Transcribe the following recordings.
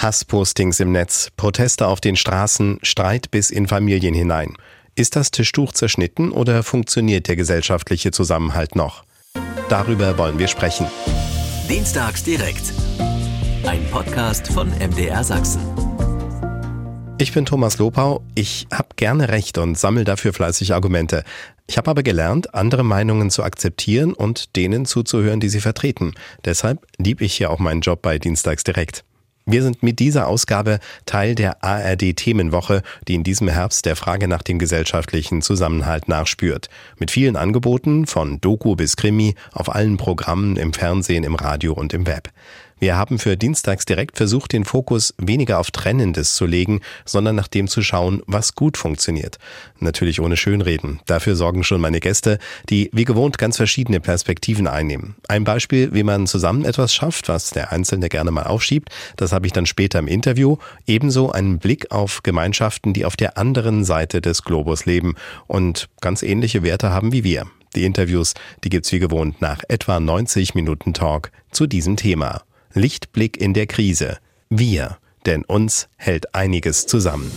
Hasspostings im Netz, Proteste auf den Straßen, Streit bis in Familien hinein. Ist das Tischtuch zerschnitten oder funktioniert der gesellschaftliche Zusammenhalt noch? Darüber wollen wir sprechen. Dienstags direkt. Ein Podcast von MDR Sachsen. Ich bin Thomas Lopau. Ich habe gerne Recht und sammle dafür fleißig Argumente. Ich habe aber gelernt, andere Meinungen zu akzeptieren und denen zuzuhören, die sie vertreten. Deshalb liebe ich hier auch meinen Job bei Dienstags direkt. Wir sind mit dieser Ausgabe Teil der ARD-Themenwoche, die in diesem Herbst der Frage nach dem gesellschaftlichen Zusammenhalt nachspürt. Mit vielen Angeboten, von Doku bis Krimi, auf allen Programmen, im Fernsehen, im Radio und im Web. Wir haben für Dienstags direkt versucht, den Fokus weniger auf Trennendes zu legen, sondern nach dem zu schauen, was gut funktioniert. Natürlich ohne Schönreden. Dafür sorgen schon meine Gäste, die wie gewohnt ganz verschiedene Perspektiven einnehmen. Ein Beispiel, wie man zusammen etwas schafft, was der Einzelne gerne mal aufschiebt, das habe ich dann später im Interview. Ebenso einen Blick auf Gemeinschaften, die auf der anderen Seite des Globus leben und ganz ähnliche Werte haben wie wir. Die Interviews, die gibt's wie gewohnt nach etwa 90 Minuten Talk zu diesem Thema. Lichtblick in der Krise. Wir, denn uns hält einiges zusammen.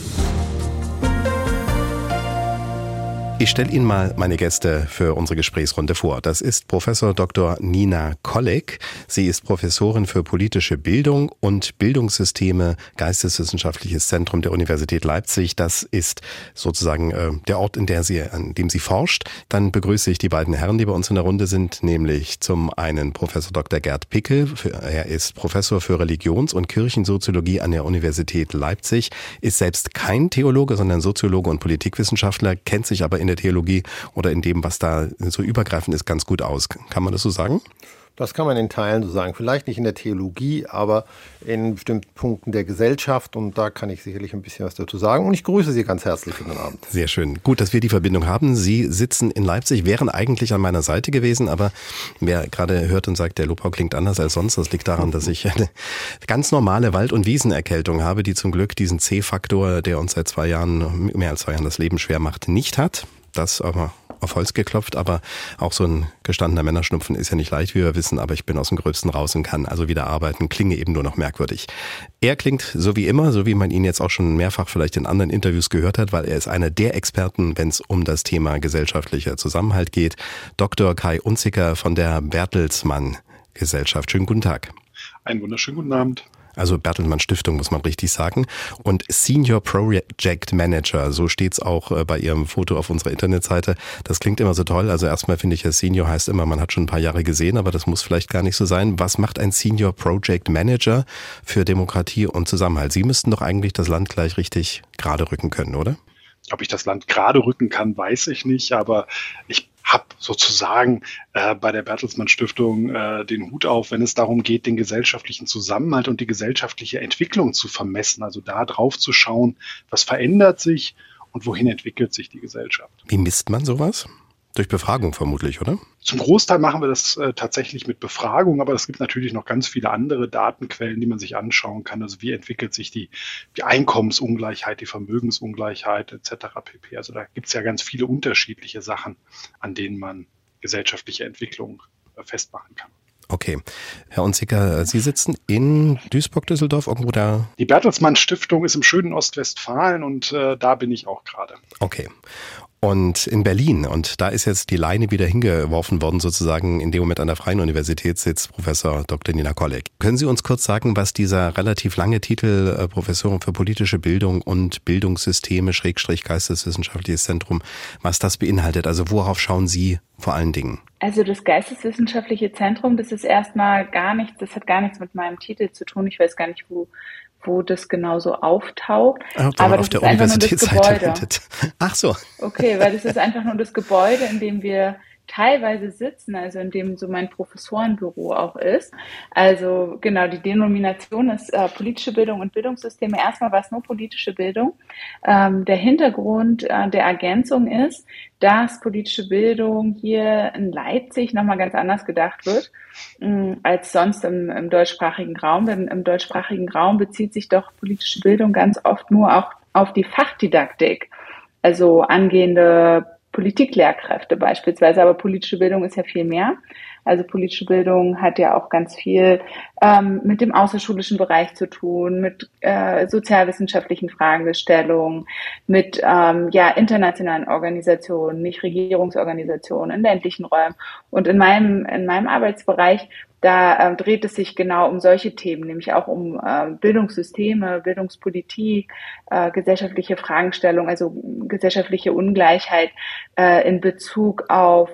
Ich stelle Ihnen mal meine Gäste für unsere Gesprächsrunde vor. Das ist Professor Dr. Nina Kolleg. Sie ist Professorin für politische Bildung und Bildungssysteme, Geisteswissenschaftliches Zentrum der Universität Leipzig. Das ist sozusagen der Ort, an dem sie forscht. Dann begrüße ich die beiden Herren, die bei uns in der Runde sind, nämlich zum einen Professor Dr. Gerd Pickel. Er ist Professor für Religions- und Kirchensoziologie an der Universität Leipzig, ist selbst kein Theologe, sondern Soziologe und Politikwissenschaftler, kennt sich aber in der Theologie oder in dem, was da so übergreifend ist, ganz gut aus. Kann man das so sagen? Das kann man in Teilen so sagen. Vielleicht nicht in der Theologie, aber in bestimmten Punkten der Gesellschaft. Und da kann ich sicherlich ein bisschen was dazu sagen. Und ich grüße Sie ganz herzlich für den Abend. Sehr schön. Gut, dass wir die Verbindung haben. Sie sitzen in Leipzig, wären eigentlich an meiner Seite gewesen. Aber wer gerade hört und sagt, der Lopau klingt anders als sonst, das liegt daran, dass ich eine ganz normale Wald- und Wiesenerkältung habe, die zum Glück diesen C-Faktor, der uns seit mehr als 2 Jahren das Leben schwer macht, nicht hat. Das aber auf Holz geklopft, aber auch so ein gestandener Männerschnupfen ist ja nicht leicht, wie wir wissen, aber ich bin aus dem Gröbsten raus und kann also wieder arbeiten, klinge eben nur noch merkwürdig. Er klingt so wie immer, so wie man ihn jetzt auch schon mehrfach vielleicht in anderen Interviews gehört hat, weil er ist einer der Experten, wenn es um das Thema gesellschaftlicher Zusammenhalt geht. Dr. Kai Unzicker von der Bertelsmann Gesellschaft. Schönen guten Tag. Einen wunderschönen guten Abend. Also Bertelsmann Stiftung, muss man richtig sagen. Und Senior Project Manager, so steht's auch bei Ihrem Foto auf unserer Internetseite. Das klingt immer so toll. Also erstmal finde ich, Senior heißt immer, man hat schon ein paar Jahre gesehen, aber das muss vielleicht gar nicht so sein. Was macht ein Senior Project Manager für Demokratie und Zusammenhalt? Sie müssten doch eigentlich das Land gleich richtig gerade rücken können, oder? Ob ich das Land gerade rücken kann, weiß ich nicht, aber ich habe sozusagen bei der Bertelsmann Stiftung den Hut auf, wenn es darum geht, den gesellschaftlichen Zusammenhalt und die gesellschaftliche Entwicklung zu vermessen, also da drauf zu schauen, was verändert sich und wohin entwickelt sich die Gesellschaft. Wie misst man sowas? Durch Befragung vermutlich, oder? Zum Großteil machen wir das tatsächlich mit Befragung, aber es gibt natürlich noch ganz viele andere Datenquellen, die man sich anschauen kann. Also wie entwickelt sich die Einkommensungleichheit, die Vermögensungleichheit etc. pp. Also da gibt es ja ganz viele unterschiedliche Sachen, an denen man gesellschaftliche Entwicklung festmachen kann. Okay. Herr Unzicker, Sie sitzen in Duisburg, Düsseldorf, irgendwo da? Die Bertelsmann Stiftung ist im schönen Ostwestfalen und da bin ich auch gerade. Okay. Und in Berlin, und da ist jetzt die Leine wieder hingeworfen worden, sozusagen in dem Moment an der Freien Universität sitzt Professor Dr. Nina Kolleg. Können Sie uns kurz sagen, was dieser relativ lange Titel Professorin für politische Bildung und Bildungssysteme / Geisteswissenschaftliches Zentrum, was das beinhaltet? Also worauf schauen Sie vor allen Dingen? Also das Geisteswissenschaftliche Zentrum, das ist erstmal das hat gar nichts mit meinem Titel zu tun. Ich weiß gar nicht, wo das genauso auftaucht. Aber das auf der Universitätsseite landet. Ach so. Okay, weil das ist einfach nur das Gebäude, in dem wir teilweise sitzen, also in dem so mein Professorenbüro auch ist. Also genau, die Denomination ist politische Bildung und Bildungssysteme. Erstmal war es nur politische Bildung. Der Hintergrund der Ergänzung ist, dass politische Bildung hier in Leipzig nochmal ganz anders gedacht wird als sonst im deutschsprachigen Raum. Denn im deutschsprachigen Raum bezieht sich doch politische Bildung ganz oft nur auch auf die Fachdidaktik, also angehende Politiklehrkräfte beispielsweise, aber politische Bildung ist ja viel mehr. Also politische Bildung hat ja auch ganz viel mit dem außerschulischen Bereich zu tun, mit sozialwissenschaftlichen Fragestellungen, mit internationalen Organisationen, Nichtregierungsorganisationen in ländlichen Räumen. Und in meinem Arbeitsbereich, da dreht es sich genau um solche Themen, nämlich auch um Bildungssysteme, Bildungspolitik, gesellschaftliche Fragestellungen, also gesellschaftliche Ungleichheit in Bezug auf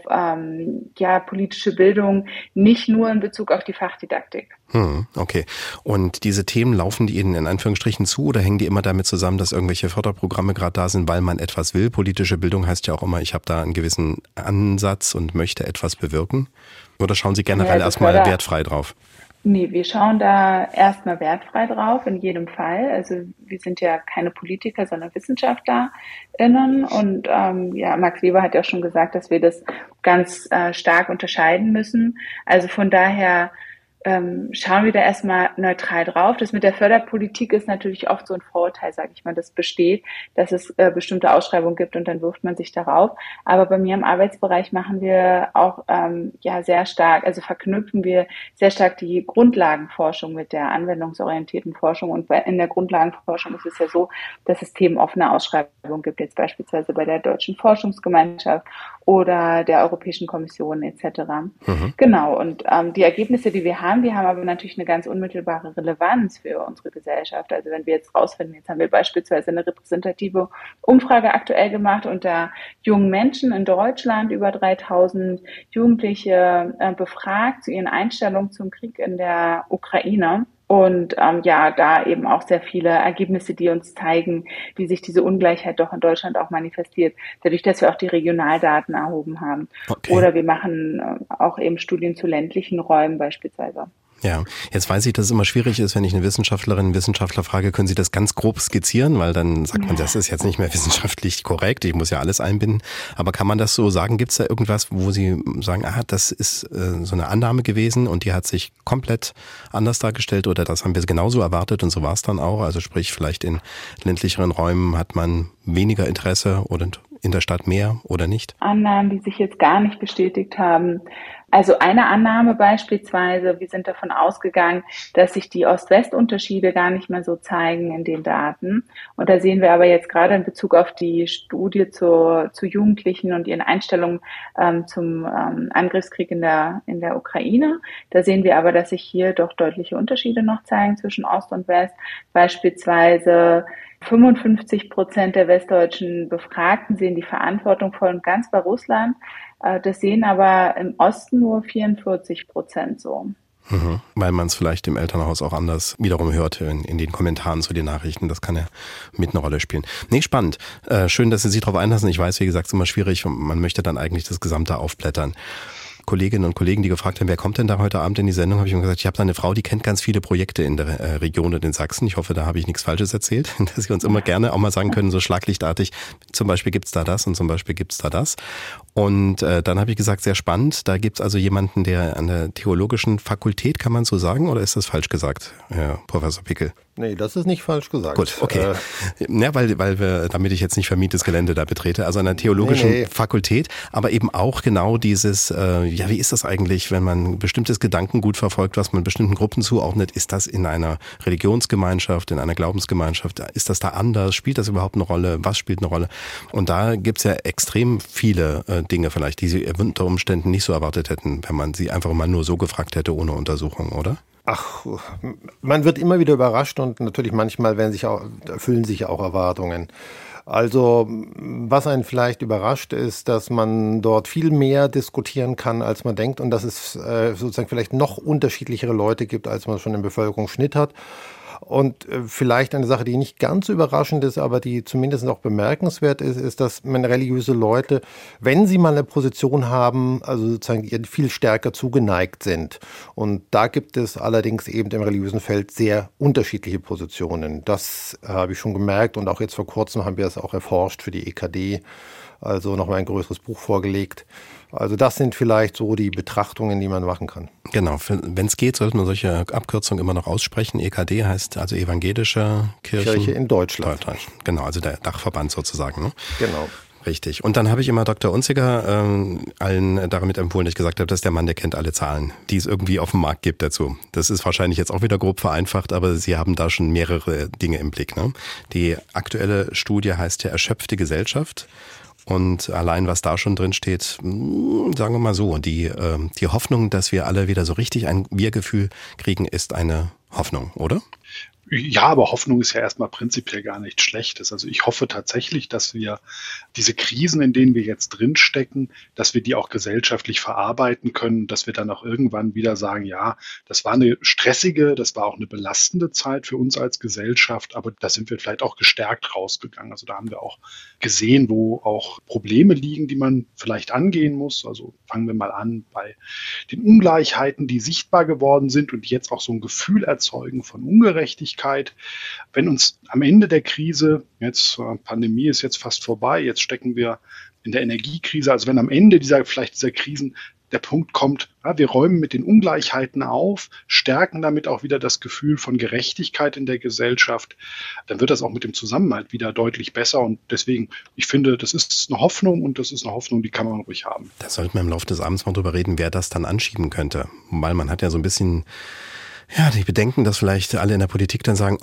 politische Bildung, nicht nur in Bezug auf die Fachdidaktik. Okay. Und diese Themen, laufen die Ihnen in Anführungsstrichen zu oder hängen die immer damit zusammen, dass irgendwelche Förderprogramme gerade da sind, weil man etwas will? Politische Bildung heißt ja auch immer, ich habe da einen gewissen Ansatz und möchte etwas bewirken. Oder schauen Sie generell erstmal wertfrei drauf? Nee, wir schauen da erstmal wertfrei drauf, in jedem Fall. Also wir sind ja keine Politiker, sondern WissenschaftlerInnen. Und Max Weber hat ja auch schon gesagt, dass wir das ganz stark unterscheiden müssen. Also von daher schauen wir da erstmal neutral drauf. Das mit der Förderpolitik ist natürlich oft so ein Vorurteil, sage ich mal, das besteht, dass es bestimmte Ausschreibungen gibt und dann wirft man sich darauf. Aber bei mir im Arbeitsbereich machen wir auch sehr stark, also verknüpfen wir sehr stark die Grundlagenforschung mit der anwendungsorientierten Forschung. Und in der Grundlagenforschung ist es ja so, dass es themenoffene Ausschreibungen gibt, jetzt beispielsweise bei der Deutschen Forschungsgemeinschaft oder der Europäischen Kommission etc. Genau, und die Ergebnisse, die haben aber natürlich eine ganz unmittelbare Relevanz für unsere Gesellschaft. Also wenn wir jetzt rausfinden, jetzt haben wir beispielsweise eine repräsentative Umfrage aktuell gemacht unter jungen Menschen in Deutschland, über 3000 Jugendliche befragt zu ihren Einstellungen zum Krieg in der Ukraine. Und da eben auch sehr viele Ergebnisse, die uns zeigen, wie sich diese Ungleichheit doch in Deutschland auch manifestiert, dadurch, dass wir auch die Regionaldaten erhoben haben. Okay. Oder wir machen auch eben Studien zu ländlichen Räumen beispielsweise. Ja, jetzt weiß ich, dass es immer schwierig ist, wenn ich eine Wissenschaftlerin, einen Wissenschaftler frage, können Sie das ganz grob skizzieren? Weil dann sagt man, das ist jetzt nicht mehr wissenschaftlich korrekt, ich muss ja alles einbinden. Aber kann man das so sagen? Gibt es da irgendwas, wo Sie sagen, das ist so eine Annahme gewesen und die hat sich komplett anders dargestellt oder das haben wir genauso erwartet und so war es dann auch? Also sprich, vielleicht in ländlicheren Räumen hat man weniger Interesse oder in der Stadt mehr oder nicht? Annahmen, die sich jetzt gar nicht bestätigt haben. Also eine Annahme beispielsweise, wir sind davon ausgegangen, dass sich die Ost-West-Unterschiede gar nicht mehr so zeigen in den Daten. Und da sehen wir aber jetzt gerade in Bezug auf die Studie zu Jugendlichen und ihren Einstellungen zum Angriffskrieg in der Ukraine. Da sehen wir aber, dass sich hier doch deutliche Unterschiede noch zeigen zwischen Ost und West. Beispielsweise 55% der westdeutschen Befragten sehen die Verantwortung voll und ganz bei Russland. Das sehen aber im Osten nur 44% so. Weil man es vielleicht im Elternhaus auch anders wiederum hört in den Kommentaren zu den Nachrichten. Das kann ja mit eine Rolle spielen. Nee, spannend. Schön, dass Sie sich darauf einlassen. Ich weiß, wie gesagt, es ist immer schwierig. Man möchte dann eigentlich das Gesamte aufblättern. Kolleginnen und Kollegen, die gefragt haben, wer kommt denn da heute Abend in die Sendung, habe ich mir gesagt, ich habe da eine Frau, die kennt ganz viele Projekte in der Region und in Sachsen. Ich hoffe, da habe ich nichts Falsches erzählt, dass Sie uns immer gerne auch mal sagen können, so schlaglichtartig, zum Beispiel gibt's da das und zum Beispiel gibt's da das. Und dann habe ich gesagt, sehr spannend, da gibt's also jemanden, der an der Theologischen Fakultät, kann man so sagen, oder ist das falsch gesagt, Herr Professor Pickel? Nee, das ist nicht falsch gesagt. Gut, okay. Ja, weil wir, damit ich jetzt nicht vermietetes Gelände da betrete, also an der Theologischen Fakultät, aber eben auch genau dieses, wie ist das eigentlich, wenn man bestimmtes Gedankengut verfolgt, was man bestimmten Gruppen zuordnet, ist das in einer Religionsgemeinschaft, in einer Glaubensgemeinschaft, ist das da anders, spielt das überhaupt eine Rolle, was spielt eine Rolle? Und da gibt's ja extrem viele Dinge vielleicht, die Sie unter Umständen nicht so erwartet hätten, wenn man sie einfach mal nur so gefragt hätte, ohne Untersuchung, oder? Ach, man wird immer wieder überrascht und natürlich manchmal erfüllen sich auch Erwartungen. Also was einen vielleicht überrascht ist, dass man dort viel mehr diskutieren kann, als man denkt und dass es sozusagen vielleicht noch unterschiedlichere Leute gibt, als man schon im Bevölkerungsschnitt hat. Und vielleicht eine Sache, die nicht ganz so überraschend ist, aber die zumindest auch bemerkenswert ist, dass religiöse Leute, wenn sie mal eine Position haben, also sozusagen ihr viel stärker zugeneigt sind. Und da gibt es allerdings eben im religiösen Feld sehr unterschiedliche Positionen. Das habe ich schon gemerkt und auch jetzt vor kurzem haben wir es auch erforscht für die EKD, also nochmal ein größeres Buch vorgelegt. Also das sind vielleicht so die Betrachtungen, die man machen kann. Genau, wenn es geht, sollte man solche Abkürzungen immer noch aussprechen. EKD heißt also Evangelische Kirche in Deutschland. Genau, also der Dachverband sozusagen. Ne? Genau. Richtig. Und dann habe ich immer Dr. Unziger allen damit empfohlen, dass ich gesagt habe, das ist der Mann, der kennt alle Zahlen, die es irgendwie auf dem Markt gibt dazu. Das ist wahrscheinlich jetzt auch wieder grob vereinfacht, aber Sie haben da schon mehrere Dinge im Blick, ne? Die aktuelle Studie heißt ja Erschöpfte Gesellschaft. Und allein, was da schon drin steht, sagen wir mal so, die Hoffnung, dass wir alle wieder so richtig ein Wir-Gefühl kriegen, ist eine Hoffnung, oder? Ja, aber Hoffnung ist ja erstmal prinzipiell gar nichts Schlechtes. Also ich hoffe tatsächlich, dass wir diese Krisen, in denen wir jetzt drinstecken, dass wir die auch gesellschaftlich verarbeiten können, dass wir dann auch irgendwann wieder sagen, ja, das war eine stressige, das war auch eine belastende Zeit für uns als Gesellschaft, aber da sind wir vielleicht auch gestärkt rausgegangen. Also da haben wir auch gesehen, wo auch Probleme liegen, die man vielleicht angehen muss. Also fangen wir mal an bei den Ungleichheiten, die sichtbar geworden sind und die jetzt auch so ein Gefühl erzeugen von Ungerechtigkeit. Wenn uns am Ende der Krise, jetzt Pandemie ist jetzt fast vorbei, jetzt stecken wir in der Energiekrise, also wenn am Ende dieser Krisen der Punkt kommt, ja, wir räumen mit den Ungleichheiten auf, stärken damit auch wieder das Gefühl von Gerechtigkeit in der Gesellschaft, dann wird das auch mit dem Zusammenhalt wieder deutlich besser. Und deswegen, ich finde, das ist eine Hoffnung und das ist eine Hoffnung, die kann man ruhig haben. Da sollten wir im Laufe des Abends mal drüber reden, wer das dann anschieben könnte. Weil man hat ja so ein bisschen die Bedenken, dass vielleicht alle in der Politik dann sagen,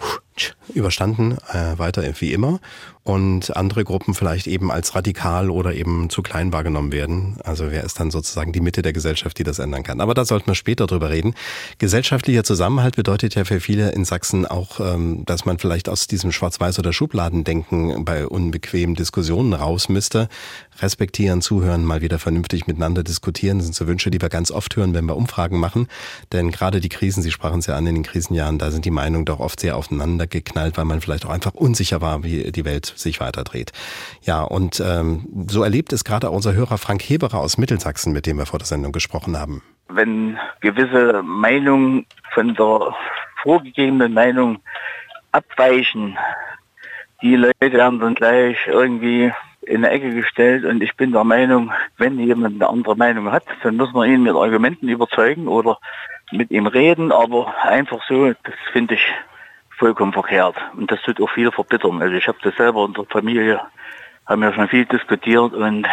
überstanden, weiter wie immer. Und andere Gruppen vielleicht eben als radikal oder eben zu klein wahrgenommen werden. Also wer ist dann sozusagen die Mitte der Gesellschaft, die das ändern kann? Aber da sollten wir später drüber reden. Gesellschaftlicher Zusammenhalt bedeutet ja für viele in Sachsen auch, dass man vielleicht aus diesem Schwarz-Weiß- oder Schubladendenken bei unbequemen Diskussionen raus müsste. Respektieren, zuhören, mal wieder vernünftig miteinander diskutieren. Das sind so Wünsche, die wir ganz oft hören, wenn wir Umfragen machen. Denn gerade die Krisen, Sie sprachen es ja an, in den Krisenjahren, da sind die Meinungen doch oft sehr aufeinander geknallt, weil man vielleicht auch einfach unsicher war, wie die Welt sich weiterdreht. Ja, und so erlebt es gerade auch unser Hörer Frank Heberer aus Mittelsachsen, mit dem wir vor der Sendung gesprochen haben. Wenn gewisse Meinungen von der vorgegebenen Meinung abweichen, die Leute werden dann gleich irgendwie in eine Ecke gestellt und ich bin der Meinung, wenn jemand eine andere Meinung hat, dann muss man ihn mit Argumenten überzeugen oder mit ihm reden, aber einfach so, das finde ich vollkommen verkehrt. Und das tut auch viel verbittern. Also ich habe das selber in der Familie, haben wir schon viel diskutiert und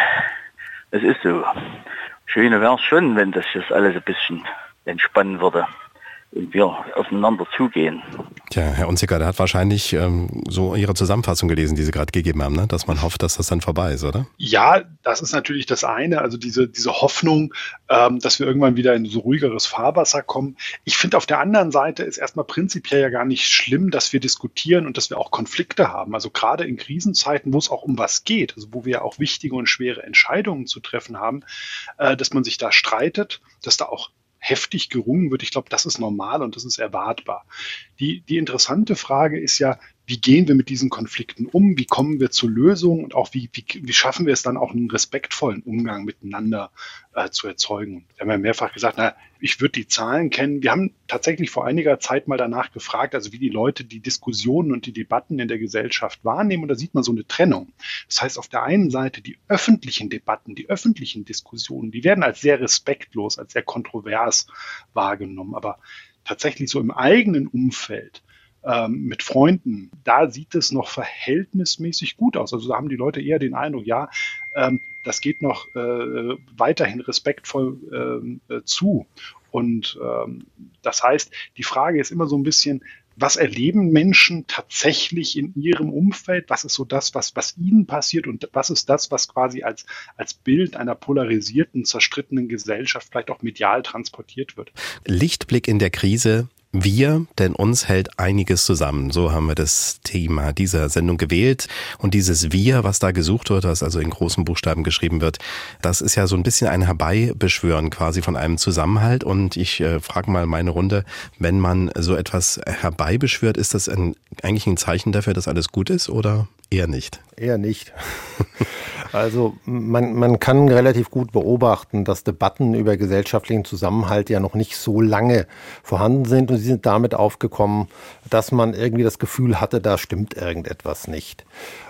es ist so. Schöner wäre es schon, wenn das jetzt alles ein bisschen entspannen würde und wir aufeinander zugehen. Tja, Herr Unziger, der hat wahrscheinlich so Ihre Zusammenfassung gelesen, die Sie gerade gegeben haben, ne? Dass man hofft, dass das dann vorbei ist, oder? Ja, das ist natürlich das eine, also diese Hoffnung, dass wir irgendwann wieder in so ruhigeres Fahrwasser kommen. Ich finde, auf der anderen Seite ist erstmal prinzipiell ja gar nicht schlimm, dass wir diskutieren und dass wir auch Konflikte haben. Also gerade in Krisenzeiten, wo es auch um was geht, also wo wir ja auch wichtige und schwere Entscheidungen zu treffen haben, dass man sich da streitet, dass da auch heftig gerungen wird. Ich glaube, das ist normal und das ist erwartbar. Die interessante Frage ist ja, wie gehen wir mit diesen Konflikten um? Wie kommen wir zu Lösungen? Und auch wie schaffen wir es dann auch, einen respektvollen Umgang miteinander zu erzeugen? Wir haben ja mehrfach gesagt, ich würde die Zahlen kennen. Wir haben tatsächlich vor einiger Zeit mal danach gefragt, also wie die Leute die Diskussionen und die Debatten in der Gesellschaft wahrnehmen. Und da sieht man so eine Trennung. Das heißt, auf der einen Seite die öffentlichen Debatten, die öffentlichen Diskussionen, die werden als sehr respektlos, als sehr kontrovers wahrgenommen. Aber tatsächlich so im eigenen Umfeld, mit Freunden, da sieht es noch verhältnismäßig gut aus. Also da haben die Leute eher den Eindruck, ja, das geht noch weiterhin respektvoll zu. Und das heißt, die Frage ist immer so ein bisschen, was erleben Menschen tatsächlich in ihrem Umfeld? Was ist so das, was ihnen passiert? Und was ist das, was quasi als Bild einer polarisierten, zerstrittenen Gesellschaft vielleicht auch medial transportiert wird? Lichtblick in der Krise. Wir, denn uns hält einiges zusammen. So haben wir das Thema dieser Sendung gewählt. Und dieses Wir, was da gesucht wird, was also in großen Buchstaben geschrieben wird, das ist ja so ein bisschen ein Herbeibeschwören quasi von einem Zusammenhalt. Und ich frage mal meine Runde, wenn man so etwas herbeibeschwört, ist das eigentlich ein Zeichen dafür, dass alles gut ist oder eher nicht? Eher nicht. Also man kann relativ gut beobachten, dass Debatten über gesellschaftlichen Zusammenhalt ja noch nicht so lange vorhanden sind und sie sind damit aufgekommen, dass man irgendwie das Gefühl hatte, da stimmt irgendetwas nicht.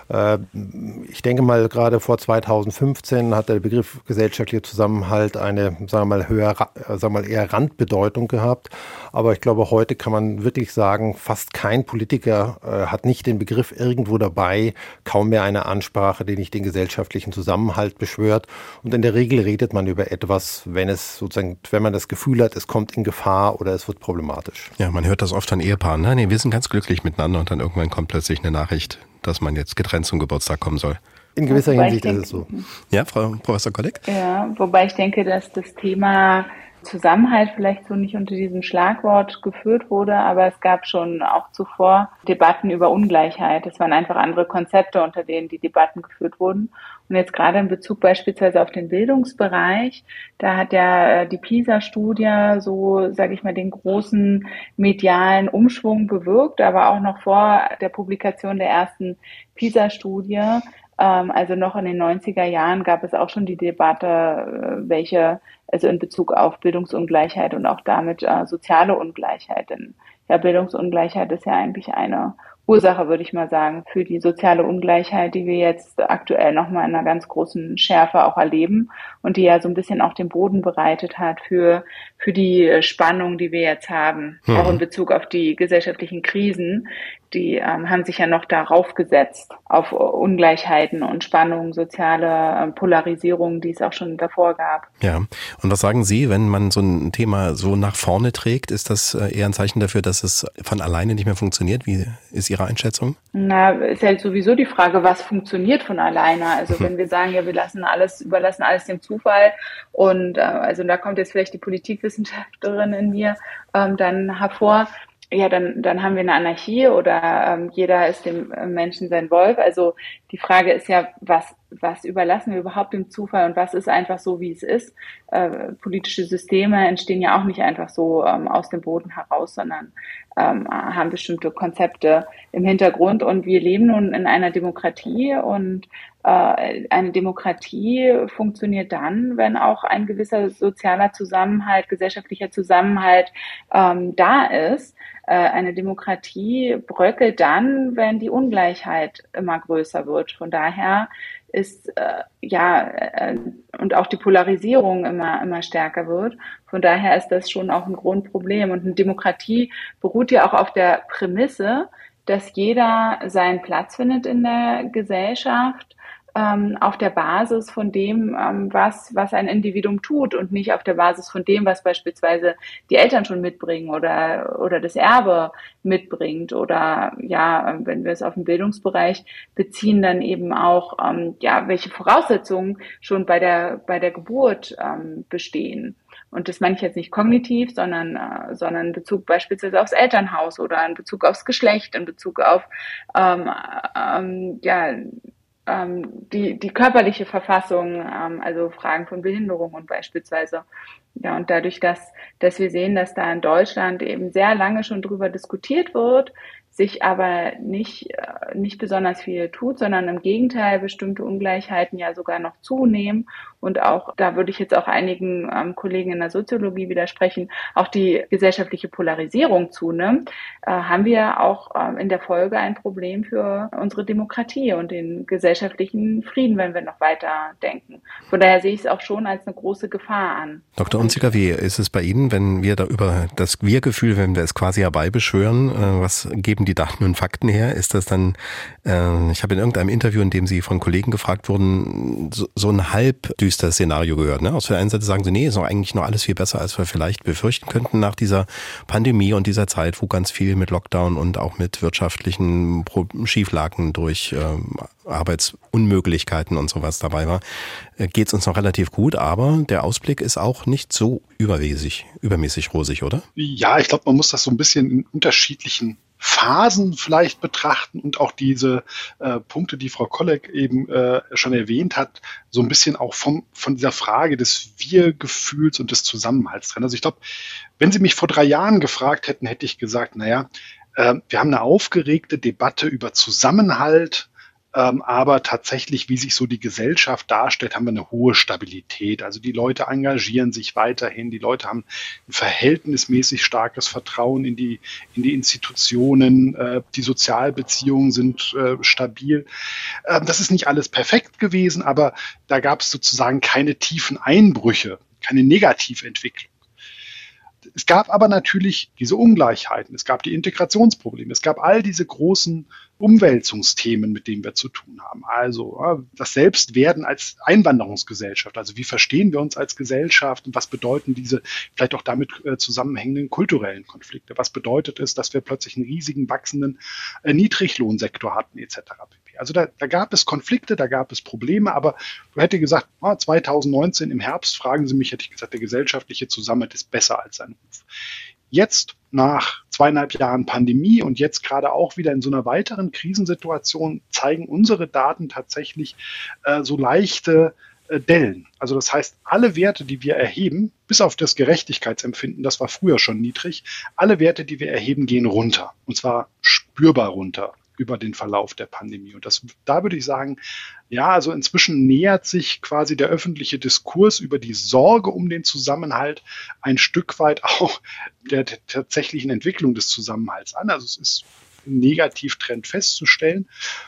Ich denke mal, gerade vor 2015 hat der Begriff gesellschaftlicher Zusammenhalt eine, sagen wir mal, eher Randbedeutung gehabt. Aber ich glaube, heute kann man wirklich sagen, fast kein Politiker hat nicht den Begriff irgendwo dabei, kaum mehr eine Ansprache, die nicht den gesellschaftlichen Zusammenhalt beschwört. Und in der Regel redet man über etwas, wenn man das Gefühl hat, es kommt in Gefahr oder es wird problematisch. Ja, man hört das oft an Ehepaaren. Nee, wir sind ganz glücklich miteinander und dann irgendwann kommt plötzlich eine Nachricht, dass man jetzt getrennt zum Geburtstag kommen soll. In gewisser Hinsicht ist es so. Ja, Frau Professor Kolleg? Ja, wobei ich denke, dass das Thema Zusammenhalt vielleicht so nicht unter diesem Schlagwort geführt wurde, aber es gab schon auch zuvor Debatten über Ungleichheit. Es waren einfach andere Konzepte, unter denen die Debatten geführt wurden. Und jetzt gerade in Bezug beispielsweise auf den Bildungsbereich, da hat ja die PISA-Studie so, sage ich mal, den großen medialen Umschwung bewirkt, aber auch noch vor der Publikation der ersten PISA-Studie, also noch in den 90er Jahren gab es auch schon die Debatte, also in Bezug auf Bildungsungleichheit und auch damit soziale Ungleichheit. Denn ja, Bildungsungleichheit ist ja eigentlich eine Ursache, würde ich mal sagen, für die soziale Ungleichheit, die wir jetzt aktuell nochmal in einer ganz großen Schärfe auch erleben und die ja so ein bisschen auch den Boden bereitet hat für die Spannung, die wir jetzt haben, auch in Bezug auf die gesellschaftlichen Krisen. Die haben sich ja noch darauf gesetzt, auf Ungleichheiten und Spannungen, soziale Polarisierung, die es auch schon davor gab. Ja, und was sagen Sie, wenn man so ein Thema so nach vorne trägt, ist das eher ein Zeichen dafür, dass es von alleine nicht mehr funktioniert? Wie ist Ihre Einschätzung? Na, ist halt sowieso die Frage, was funktioniert von alleine? Also wenn wir sagen, ja, wir überlassen alles dem Zufall und also da kommt jetzt vielleicht die Politikwissenschaftlerin in mir dann hervor, ja, dann haben wir eine Anarchie oder jeder ist dem Menschen sein Wolf. Also die Frage ist ja, was überlassen wir überhaupt dem Zufall und was ist einfach so, wie es ist? Politische Systeme entstehen ja auch nicht einfach so aus dem Boden heraus, sondern haben bestimmte Konzepte im Hintergrund. Und wir leben nun in einer Demokratie und eine Demokratie funktioniert dann, wenn auch ein gewisser sozialer Zusammenhalt, gesellschaftlicher Zusammenhalt da ist. Eine Demokratie bröckelt dann, wenn die Ungleichheit immer größer wird. Von daher ist und auch die Polarisierung immer stärker wird. Von daher ist das schon auch ein Grundproblem. Und eine Demokratie beruht ja auch auf der Prämisse, dass jeder seinen Platz findet in der Gesellschaft, auf der Basis von dem, was ein Individuum tut und nicht auf der Basis von dem, was beispielsweise die Eltern schon mitbringen oder das Erbe mitbringt oder wenn wir es auf den Bildungsbereich beziehen, dann eben auch welche Voraussetzungen schon bei der Geburt bestehen. Und das meine ich jetzt nicht kognitiv, sondern in Bezug beispielsweise aufs Elternhaus oder in Bezug aufs Geschlecht, in Bezug auf die körperliche Verfassung, also Fragen von Behinderung und beispielsweise. Ja, und dadurch, dass wir sehen, dass da in Deutschland eben sehr lange schon drüber diskutiert wird, sich aber nicht besonders viel tut, sondern im Gegenteil bestimmte Ungleichheiten ja sogar noch zunehmen. Und auch, da würde ich jetzt auch einigen Kollegen in der Soziologie widersprechen, auch die gesellschaftliche Polarisierung zunimmt, haben wir auch in der Folge ein Problem für unsere Demokratie und den gesellschaftlichen Frieden, wenn wir noch weiter denken. Von daher sehe ich es auch schon als eine große Gefahr an. Dr. Unziger, wie ist es bei Ihnen, wenn wir da über das Wir-Gefühl, wenn wir es quasi herbeibeschwören, was geben die Daten und Fakten her? Ist das dann, ich habe in irgendeinem Interview, in dem Sie von Kollegen gefragt wurden, so ein halb düsteres Szenario gehört. Ne? Auf der einen Seite sagen Sie, nee, ist doch eigentlich noch alles viel besser, als wir vielleicht befürchten könnten nach dieser Pandemie und dieser Zeit, wo ganz viel mit Lockdown und auch mit wirtschaftlichen Schieflagen durch Arbeitsunmöglichkeiten und sowas dabei war, geht es uns noch relativ gut, aber der Ausblick ist auch nicht so übermäßig rosig, oder? Ja, ich glaube, man muss das so ein bisschen in unterschiedlichen Phasen vielleicht betrachten und auch diese Punkte, die Frau Kolleg eben schon erwähnt hat, so ein bisschen auch von dieser Frage des Wir-Gefühls und des Zusammenhalts trennen. Also ich glaube, wenn Sie mich vor 3 Jahren gefragt hätten, hätte ich gesagt, wir haben eine aufgeregte Debatte über Zusammenhalt, aber tatsächlich, wie sich so die Gesellschaft darstellt, haben wir eine hohe Stabilität. Also die Leute engagieren sich weiterhin, die Leute haben ein verhältnismäßig starkes Vertrauen in die Institutionen, die Sozialbeziehungen sind stabil. Das ist nicht alles perfekt gewesen, aber da gab es sozusagen keine tiefen Einbrüche, keine Negativentwicklung. Es gab aber natürlich diese Ungleichheiten, es gab die Integrationsprobleme, es gab all diese großen Umwälzungsthemen, mit denen wir zu tun haben. Also das Selbstwerden als Einwanderungsgesellschaft. Also wie verstehen wir uns als Gesellschaft und was bedeuten diese vielleicht auch damit zusammenhängenden kulturellen Konflikte? Was bedeutet es, dass wir plötzlich einen riesigen, wachsenden Niedriglohnsektor hatten etc. pp. Also da gab es Konflikte, da gab es Probleme, aber du hättest gesagt, 2019 im Herbst, fragen Sie mich, hätte ich gesagt, der gesellschaftliche Zusammenhalt ist besser als sein Ruf. Jetzt nach 2,5 Jahren Pandemie und jetzt gerade auch wieder in so einer weiteren Krisensituation zeigen unsere Daten tatsächlich so leichte Dellen. Also das heißt, alle Werte, die wir erheben, bis auf das Gerechtigkeitsempfinden, das war früher schon niedrig, alle Werte, die wir erheben, gehen runter. Und zwar spürbar runter über den Verlauf der Pandemie. Und da würde ich sagen, ja, also inzwischen nähert sich quasi der öffentliche Diskurs über die Sorge um den Zusammenhalt ein Stück weit auch der tatsächlichen Entwicklung des Zusammenhalts an. Also es ist ein Negativtrend festzustellen.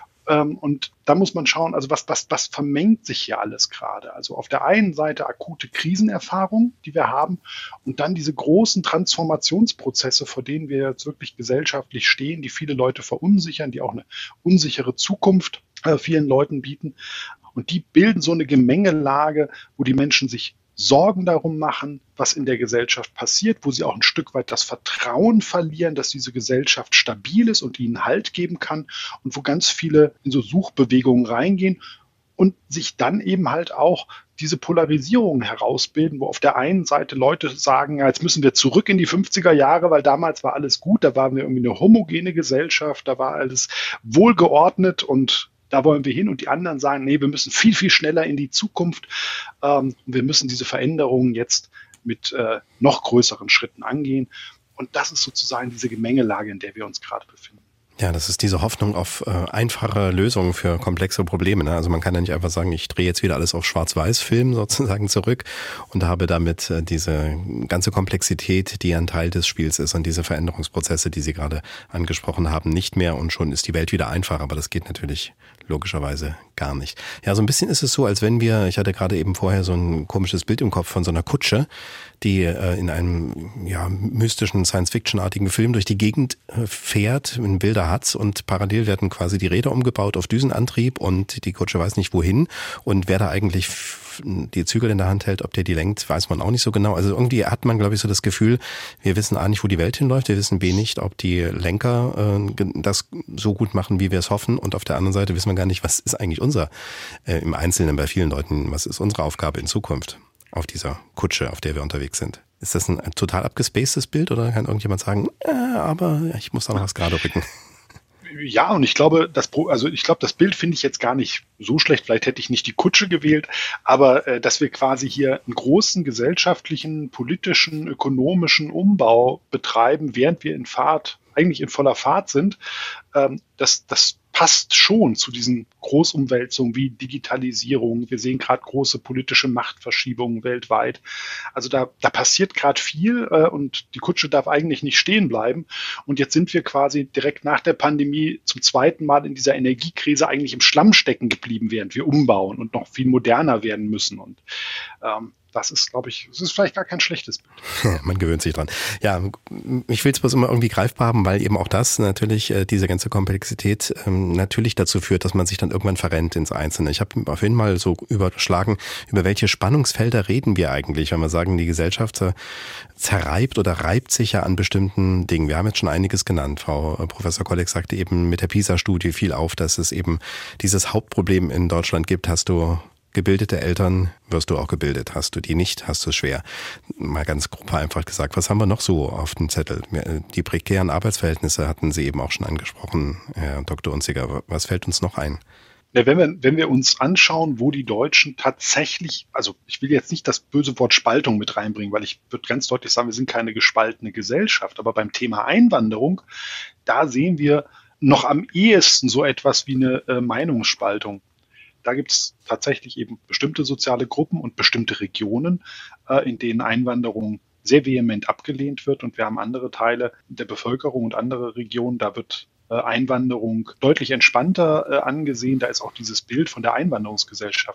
Und da muss man schauen, also was vermengt sich hier alles gerade? Also auf der einen Seite akute Krisenerfahrung, die wir haben, und dann diese großen Transformationsprozesse, vor denen wir jetzt wirklich gesellschaftlich stehen, die viele Leute verunsichern, die auch eine unsichere Zukunft vielen Leuten bieten. Und die bilden so eine Gemengelage, wo die Menschen sich Sorgen darum machen, was in der Gesellschaft passiert, wo sie auch ein Stück weit das Vertrauen verlieren, dass diese Gesellschaft stabil ist und ihnen Halt geben kann, und wo ganz viele in so Suchbewegungen reingehen und sich dann eben halt auch diese Polarisierungen herausbilden, wo auf der einen Seite Leute sagen, ja, jetzt müssen wir zurück in die 50er Jahre, weil damals war alles gut, da waren wir irgendwie eine homogene Gesellschaft, da war alles wohlgeordnet und da wollen wir hin, und die anderen sagen, nee, wir müssen viel, viel schneller in die Zukunft. Wir müssen diese Veränderungen jetzt mit noch größeren Schritten angehen. Und das ist sozusagen diese Gemengelage, in der wir uns gerade befinden. Ja, das ist diese Hoffnung auf einfache Lösungen für komplexe Probleme. Ne? Also man kann ja nicht einfach sagen, ich drehe jetzt wieder alles auf Schwarz-Weiß-Film sozusagen zurück und habe damit diese ganze Komplexität, die ein Teil des Spiels ist, und diese Veränderungsprozesse, die Sie gerade angesprochen haben, nicht mehr, und schon ist die Welt wieder einfach. Aber das geht natürlich logischerweise gar nicht. Ja, so ein bisschen ist es so, als wenn ich hatte gerade eben vorher so ein komisches Bild im Kopf von so einer Kutsche, die in einem mystischen Science-Fiction-artigen Film durch die Gegend fährt, in wilder Hatz, und parallel werden quasi die Räder umgebaut auf Düsenantrieb und die Kutsche weiß nicht wohin, und wer da eigentlich die Zügel in der Hand hält, ob der die lenkt, weiß man auch nicht so genau. Also irgendwie hat man, glaube ich, so das Gefühl, wir wissen A nicht, wo die Welt hinläuft, wir wissen B nicht, ob die Lenker das so gut machen, wie wir es hoffen, und auf der anderen Seite wissen wir gar nicht, was ist eigentlich im Einzelnen bei vielen Leuten, was ist unsere Aufgabe in Zukunft auf dieser Kutsche, auf der wir unterwegs sind. Ist das ein total abgespacedes Bild, oder kann irgendjemand sagen, aber ich muss da noch was gerade rücken? Ja, und ich glaube, das Bild finde ich jetzt gar nicht so schlecht. Vielleicht hätte ich nicht die Kutsche gewählt, aber dass wir quasi hier einen großen gesellschaftlichen, politischen, ökonomischen Umbau betreiben, während wir eigentlich in voller Fahrt sind, das passt schon zu diesen Großumwälzungen wie Digitalisierung. Wir sehen gerade große politische Machtverschiebungen weltweit. Also da passiert gerade viel und die Kutsche darf eigentlich nicht stehen bleiben. Und jetzt sind wir quasi direkt nach der Pandemie zum zweiten Mal in dieser Energiekrise eigentlich im Schlamm stecken geblieben, während wir umbauen und noch viel moderner werden müssen. Und das ist, glaube ich, es ist vielleicht gar kein schlechtes Bild. Man gewöhnt sich dran. Ja, ich will es bloß immer irgendwie greifbar haben, weil eben auch das natürlich, diese ganze Komplexität natürlich dazu führt, dass man sich dann irgendwann verrennt ins Einzelne. Ich habe vorhin mal so überschlagen, über welche Spannungsfelder reden wir eigentlich, wenn wir sagen, die Gesellschaft zerreibt oder reibt sich ja an bestimmten Dingen. Wir haben jetzt schon einiges genannt. Frau Professor Kolleg sagte eben mit der PISA-Studie viel auf, dass es eben dieses Hauptproblem in Deutschland gibt. Hast du gebildete Eltern, wirst du auch gebildet. Hast du die nicht, hast du es schwer. Mal ganz grob einfach gesagt, was haben wir noch so auf dem Zettel? Die prekären Arbeitsverhältnisse hatten Sie eben auch schon angesprochen, Herr Dr. Unziger. Was fällt uns noch ein? Ja, wenn wir uns anschauen, wo die Deutschen tatsächlich, also ich will jetzt nicht das böse Wort Spaltung mit reinbringen, weil ich würde ganz deutlich sagen, wir sind keine gespaltene Gesellschaft, aber beim Thema Einwanderung, da sehen wir noch am ehesten so etwas wie eine Meinungsspaltung. Da gibt es tatsächlich eben bestimmte soziale Gruppen und bestimmte Regionen, in denen Einwanderung sehr vehement abgelehnt wird. Und wir haben andere Teile der Bevölkerung und andere Regionen, da wird Einwanderung deutlich entspannter angesehen. Da ist auch dieses Bild von der Einwanderungsgesellschaft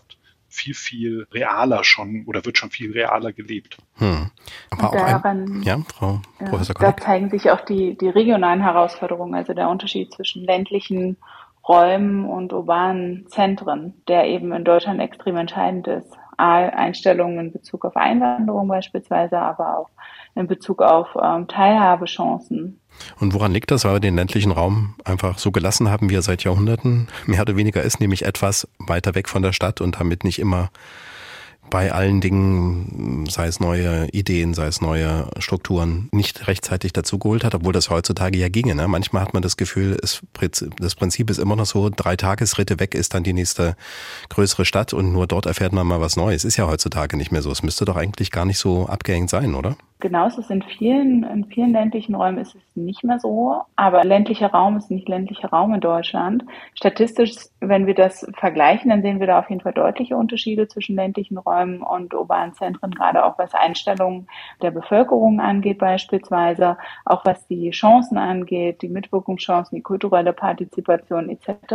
viel realer schon oder wird schon viel realer gelebt. Aber auch daran, Frau Professor da Kollek? zeigen sich auch die regionalen Herausforderungen, also der Unterschied zwischen ländlichen Räumen und urbanen Zentren, der eben in Deutschland extrem entscheidend ist. Einstellungen in Bezug auf Einwanderung beispielsweise, aber auch in Bezug auf Teilhabechancen. Und woran liegt das, weil wir den ländlichen Raum einfach so gelassen haben, wie er seit Jahrhunderten mehr oder weniger ist, nämlich etwas weiter weg von der Stadt und damit nicht immer bei allen Dingen, sei es neue Ideen, sei es neue Strukturen, nicht rechtzeitig dazugeholt hat, obwohl das heutzutage ja ginge. Ne? Manchmal hat man das Gefühl, das Prinzip ist immer noch so, 3 Tagesritte weg ist dann die nächste größere Stadt und nur dort erfährt man mal was Neues. Ist ja heutzutage nicht mehr so. Es müsste doch eigentlich gar nicht so abgehängt sein, oder? Genau, es ist in vielen ländlichen Räumen ist es nicht mehr so, aber ländlicher Raum ist nicht ländlicher Raum in Deutschland. Statistisch, wenn wir das vergleichen, dann sehen wir da auf jeden Fall deutliche Unterschiede zwischen ländlichen Räumen und urbanen Zentren, gerade auch was Einstellungen der Bevölkerung angeht beispielsweise, auch was die Chancen angeht, die Mitwirkungschancen, die kulturelle Partizipation etc.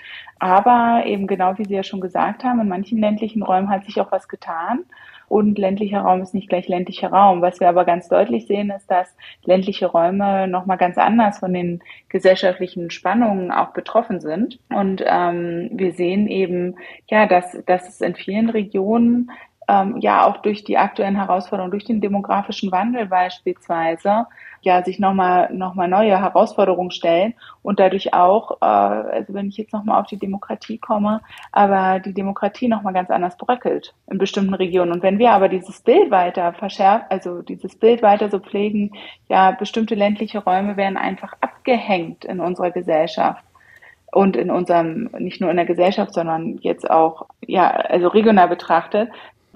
Aber eben genau wie Sie ja schon gesagt haben, in manchen ländlichen Räumen hat sich auch was getan. Und ländlicher Raum ist nicht gleich ländlicher Raum. Was wir aber ganz deutlich sehen, ist, dass ländliche Räume nochmal ganz anders von den gesellschaftlichen Spannungen auch betroffen sind. Und wir sehen eben, dass es in vielen Regionen auch durch die aktuellen Herausforderungen, durch den demografischen Wandel beispielsweise, sich nochmal neue Herausforderungen stellen und dadurch auch, also wenn ich jetzt nochmal auf die Demokratie komme, aber die Demokratie nochmal ganz anders bröckelt in bestimmten Regionen. Und wenn wir aber dieses Bild weiter verschärfen, also dieses Bild weiter so pflegen, bestimmte ländliche Räume werden einfach abgehängt in unserer Gesellschaft. Und in unserem, nicht nur in der Gesellschaft, sondern jetzt auch, also regional betrachtet,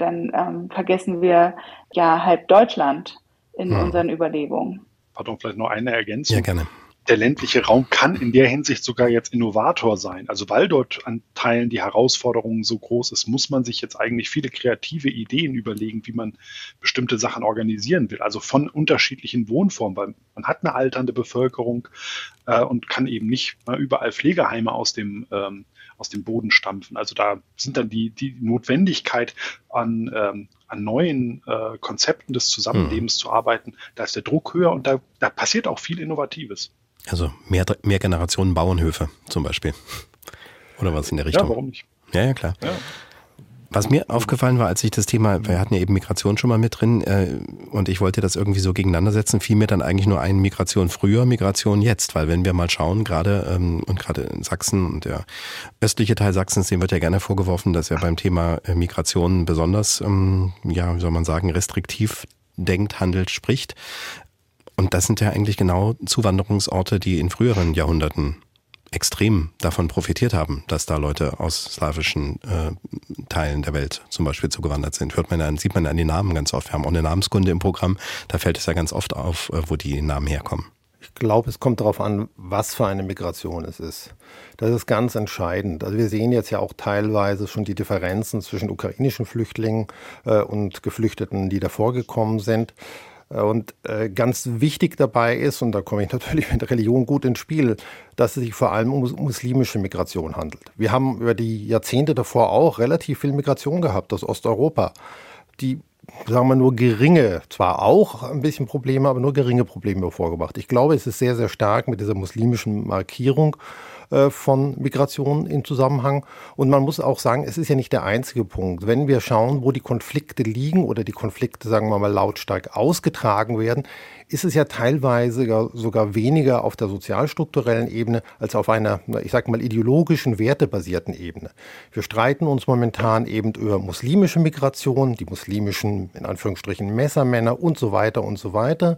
dann vergessen wir halb Deutschland in unseren Überlegungen. Pardon, vielleicht noch eine Ergänzung. Ja, gerne. Der ländliche Raum kann in der Hinsicht sogar jetzt Innovator sein. Also weil dort an Teilen die Herausforderung so groß ist, muss man sich jetzt eigentlich viele kreative Ideen überlegen, wie man bestimmte Sachen organisieren will. Also von unterschiedlichen Wohnformen, weil man hat eine alternde Bevölkerung und kann eben nicht mal überall Pflegeheime aus dem Boden stampfen. Also da sind dann die Notwendigkeit an neuen Konzepten des Zusammenlebens zu arbeiten, da ist der Druck höher und da passiert auch viel Innovatives. Also mehr Generationen Bauernhöfe zum Beispiel. Oder was in der Richtung? Ja, warum nicht? Ja, klar. Ja. Was mir aufgefallen war, als ich das Thema, wir hatten ja eben Migration schon mal mit drin und ich wollte das irgendwie so gegeneinander setzen, fiel mir dann eigentlich nur ein Migration früher, Migration jetzt, weil wenn wir mal schauen, gerade in Sachsen und der östliche Teil Sachsens, dem wird ja gerne vorgeworfen, dass er beim Thema Migration besonders, wie soll man sagen, restriktiv denkt, handelt, spricht. Und das sind ja eigentlich genau Zuwanderungsorte, die in früheren Jahrhunderten extrem davon profitiert haben, dass da Leute aus slawischen Teilen der Welt zum Beispiel zugewandert sind. Sieht man an den Namen ganz oft. Wir haben auch eine Namenskunde im Programm, da fällt es ja ganz oft auf, wo die Namen herkommen. Ich glaube, es kommt darauf an, was für eine Migration es ist. Das ist ganz entscheidend. Also wir sehen jetzt ja auch teilweise schon die Differenzen zwischen ukrainischen Flüchtlingen und Geflüchteten, die davor gekommen sind. Und ganz wichtig dabei ist, und da komme ich natürlich mit Religion gut ins Spiel, dass es sich vor allem um muslimische Migration handelt. Wir haben über die Jahrzehnte davor auch relativ viel Migration gehabt aus Osteuropa, die, sagen wir, nur geringe, zwar auch ein bisschen Probleme, aber nur geringe Probleme hervorgebracht. Ich glaube, es ist sehr, sehr stark mit dieser muslimischen Markierung von Migration in Zusammenhang. Und man muss auch sagen, es ist ja nicht der einzige Punkt. Wenn wir schauen, wo die Konflikte liegen oder die Konflikte, sagen wir mal, lautstark ausgetragen werden, ist es ja teilweise sogar weniger auf der sozialstrukturellen Ebene als auf einer, ich sag mal, ideologischen, wertebasierten Ebene. Wir streiten uns momentan eben über muslimische Migration, die muslimischen, in Anführungsstrichen, Messermänner und so weiter und so weiter.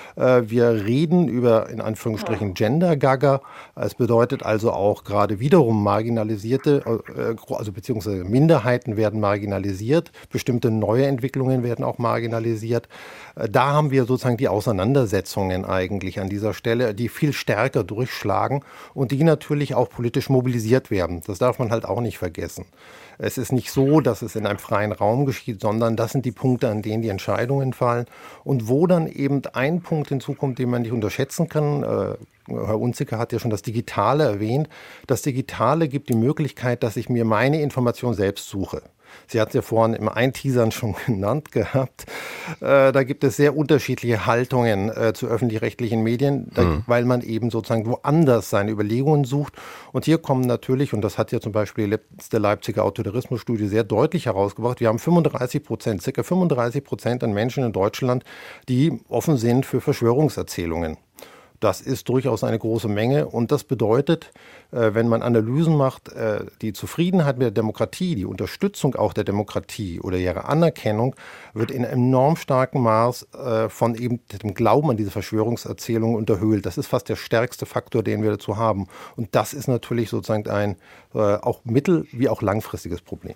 Wir reden über, in Anführungsstrichen, Gender-Gaga. Es bedeutet also auch gerade wiederum marginalisierte, also beziehungsweise Minderheiten werden marginalisiert. Bestimmte neue Entwicklungen werden auch marginalisiert. Da haben wir sozusagen die Auseinandersetzungen eigentlich an dieser Stelle, die viel stärker durchschlagen und die natürlich auch politisch mobilisiert werden. Das darf man halt auch nicht vergessen. Es ist nicht so, dass es in einem freien Raum geschieht, sondern das sind die Punkte, an denen die Entscheidungen fallen und wo dann eben ein Punkt hinzukommt, den man nicht unterschätzen kann. Herr Unziker hat ja schon das Digitale erwähnt. Das Digitale gibt die Möglichkeit, dass ich mir meine Information selbst suche. Sie hat es ja vorhin im Einteasern schon genannt gehabt. Da gibt es sehr unterschiedliche Haltungen zu öffentlich-rechtlichen Medien, weil man eben sozusagen woanders seine Überlegungen sucht. Und hier kommen natürlich, und das hat ja zum Beispiel die letzte Leipziger Autoritarismus-Studie sehr deutlich herausgebracht, wir haben 35%, circa 35% an Menschen in Deutschland, die offen sind für Verschwörungserzählungen. Das ist durchaus eine große Menge und das bedeutet, wenn man Analysen macht, die Zufriedenheit mit der Demokratie, die Unterstützung auch der Demokratie oder ihre Anerkennung wird in enorm starkem Maß von eben dem Glauben an diese Verschwörungserzählungen unterhöhlt. Das ist fast der stärkste Faktor, den wir dazu haben. Und das ist natürlich sozusagen ein auch mittel- wie auch langfristiges Problem.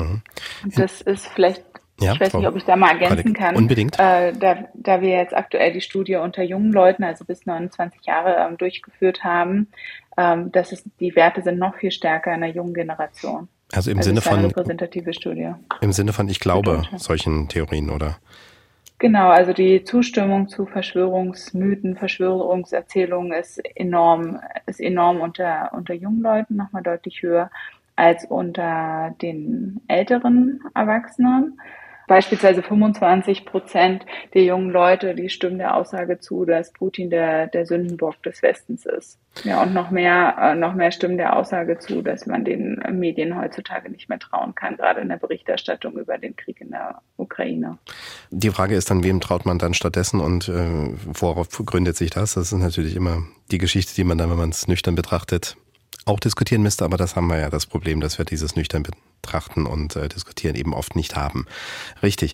Das ist vielleicht... Ja, ich weiß nicht, ob ich da mal ergänzen kann. Unbedingt. Da wir jetzt aktuell die Studie unter jungen Leuten, also bis 29 Jahre, durchgeführt haben, die Werte sind noch viel stärker in der jungen Generation. Also im Sinne von eine repräsentative Studie. Im Sinne von ich glaube solchen Theorien, oder? Genau, also die Zustimmung zu Verschwörungsmythen, Verschwörungserzählungen ist enorm unter jungen Leuten, nochmal deutlich höher als unter den älteren Erwachsenen. Beispielsweise 25% der jungen Leute, die stimmen der Aussage zu, dass Putin der Sündenbock des Westens ist. Ja, und noch mehr stimmen der Aussage zu, dass man den Medien heutzutage nicht mehr trauen kann, gerade in der Berichterstattung über den Krieg in der Ukraine. Die Frage ist dann, wem traut man dann stattdessen und worauf gründet sich das? Das ist natürlich immer die Geschichte, die man dann, wenn man es nüchtern betrachtet, auch diskutieren müsste, aber das haben wir ja das Problem, dass wir dieses nüchtern betrachten und diskutieren eben oft nicht haben. Richtig.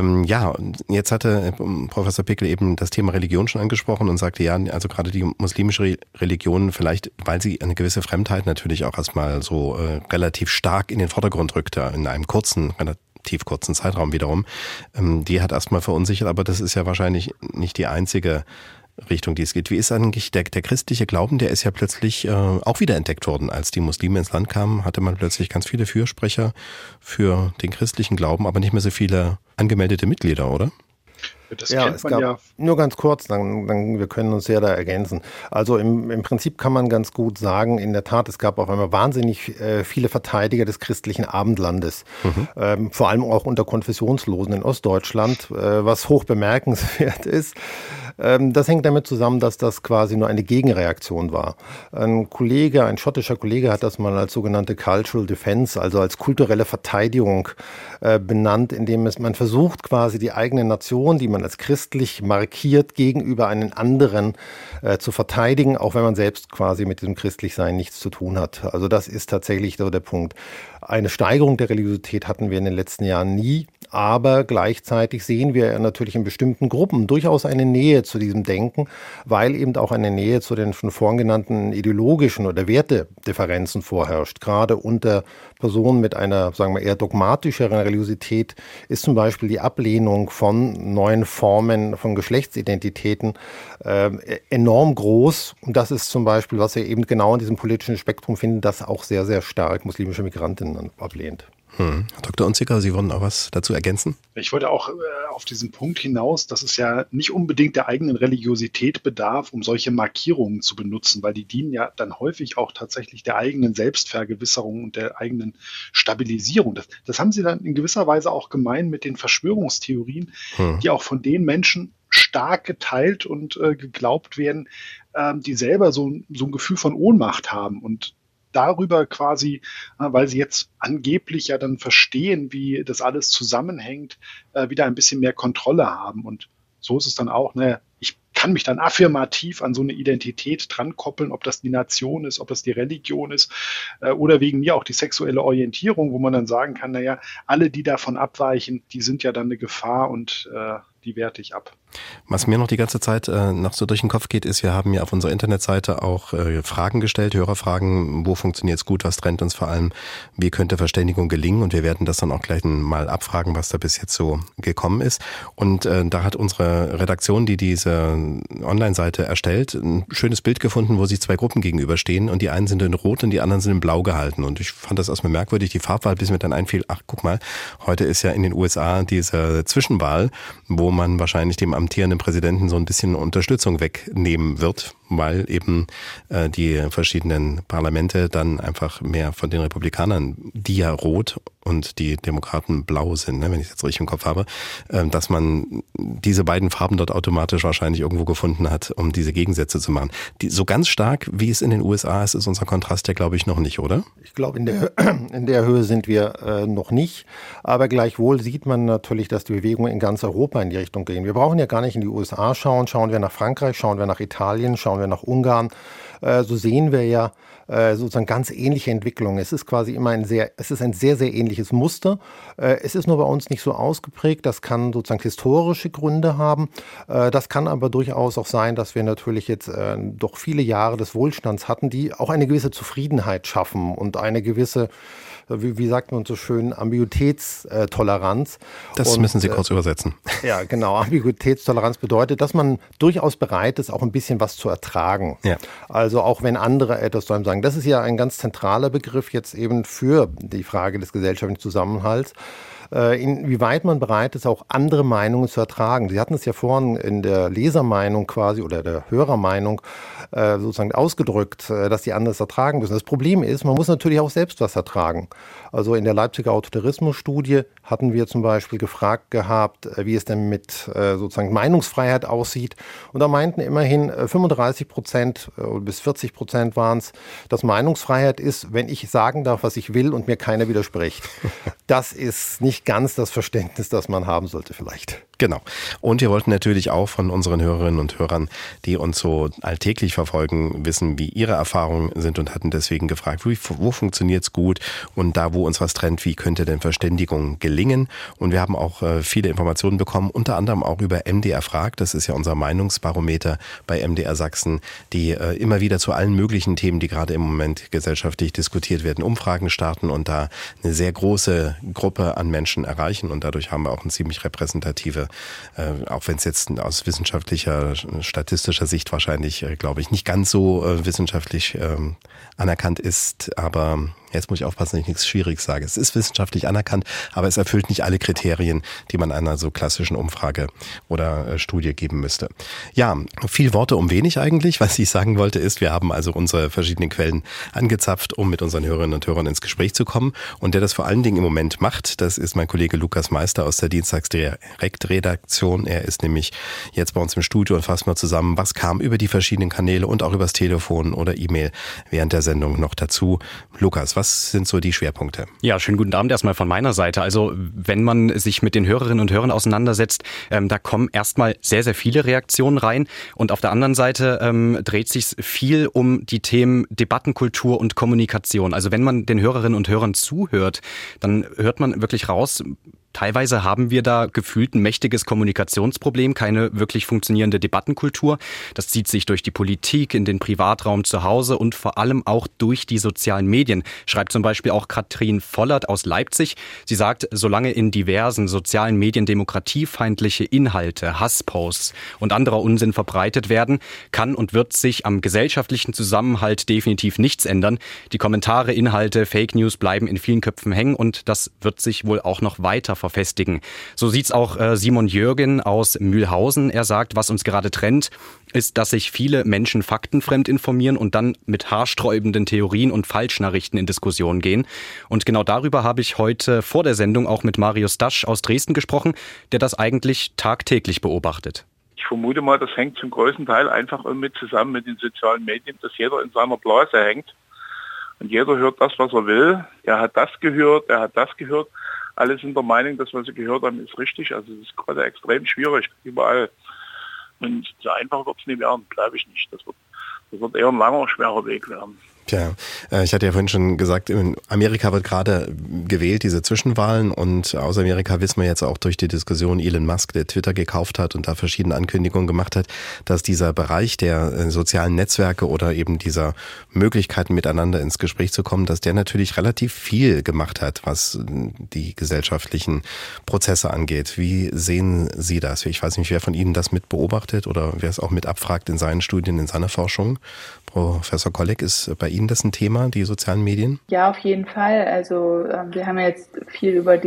Jetzt hatte Professor Pickel eben das Thema Religion schon angesprochen und sagte, ja, also gerade die muslimische Religion, vielleicht, weil sie eine gewisse Fremdheit natürlich auch erstmal so relativ stark in den Vordergrund rückte, in einem relativ kurzen Zeitraum wiederum, die hat erstmal verunsichert, aber das ist ja wahrscheinlich nicht die einzige Richtung, die es geht. Wie ist eigentlich der christliche Glauben? Der ist ja plötzlich auch wieder entdeckt worden. Als die Muslime ins Land kamen, hatte man plötzlich ganz viele Fürsprecher für den christlichen Glauben, aber nicht mehr so viele angemeldete Mitglieder, oder? Das kennt man ja. Nur ganz kurz, wir können uns ja da ergänzen. Also im Prinzip kann man ganz gut sagen, in der Tat, es gab auf einmal wahnsinnig viele Verteidiger des christlichen Abendlandes. Vor allem auch unter Konfessionslosen in Ostdeutschland, was hoch bemerkenswert ist. Das hängt damit zusammen, dass das quasi nur eine Gegenreaktion war. Ein schottischer Kollege hat das mal als sogenannte Cultural Defense, also als kulturelle Verteidigung benannt, indem man versucht, quasi die eigene Nation, die man als christlich markiert, gegenüber einen anderen zu verteidigen, auch wenn man selbst quasi mit diesem Christlichsein nichts zu tun hat. Also das ist tatsächlich so der Punkt. Eine Steigerung der Religiosität hatten wir in den letzten Jahren nie, aber gleichzeitig sehen wir natürlich in bestimmten Gruppen durchaus eine Nähe zu diesem Denken, weil eben auch eine Nähe zu den schon vorhin genannten ideologischen oder Wertedifferenzen vorherrscht. Gerade unter Personen mit einer, sagen wir, eher dogmatischeren Religiosität ist zum Beispiel die Ablehnung von neuen Formen von Geschlechtsidentitäten enorm groß. Und das ist zum Beispiel, was wir eben genau in diesem politischen Spektrum finden, das auch sehr, sehr stark muslimische Migrantinnen ablehnt. Herr Dr. Unziker, Sie wollen auch was dazu ergänzen? Ich wollte auch auf diesen Punkt hinaus, dass es ja nicht unbedingt der eigenen Religiosität bedarf, um solche Markierungen zu benutzen, weil die dienen ja dann häufig auch tatsächlich der eigenen Selbstvergewisserung und der eigenen Stabilisierung. Das haben Sie dann in gewisser Weise auch gemeint mit den Verschwörungstheorien, die auch von den Menschen stark geteilt und geglaubt werden, die selber so ein Gefühl von Ohnmacht haben und darüber quasi, weil sie jetzt angeblich ja dann verstehen, wie das alles zusammenhängt, wieder ein bisschen mehr Kontrolle haben. Und so ist es dann auch, ich kann mich dann affirmativ an so eine Identität dran koppeln, ob das die Nation ist, ob das die Religion ist oder wegen mir auch die sexuelle Orientierung, wo man dann sagen kann, alle, die davon abweichen, die sind ja dann eine Gefahr und die werte ich ab. Was mir noch die ganze Zeit noch so durch den Kopf geht, ist, wir haben ja auf unserer Internetseite auch Fragen gestellt, Hörerfragen, wo funktioniert es gut, was trennt uns vor allem, wie könnte Verständigung gelingen, und wir werden das dann auch gleich mal abfragen, was da bis jetzt so gekommen ist. Und da hat unsere Redaktion, die diese Online-Seite erstellt, ein schönes Bild gefunden, wo sich zwei Gruppen gegenüberstehen und die einen sind in Rot und die anderen sind in Blau gehalten. Und ich fand das erstmal merkwürdig, die Farbwahl, bis mir dann einfiel, ach guck mal, heute ist ja in den USA diese Zwischenwahl, wo man wahrscheinlich dem amtierenden Präsidenten so ein bisschen Unterstützung wegnehmen wird, weil eben die verschiedenen Parlamente dann einfach mehr von den Republikanern, die ja rot und die Demokraten blau sind, ne, wenn ich es jetzt richtig im Kopf habe, dass man diese beiden Farben dort automatisch wahrscheinlich irgendwo gefunden hat, um diese Gegensätze zu machen. So ganz stark, wie es in den USA ist, ist unser Kontrast ja, glaube ich, noch nicht, oder? Ich glaube, in der Höhe sind wir noch nicht. Aber gleichwohl sieht man natürlich, dass die Bewegungen in ganz Europa in die Richtung gehen. Wir brauchen ja gar nicht in die USA schauen. Schauen wir nach Frankreich, schauen wir nach Italien, schauen wir nach Ungarn. So sehen wir ja sozusagen ganz ähnliche Entwicklungen. Es ist quasi immer ein sehr, sehr ähnliches Muster. Es ist nur bei uns nicht so ausgeprägt. Das kann sozusagen historische Gründe haben. Das kann aber durchaus auch sein, dass wir natürlich jetzt doch viele Jahre des Wohlstands hatten, die auch eine gewisse Zufriedenheit schaffen und eine gewisse, wie sagt man so schön, Ambiguitätstoleranz. Das müssen Sie kurz übersetzen. Ja, genau. Ambiguitätstoleranz bedeutet, dass man durchaus bereit ist, auch ein bisschen was zu ertragen. Ja. Also auch wenn andere etwas zu einem sagen. Das ist ja ein ganz zentraler Begriff jetzt eben für die Frage des gesellschaftlichen Zusammenhalts. Inwieweit man bereit ist, auch andere Meinungen zu ertragen. Sie hatten es ja vorhin in der Lesermeinung quasi oder der Hörermeinung sozusagen ausgedrückt, dass die anderes ertragen müssen. Das Problem ist, man muss natürlich auch selbst was ertragen. Also in der Leipziger Autoritarismus-Studie hatten wir zum Beispiel gefragt gehabt, wie es denn mit sozusagen Meinungsfreiheit aussieht. Und da meinten immerhin 35% bis 40% waren es, dass Meinungsfreiheit ist, wenn ich sagen darf, was ich will und mir keiner widerspricht. Das ist nicht ganz das Verständnis, das man haben sollte vielleicht. Genau. Und wir wollten natürlich auch von unseren Hörerinnen und Hörern, die uns so alltäglich verfolgen, wissen, wie ihre Erfahrungen sind und hatten deswegen gefragt, wo funktioniert's gut und da, wo uns was trennt, wie könnte denn Verständigung gelingen? Und wir haben auch viele Informationen bekommen, unter anderem auch über MDR fragt. Das ist ja unser Meinungsbarometer bei MDR Sachsen, die immer wieder zu allen möglichen Themen, die gerade im Moment gesellschaftlich diskutiert werden, Umfragen starten und da eine sehr große Gruppe an Menschen erreichen. Und dadurch haben wir auch eine ziemlich repräsentative, auch wenn es jetzt aus wissenschaftlicher, statistischer Sicht wahrscheinlich, glaube ich, nicht ganz so wissenschaftlich anerkannt ist, aber jetzt muss ich aufpassen, dass ich nichts Schwieriges sage. Es ist wissenschaftlich anerkannt, aber es erfüllt nicht alle Kriterien, die man einer so klassischen Umfrage oder Studie geben müsste. Ja, viel Worte um wenig eigentlich. Was ich sagen wollte ist, wir haben also unsere verschiedenen Quellen angezapft, um mit unseren Hörerinnen und Hörern ins Gespräch zu kommen. Und der das vor allen Dingen im Moment macht, das ist mein Kollege Lukas Meister aus der Dienstagsdirekt-Redaktion. Er ist nämlich jetzt bei uns im Studio und fasst mal zusammen, was kam über die verschiedenen Kanäle und auch übers Telefon oder E-Mail während der Sendung noch dazu. Lukas, was sind so die Schwerpunkte? Ja, schönen guten Abend erstmal von meiner Seite. Also wenn man sich mit den Hörerinnen und Hörern auseinandersetzt, da kommen erstmal sehr, sehr viele Reaktionen rein. Und auf der anderen Seite dreht sich viel um die Themen Debattenkultur und Kommunikation. Also wenn man den Hörerinnen und Hörern zuhört, dann hört man wirklich raus, teilweise haben wir da gefühlt ein mächtiges Kommunikationsproblem, keine wirklich funktionierende Debattenkultur. Das zieht sich durch die Politik, in den Privatraum zu Hause und vor allem auch durch die sozialen Medien, schreibt zum Beispiel auch Katrin Vollert aus Leipzig. Sie sagt, solange in diversen sozialen Medien demokratiefeindliche Inhalte, Hassposts und anderer Unsinn verbreitet werden, kann und wird sich am gesellschaftlichen Zusammenhalt definitiv nichts ändern. Die Kommentare, Inhalte, Fake News bleiben in vielen Köpfen hängen und das wird sich wohl auch noch weiter verfestigen. So sieht's auch Simon Jürgen aus Mühlhausen. Er sagt, was uns gerade trennt, ist, dass sich viele Menschen faktenfremd informieren und dann mit haarsträubenden Theorien und Falschnachrichten in Diskussionen gehen. Und genau darüber habe ich heute vor der Sendung auch mit Marius Dasch aus Dresden gesprochen, der das eigentlich tagtäglich beobachtet. Ich vermute mal, das hängt zum größten Teil einfach zusammen mit den sozialen Medien, dass jeder in seiner Blase hängt und jeder hört das, was er will. Er hat das gehört, er hat das gehört. Alle sind der Meinung, das, was sie gehört haben, ist richtig. Also es ist gerade extrem schwierig, überall. Und so einfach wird es nicht werden, glaube ich nicht. Das wird eher ein langer, schwerer Weg werden. Tja, ich hatte ja vorhin schon gesagt, in Amerika wird gerade gewählt, diese Zwischenwahlen, und aus Amerika wissen wir jetzt auch durch die Diskussion Elon Musk, der Twitter gekauft hat und da verschiedene Ankündigungen gemacht hat, dass dieser Bereich der sozialen Netzwerke oder eben dieser Möglichkeiten miteinander ins Gespräch zu kommen, dass der natürlich relativ viel gemacht hat, was die gesellschaftlichen Prozesse angeht. Wie sehen Sie das? Ich weiß nicht, wer von Ihnen das mit beobachtet oder wer es auch mit abfragt in seinen Studien, in seiner Forschung. Professor Kolleg, ist bei Ihnen das ein Thema, die sozialen Medien? Ja, auf jeden Fall. Also wir haben jetzt viel über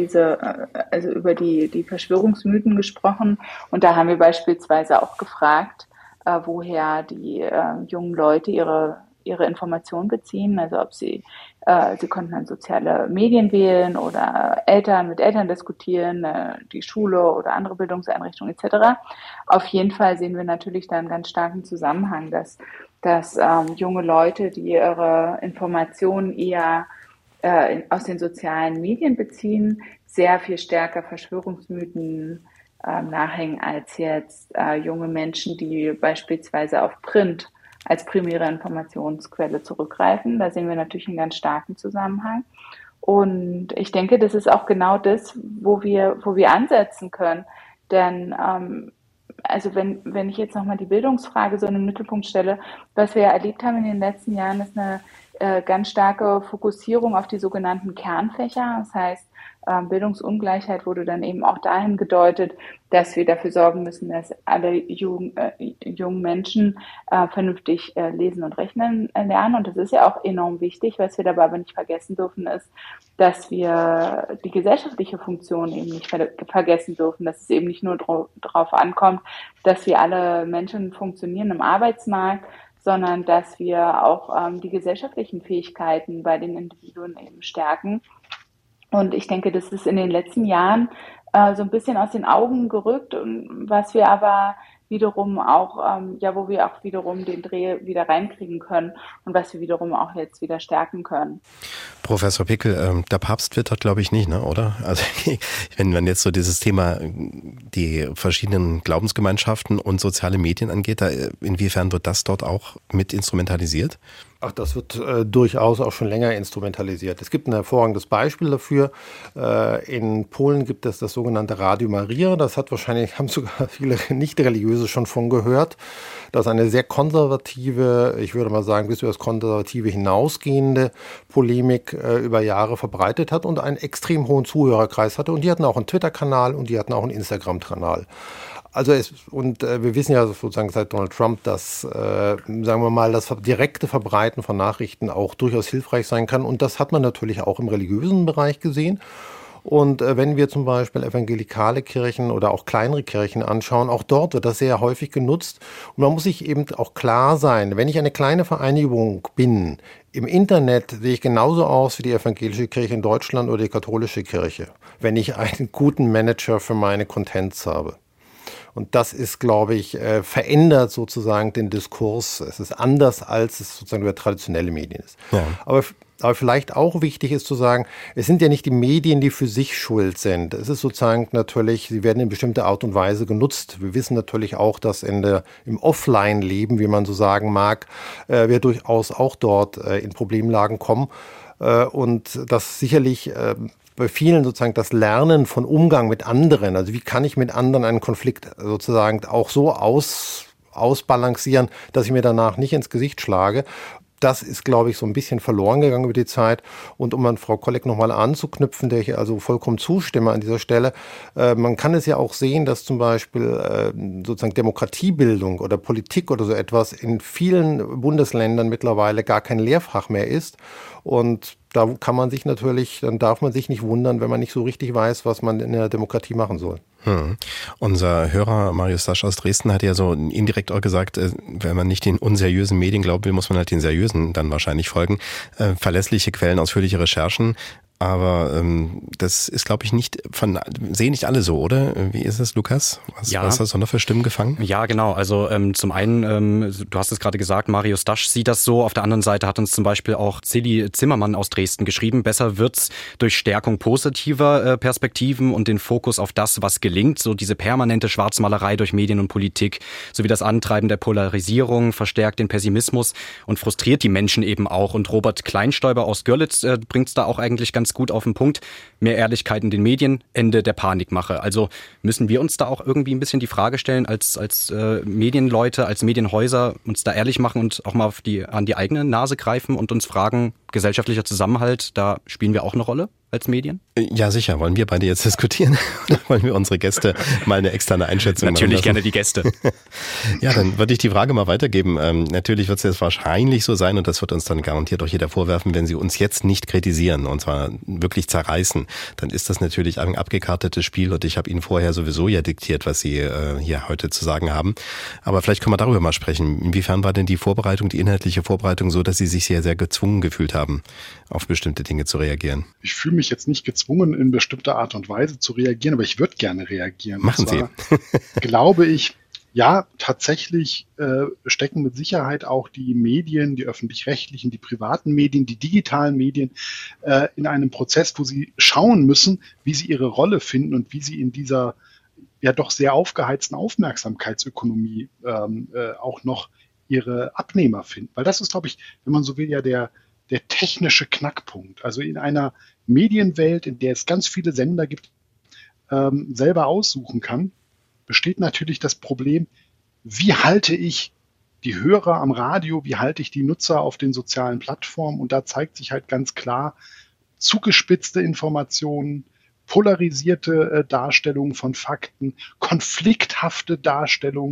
über die Verschwörungsmythen gesprochen und da haben wir beispielsweise auch gefragt, woher die jungen Leute ihre ihre Informationen beziehen, also ob sie konnten dann soziale Medien wählen oder mit Eltern diskutieren, die Schule oder andere Bildungseinrichtungen etc. Auf jeden Fall sehen wir natürlich da einen ganz starken Zusammenhang, dass junge Leute, die ihre Informationen eher aus den sozialen Medien beziehen, sehr viel stärker Verschwörungsmythen nachhängen als jetzt junge Menschen, die beispielsweise auf Print als primäre Informationsquelle zurückgreifen. Da sehen wir natürlich einen ganz starken Zusammenhang. Und ich denke, das ist auch genau das, wo wir ansetzen können. Denn also wenn ich jetzt nochmal die Bildungsfrage so in den Mittelpunkt stelle, was wir ja erlebt haben in den letzten Jahren, ist eine ganz starke Fokussierung auf die sogenannten Kernfächer. Das heißt, Bildungsungleichheit wurde dann eben auch dahin gedeutet, dass wir dafür sorgen müssen, dass alle jungen Menschen vernünftig lesen und rechnen lernen. Und das ist ja auch enorm wichtig. Was wir dabei aber nicht vergessen dürfen, ist, dass wir die gesellschaftliche Funktion eben nicht vergessen dürfen, dass es eben nicht nur darauf ankommt, dass wir alle Menschen funktionieren im Arbeitsmarkt, sondern dass wir auch die gesellschaftlichen Fähigkeiten bei den Individuen eben stärken. Und ich denke, das ist in den letzten Jahren so ein bisschen aus den Augen gerückt, und was wir aber wiederum auch, wo wir auch wiederum den Dreh wieder reinkriegen können und was wir wiederum auch jetzt wieder stärken können. Professor Pickel, der Papst twittert, glaube ich, nicht, ne, oder? Also wenn man jetzt so dieses Thema die verschiedenen Glaubensgemeinschaften und soziale Medien angeht, inwiefern wird das dort auch mit instrumentalisiert? Ach, das wird durchaus auch schon länger instrumentalisiert. Es gibt ein hervorragendes Beispiel dafür. In Polen gibt es das sogenannte Radio Maria. Das haben sogar viele Nicht-Religiöse schon von gehört. Das ist eine sehr konservative, ich würde mal sagen, bis über das Konservative hinausgehende Polemik über Jahre verbreitet hat und einen extrem hohen Zuhörerkreis hatte. Und die hatten auch einen Twitter-Kanal und die hatten auch einen Instagram-Kanal. Also wir wissen ja sozusagen seit Donald Trump, dass, sagen wir mal, das direkte Verbreiten von Nachrichten auch durchaus hilfreich sein kann. Und das hat man natürlich auch im religiösen Bereich gesehen. Und wenn wir zum Beispiel evangelikale Kirchen oder auch kleinere Kirchen anschauen, auch dort wird das sehr häufig genutzt. Und man muss sich eben auch klar sein, wenn ich eine kleine Vereinigung bin, im Internet sehe ich genauso aus wie die evangelische Kirche in Deutschland oder die katholische Kirche, wenn ich einen guten Manager für meine Contents habe. Und das ist, glaube ich, verändert sozusagen den Diskurs. Es ist anders, als es sozusagen über traditionelle Medien ist. Ja. Aber vielleicht auch wichtig ist zu sagen, es sind ja nicht die Medien, die für sich schuld sind. Es ist sozusagen natürlich, sie werden in bestimmter Art und Weise genutzt. Wir wissen natürlich auch, dass im Offline-Leben, wie man so sagen mag, wir durchaus auch dort in Problemlagen kommen. Und das sicherlich bei vielen sozusagen das Lernen von Umgang mit anderen, also wie kann ich mit anderen einen Konflikt sozusagen auch so ausbalancieren, dass ich mir danach nicht ins Gesicht schlage. Das ist, glaube ich, so ein bisschen verloren gegangen über die Zeit. Und um an Frau Kolleg nochmal anzuknüpfen, der ich also vollkommen zustimme an dieser Stelle, man kann es ja auch sehen, dass zum Beispiel sozusagen Demokratiebildung oder Politik oder so etwas in vielen Bundesländern mittlerweile gar kein Lehrfach mehr ist. Und da kann man sich natürlich, dann darf man sich nicht wundern, wenn man nicht so richtig weiß, was man in der Demokratie machen soll. Unser Hörer Marius Dasch aus Dresden hat ja so indirekt auch gesagt, wenn man nicht den unseriösen Medien glauben will, muss man halt den seriösen dann wahrscheinlich folgen. Verlässliche Quellen, ausführliche Recherchen. Aber das ist, glaube ich, sehen nicht alle so, oder? Wie ist es, Lukas? Was hast du noch für Stimmen gefangen? Ja, genau. Also zum einen, du hast es gerade gesagt, Marius Dasch sieht das so. Auf der anderen Seite hat uns zum Beispiel auch Silly Zimmermann aus Dresden geschrieben. Besser wird's durch Stärkung positiver Perspektiven und den Fokus auf das, was gelingt. So diese permanente Schwarzmalerei durch Medien und Politik sowie das Antreiben der Polarisierung verstärkt den Pessimismus und frustriert die Menschen eben auch. Und Robert Kleinstäuber aus Görlitz bringt's da auch eigentlich ganz gut auf den Punkt. Mehr Ehrlichkeit in den Medien, Ende der Panikmache. Also müssen wir uns da auch irgendwie ein bisschen die Frage stellen, als Medienleute, als Medienhäuser, uns da ehrlich machen und auch mal an die eigene Nase greifen und uns fragen, gesellschaftlicher Zusammenhalt, da spielen wir auch eine Rolle? als Medien? Ja, sicher. Wollen wir beide jetzt diskutieren? Oder wollen wir unsere Gäste mal eine externe Einschätzung machen? Natürlich gerne die Gäste. Ja, dann würde ich die Frage mal weitergeben. Natürlich wird es jetzt wahrscheinlich so sein, und das wird uns dann garantiert auch jeder vorwerfen, wenn Sie uns jetzt nicht kritisieren und zwar wirklich zerreißen, dann ist das natürlich ein abgekartetes Spiel und ich habe Ihnen vorher sowieso ja diktiert, was Sie hier heute zu sagen haben. Aber vielleicht können wir darüber mal sprechen. Inwiefern war denn die Vorbereitung, die inhaltliche Vorbereitung so, dass Sie sich sehr, sehr gezwungen gefühlt haben, auf bestimmte Dinge zu reagieren? Ich fühle mich jetzt nicht gezwungen, in bestimmter Art und Weise zu reagieren, aber ich würde gerne reagieren. Machen Sie. Glaube ich, ja, tatsächlich stecken mit Sicherheit auch die Medien, die öffentlich-rechtlichen, die privaten Medien, die digitalen Medien in einem Prozess, wo sie schauen müssen, wie sie ihre Rolle finden und wie sie in dieser ja doch sehr aufgeheizten Aufmerksamkeitsökonomie auch noch ihre Abnehmer finden. Weil das ist, glaube ich, wenn man so will, ja der technische Knackpunkt. Also in einer Medienwelt, in der es ganz viele Sender gibt, selber aussuchen kann, besteht natürlich das Problem, wie halte ich die Hörer am Radio, wie halte ich die Nutzer auf den sozialen Plattformen? Und da zeigt sich halt ganz klar zugespitzte Informationen, polarisierte Darstellungen von Fakten, konflikthafte Darstellungen.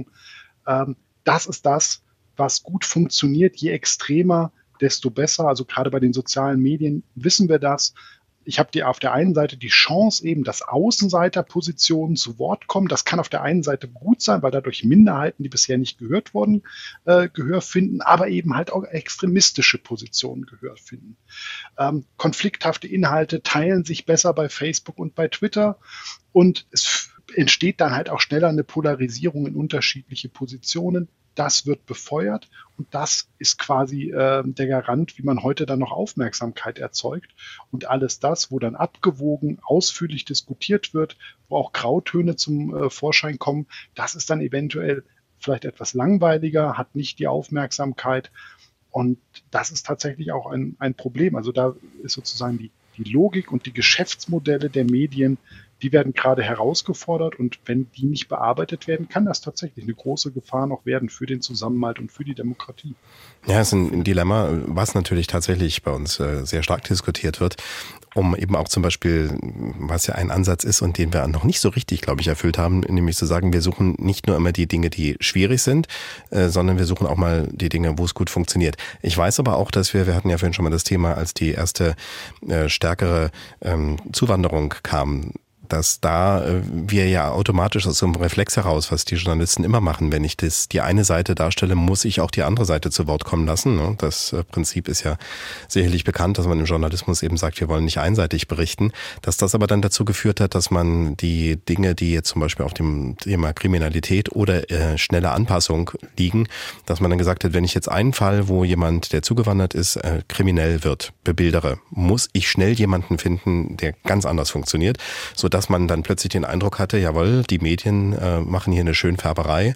Das ist das, was gut funktioniert. Je extremer, desto besser. Also gerade bei den sozialen Medien wissen wir das. Ich habe auf der einen Seite die Chance eben, dass Außenseiterpositionen zu Wort kommen. Das kann auf der einen Seite gut sein, weil dadurch Minderheiten, die bisher nicht gehört wurden, Gehör finden, aber eben halt auch extremistische Positionen Gehör finden. Konflikthafte Inhalte teilen sich besser bei Facebook und bei Twitter und es entsteht dann halt auch schneller eine Polarisierung in unterschiedliche Positionen. Das wird befeuert und das ist quasi der Garant, wie man heute dann noch Aufmerksamkeit erzeugt. Und alles das, wo dann abgewogen, ausführlich diskutiert wird, wo auch Grautöne zum Vorschein kommen, das ist dann eventuell vielleicht etwas langweiliger, hat nicht die Aufmerksamkeit. Und das ist tatsächlich auch ein Problem. Also da ist sozusagen die Logik und die Geschäftsmodelle der Medien, die werden gerade herausgefordert und wenn die nicht bearbeitet werden, kann das tatsächlich eine große Gefahr noch werden für den Zusammenhalt und für die Demokratie. Ja, es ist ein Dilemma, was natürlich tatsächlich bei uns sehr stark diskutiert wird, um eben auch zum Beispiel, was ja ein Ansatz ist und den wir noch nicht so richtig, glaube ich, erfüllt haben, nämlich zu sagen, wir suchen nicht nur immer die Dinge, die schwierig sind, sondern wir suchen auch mal die Dinge, wo es gut funktioniert. Ich weiß aber auch, dass wir hatten ja vorhin schon mal das Thema, als die erste stärkere Zuwanderung kam, dass da wir ja automatisch aus so einem Reflex heraus, was die Journalisten immer machen, wenn ich die eine Seite darstelle, muss ich auch die andere Seite zu Wort kommen lassen. Das Prinzip ist ja sicherlich bekannt, dass man im Journalismus eben sagt, wir wollen nicht einseitig berichten. Dass das aber dann dazu geführt hat, dass man die Dinge, die jetzt zum Beispiel auf dem Thema Kriminalität oder schnelle Anpassung liegen, dass man dann gesagt hat, wenn ich jetzt einen Fall, wo jemand, der zugewandert ist, kriminell wird, bebildere, muss ich schnell jemanden finden, der ganz anders funktioniert, sodass man dann plötzlich den Eindruck hatte, jawohl, die Medien machen hier eine Schönfärberei.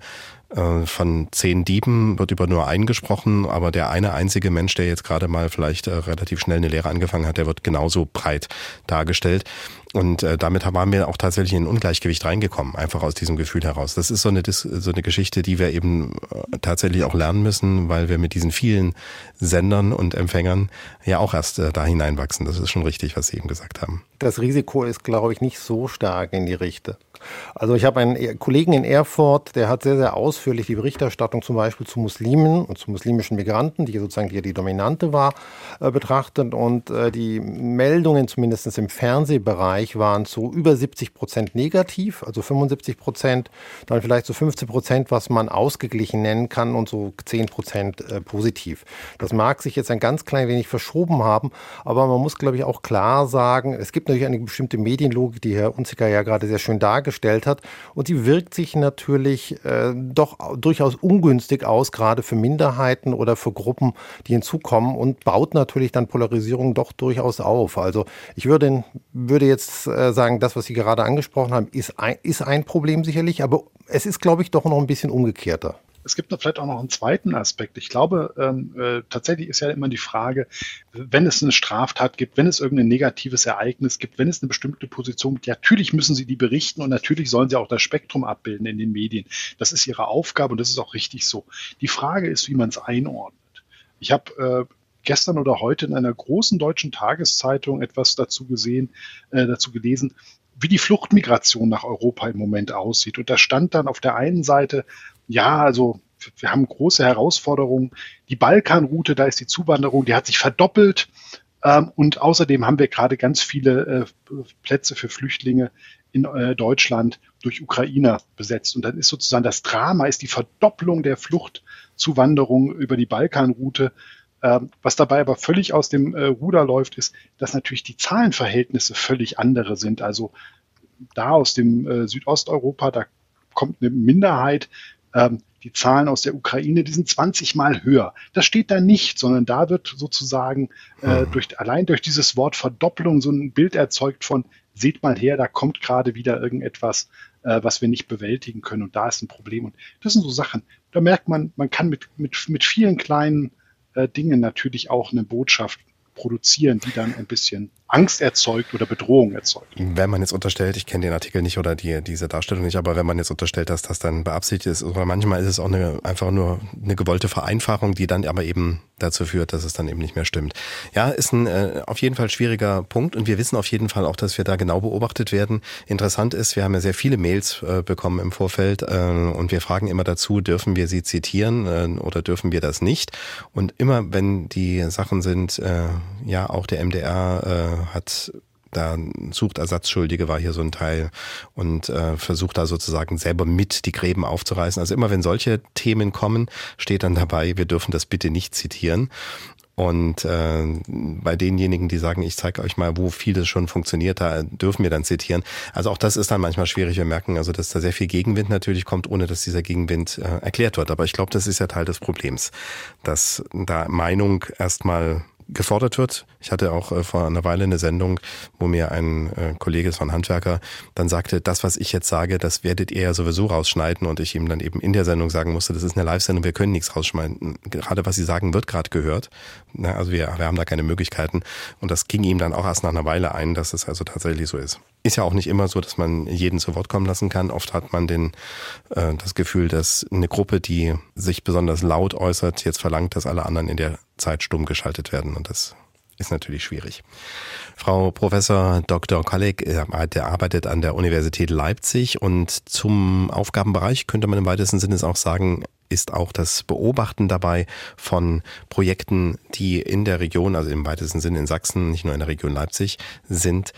Von 10 Dieben wird über nur einen gesprochen, aber der eine einzige Mensch, der jetzt gerade mal vielleicht relativ schnell eine Lehre angefangen hat, der wird genauso breit dargestellt. Und damit waren wir auch tatsächlich in ein Ungleichgewicht reingekommen, einfach aus diesem Gefühl heraus. Das ist so eine Geschichte, die wir eben tatsächlich auch lernen müssen, weil wir mit diesen vielen Sendern und Empfängern ja auch erst da hineinwachsen. Das ist schon richtig, was Sie eben gesagt haben. Das Risiko ist, glaube ich, nicht so stark in die Richtung. Also ich habe einen Kollegen in Erfurt, der hat sehr, sehr ausführlich die Berichterstattung zum Beispiel zu Muslimen und zu muslimischen Migranten, die sozusagen die dominante war, betrachtet. Und die Meldungen, zumindest im Fernsehbereich, waren zu über 70% negativ, also 75%, dann vielleicht so 15%, was man ausgeglichen nennen kann und so 10% positiv. Das mag sich jetzt ein ganz klein wenig verschoben haben, aber man muss, glaube ich, auch klar sagen, es gibt natürlich eine bestimmte Medienlogik, die Herr Unziker ja gerade sehr schön dargestellt hat und die wirkt sich natürlich doch durchaus ungünstig aus, gerade für Minderheiten oder für Gruppen, die hinzukommen und baut natürlich dann Polarisierung doch durchaus auf. Also ich würde jetzt sagen, das, was Sie gerade angesprochen haben, ist ein Problem sicherlich, aber es ist, glaube ich, doch noch ein bisschen umgekehrter. Es gibt vielleicht auch noch einen zweiten Aspekt. Ich glaube, tatsächlich ist ja immer die Frage, wenn es eine Straftat gibt, wenn es irgendein negatives Ereignis gibt, wenn es eine bestimmte Position gibt, natürlich müssen Sie die berichten und natürlich sollen Sie auch das Spektrum abbilden in den Medien. Das ist Ihre Aufgabe und das ist auch richtig so. Die Frage ist, wie man es einordnet. Ich habe gestern oder heute in einer großen deutschen Tageszeitung etwas dazu gelesen, wie die Fluchtmigration nach Europa im Moment aussieht. Und da stand dann auf der einen Seite, ja, also wir haben große Herausforderungen. Die Balkanroute, da ist die Zuwanderung, die hat sich verdoppelt. Und außerdem haben wir gerade ganz viele Plätze für Flüchtlinge in Deutschland durch Ukrainer besetzt. Und dann ist sozusagen das Drama, ist die Verdopplung der Fluchtzuwanderung über die Balkanroute. Was dabei aber völlig aus dem Ruder läuft, ist, dass natürlich die Zahlenverhältnisse völlig andere sind. Also da aus dem Südosteuropa, da kommt eine Minderheit. Die Zahlen aus der Ukraine, die sind 20 Mal höher. Das steht da nicht, sondern da wird sozusagen allein durch dieses Wort Verdopplung so ein Bild erzeugt von, seht mal her, da kommt gerade wieder irgendetwas, was wir nicht bewältigen können und da ist ein Problem. Und das sind so Sachen, da merkt man, man kann mit vielen kleinen Dingen natürlich auch eine Botschaft produzieren, die dann ein bisschen Angst erzeugt oder Bedrohung erzeugt. Wenn man jetzt unterstellt, ich kenne den Artikel nicht oder diese Darstellung nicht, aber wenn man jetzt unterstellt, dass das dann beabsichtigt ist, oder manchmal ist es auch einfach nur eine gewollte Vereinfachung, die dann aber eben dazu führt, dass es dann eben nicht mehr stimmt. Ja, ist ein auf jeden Fall schwieriger Punkt und wir wissen auf jeden Fall auch, dass wir da genau beobachtet werden. Interessant ist, wir haben ja sehr viele Mails bekommen im Vorfeld und wir fragen immer dazu, dürfen wir sie zitieren oder dürfen wir das nicht? Und immer, wenn die Sachen sind, ja, auch der MDR sucht Ersatzschuldige, war hier so ein Teil und versucht da sozusagen selber mit die Gräben aufzureißen. Also immer wenn solche Themen kommen, steht dann dabei, wir dürfen das bitte nicht zitieren. Und bei denjenigen, die sagen, ich zeige euch mal, wo vieles schon funktioniert, da dürfen wir dann zitieren. Also auch das ist dann manchmal schwierig. Wir merken also, dass da sehr viel Gegenwind natürlich kommt, ohne dass dieser Gegenwind erklärt wird. Aber ich glaube, das ist ja Teil des Problems, dass da Meinung erstmal gefordert wird. Ich hatte auch vor einer Weile eine Sendung, wo mir ein Kollege von Handwerker dann sagte, das, was ich jetzt sage, das werdet ihr ja sowieso rausschneiden und ich ihm dann eben in der Sendung sagen musste, das ist eine Live-Sendung, wir können nichts rausschneiden. Gerade was Sie sagen, wird gerade gehört. Also wir haben da keine Möglichkeiten und das ging ihm dann auch erst nach einer Weile ein, dass es also tatsächlich so ist. Ist ja auch nicht immer so, dass man jeden zu Wort kommen lassen kann. Oft hat man das Gefühl, dass eine Gruppe, die sich besonders laut äußert, jetzt verlangt, dass alle anderen in der Zeit stumm geschaltet werden. Und das ist natürlich schwierig. Frau Professor Dr. Kolleg arbeitet an der Universität Leipzig und zum Aufgabenbereich könnte man im weitesten Sinne auch sagen, ist auch das Beobachten dabei von Projekten, die in der Region, also im weitesten Sinne in Sachsen, nicht nur in der Region Leipzig, sind,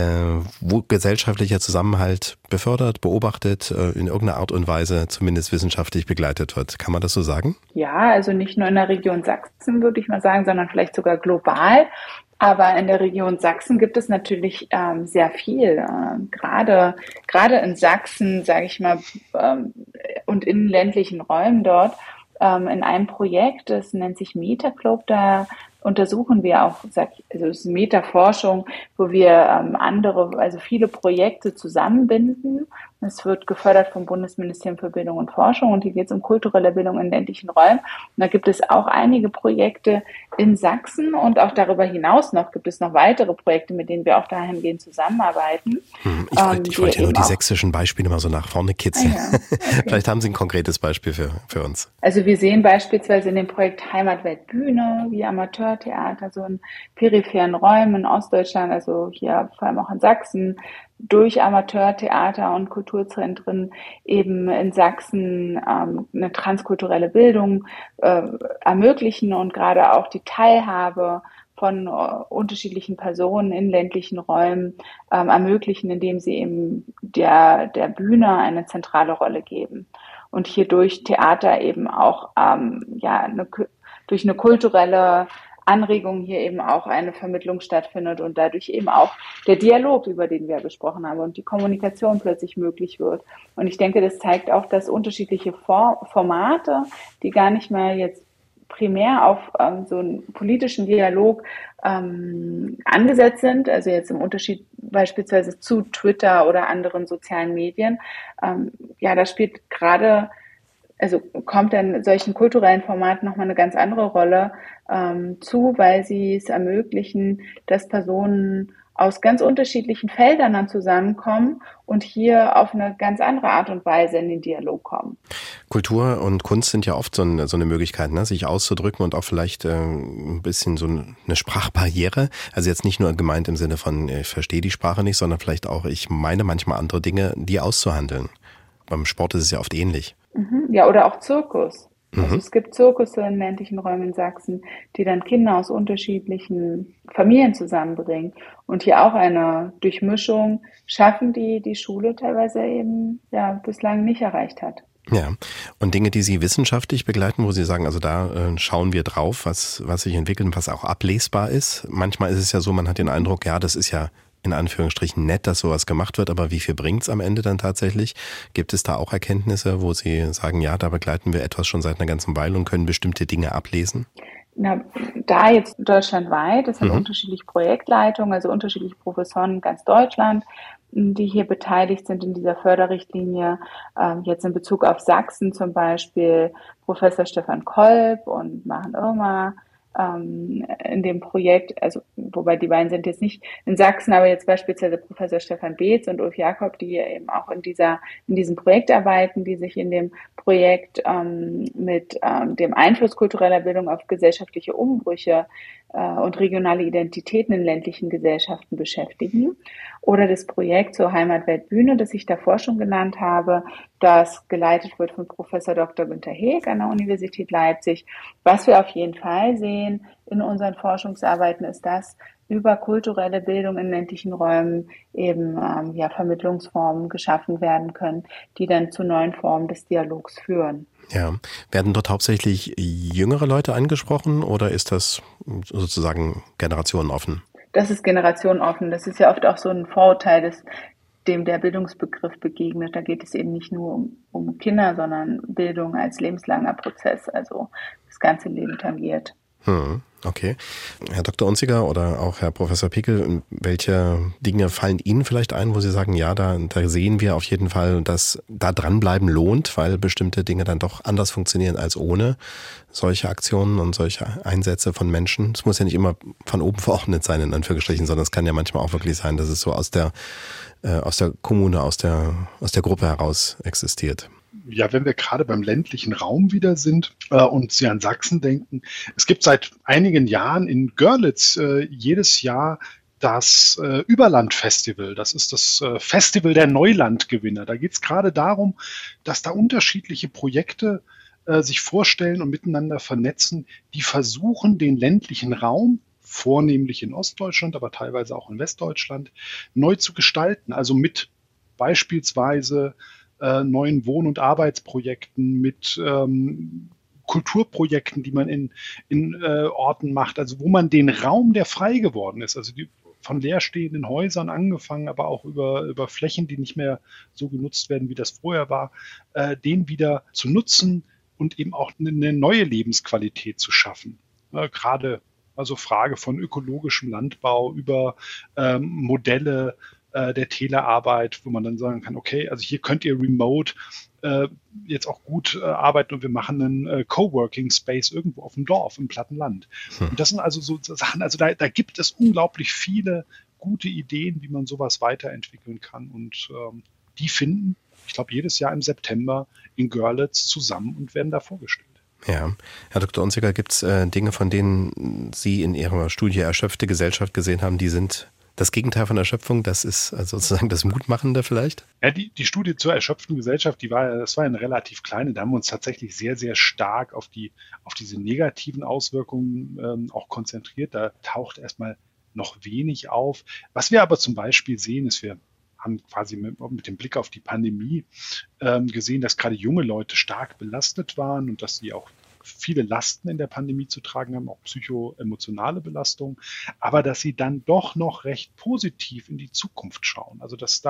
wo gesellschaftlicher Zusammenhalt befördert, beobachtet, in irgendeiner Art und Weise zumindest wissenschaftlich begleitet wird. Kann man das so sagen? Ja, also nicht nur in der Region Sachsen, würde ich mal sagen, sondern vielleicht sogar global. Aber in der Region Sachsen gibt es natürlich sehr viel. Gerade in Sachsen, sage ich mal, und in ländlichen Räumen dort, in einem Projekt, das nennt sich Metaclub, da untersuchen wir auch, also es ist Metaforschung, wo wir also viele Projekte zusammenbinden. Es wird gefördert vom Bundesministerium für Bildung und Forschung und hier geht es um kulturelle Bildung in ländlichen Räumen. Und da gibt es auch einige Projekte in Sachsen und auch darüber hinaus gibt es noch weitere Projekte, mit denen wir auch dahingehend zusammenarbeiten. Ich wollte ja nur die sächsischen Beispiele mal so nach vorne kitzeln. Ja, okay. Vielleicht haben Sie ein konkretes Beispiel für uns. Also wir sehen beispielsweise in dem Projekt Heimatwelt Bühne, wie Amateurtheater, so in peripheren Räumen in Ostdeutschland, also hier vor allem auch in Sachsen, durch Amateurtheater und Kulturzentren eben in Sachsen eine transkulturelle Bildung ermöglichen und gerade auch die Teilhabe von unterschiedlichen Personen in ländlichen Räumen ermöglichen, indem sie eben der Bühne eine zentrale Rolle geben. Und hier durch Theater eben auch durch eine kulturelle Anregung hier eben auch eine Vermittlung stattfindet und dadurch eben auch der Dialog, über den wir gesprochen haben, und die Kommunikation plötzlich möglich wird. Und ich denke, das zeigt auch, dass unterschiedliche Formate, die gar nicht mehr jetzt primär auf so einen politischen Dialog angesetzt sind, also jetzt im Unterschied beispielsweise zu Twitter oder anderen sozialen Medien, da spielt kommt dann solchen kulturellen Formaten nochmal eine ganz andere Rolle zu, weil sie es ermöglichen, dass Personen aus ganz unterschiedlichen Feldern dann zusammenkommen und hier auf eine ganz andere Art und Weise in den Dialog kommen. Kultur und Kunst sind ja oft so eine Möglichkeit, ne? Sich auszudrücken und auch vielleicht ein bisschen so eine Sprachbarriere. Also jetzt nicht nur gemeint im Sinne von, ich verstehe die Sprache nicht, sondern vielleicht auch, ich meine manchmal andere Dinge, die auszuhandeln. Beim Sport ist es ja oft ähnlich. Ja, oder auch Zirkus. Also es gibt Zirkusse in ländlichen Räumen in Sachsen, die dann Kinder aus unterschiedlichen Familien zusammenbringen und hier auch eine Durchmischung schaffen, die die Schule teilweise eben bislang nicht erreicht hat. Ja, und Dinge, die Sie wissenschaftlich begleiten, wo Sie sagen, also da schauen wir drauf, was sich entwickelt und was auch ablesbar ist. Manchmal ist es ja so, man hat den Eindruck, ja, das ist ja in Anführungsstrichen nett, dass sowas gemacht wird, aber wie viel bringt's am Ende dann tatsächlich? Gibt es da auch Erkenntnisse, wo Sie sagen, ja, da begleiten wir etwas schon seit einer ganzen Weile und können bestimmte Dinge ablesen? Na, da jetzt deutschlandweit, es sind unterschiedliche Projektleitungen, also unterschiedliche Professoren in ganz Deutschland, die hier beteiligt sind in dieser Förderrichtlinie. Jetzt in Bezug auf Sachsen zum Beispiel Professor Stefan Kolb und Maren Irmer, in dem Projekt, also wobei die beiden sind jetzt nicht in Sachsen, aber jetzt beispielsweise Professor Stefan Beetz und Ulf Jakob, die hier eben auch in diesem Projekt arbeiten, die sich in dem Projekt mit dem Einfluss kultureller Bildung auf gesellschaftliche Umbrüche und regionale Identitäten in ländlichen Gesellschaften beschäftigen. Oder das Projekt zur Heimatweltbühne, das ich davor schon genannt habe, das geleitet wird von Professor Dr. Günter Heeg an der Universität Leipzig. Was wir auf jeden Fall sehen in unseren Forschungsarbeiten ist, dass über kulturelle Bildung in ländlichen Räumen eben Vermittlungsformen geschaffen werden können, die dann zu neuen Formen des Dialogs führen. Ja, werden dort hauptsächlich jüngere Leute angesprochen oder ist das sozusagen generationenoffen? Das ist generationenoffen. Das ist ja oft auch so ein Vorurteil, dem der Bildungsbegriff begegnet. Da geht es eben nicht nur um Kinder, sondern Bildung als lebenslanger Prozess, also das ganze Leben tangiert. Okay. Herr Dr. Unziger oder auch Herr Professor Pickel, welche Dinge fallen Ihnen vielleicht ein, wo Sie sagen, ja, da sehen wir auf jeden Fall, dass da dranbleiben lohnt, weil bestimmte Dinge dann doch anders funktionieren als ohne solche Aktionen und solche Einsätze von Menschen. Es muss ja nicht immer von oben verordnet sein, in Anführungsstrichen, sondern es kann ja manchmal auch wirklich sein, dass es so aus der Kommune, aus der Gruppe heraus existiert. Ja, wenn wir gerade beim ländlichen Raum wieder sind und Sie an Sachsen denken, es gibt seit einigen Jahren in Görlitz jedes Jahr das Überland-Festival. Das ist das Festival der Neulandgewinner. Da geht es gerade darum, dass da unterschiedliche Projekte sich vorstellen und miteinander vernetzen, die versuchen, den ländlichen Raum, vornehmlich in Ostdeutschland, aber teilweise auch in Westdeutschland, neu zu gestalten. Also mit beispielsweise neuen Wohn- und Arbeitsprojekten, mit Kulturprojekten, die man in Orten macht, also wo man den Raum, der frei geworden ist, also von leerstehenden Häusern angefangen, aber auch über Flächen, die nicht mehr so genutzt werden, wie das vorher war, den wieder zu nutzen und eben auch eine neue Lebensqualität zu schaffen. Gerade also Frage von ökologischem Landbau über Modelle der Telearbeit, wo man dann sagen kann, okay, also hier könnt ihr remote jetzt auch gut arbeiten und wir machen einen Coworking Space irgendwo auf dem Dorf, im Plattenland. Und das sind also so Sachen, also da gibt es unglaublich viele gute Ideen, wie man sowas weiterentwickeln kann und die finden, ich glaube, jedes Jahr im September in Görlitz zusammen und werden da vorgestellt. Ja, Herr Dr. Unziger, gibt es Dinge, von denen Sie in Ihrer Studie Erschöpfte Gesellschaft gesehen haben, die sind das Gegenteil von Erschöpfung, das ist also sozusagen das Mutmachende vielleicht? Ja, die Studie zur erschöpften Gesellschaft, das war eine relativ kleine, da haben wir uns tatsächlich sehr, sehr stark auf diese negativen Auswirkungen auch konzentriert. Da taucht erstmal noch wenig auf. Was wir aber zum Beispiel sehen, ist, wir haben quasi mit dem Blick auf die Pandemie gesehen, dass gerade junge Leute stark belastet waren und dass sie auch viele Lasten in der Pandemie zu tragen haben, auch psychoemotionale Belastung, aber dass sie dann doch noch recht positiv in die Zukunft schauen. Also dass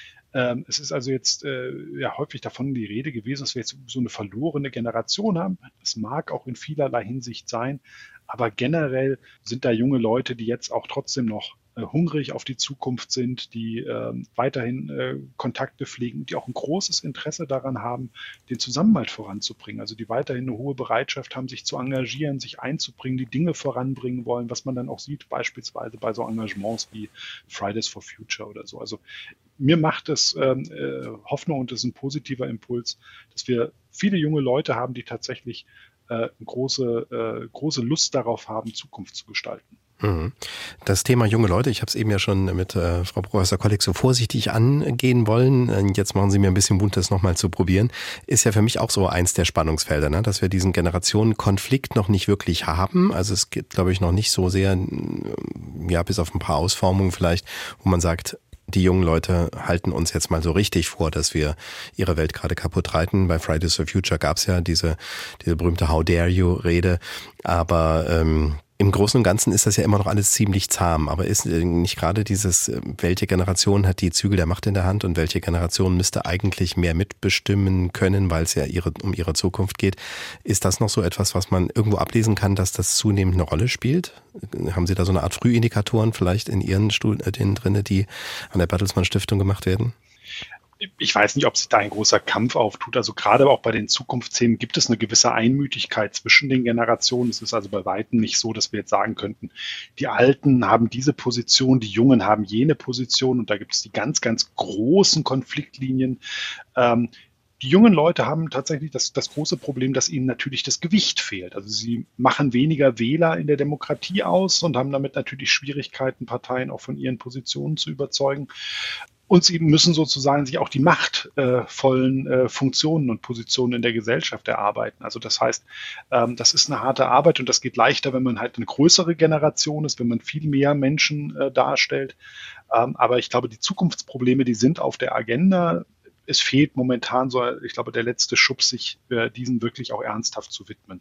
es ist also jetzt häufig davon die Rede gewesen, dass wir jetzt so eine verlorene Generation haben. Das mag auch in vielerlei Hinsicht sein, aber generell sind da junge Leute, die jetzt auch trotzdem noch hungrig auf die Zukunft sind, die weiterhin Kontakte pflegen, die auch ein großes Interesse daran haben, den Zusammenhalt voranzubringen. Also die weiterhin eine hohe Bereitschaft haben, sich zu engagieren, sich einzubringen, die Dinge voranbringen wollen, was man dann auch sieht, beispielsweise bei so Engagements wie Fridays for Future oder so. Also mir macht es Hoffnung und das ist ein positiver Impuls, dass wir viele junge Leute haben, die tatsächlich große Lust darauf haben, Zukunft zu gestalten. Das Thema junge Leute, ich habe es eben ja schon mit Frau Professor Kolleg so vorsichtig angehen wollen. Jetzt machen Sie mir ein bisschen Mut, das nochmal zu probieren. Ist ja für mich auch so eins der Spannungsfelder, ne? Dass wir diesen Generationenkonflikt noch nicht wirklich haben. Also es gibt, glaube ich, noch nicht so sehr, ja, bis auf ein paar Ausformungen vielleicht, wo man sagt, die jungen Leute halten uns jetzt mal so richtig vor, dass wir ihre Welt gerade kaputt reiten. Bei Fridays for Future gab es ja diese berühmte How dare you Rede. Aber im Großen und Ganzen ist das ja immer noch alles ziemlich zahm. Aber ist nicht gerade dieses, welche Generation hat die Zügel der Macht in der Hand und welche Generation müsste eigentlich mehr mitbestimmen können, weil es ja um ihre Zukunft geht. Ist das noch so etwas, was man irgendwo ablesen kann, dass das zunehmend eine Rolle spielt? Haben Sie da so eine Art Frühindikatoren vielleicht in Ihren Studien drin, die an der Bertelsmann Stiftung gemacht werden? Ich weiß nicht, ob sich da ein großer Kampf auftut. Also gerade auch bei den Zukunftsthemen gibt es eine gewisse Einmütigkeit zwischen den Generationen. Es ist also bei Weitem nicht so, dass wir jetzt sagen könnten, die Alten haben diese Position, die Jungen haben jene Position und da gibt es die ganz, ganz großen Konfliktlinien. Die jungen Leute haben tatsächlich das große Problem, dass ihnen natürlich das Gewicht fehlt. Also sie machen weniger Wähler in der Demokratie aus und haben damit natürlich Schwierigkeiten, Parteien auch von ihren Positionen zu überzeugen. Und sie müssen sozusagen sich auch die machtvollen Funktionen und Positionen in der Gesellschaft erarbeiten. Also das heißt, das ist eine harte Arbeit und das geht leichter, wenn man halt eine größere Generation ist, wenn man viel mehr Menschen darstellt. Aber ich glaube, die Zukunftsprobleme, die sind auf der Agenda. Es fehlt momentan so, ich glaube, der letzte Schubs, sich diesen wirklich auch ernsthaft zu widmen.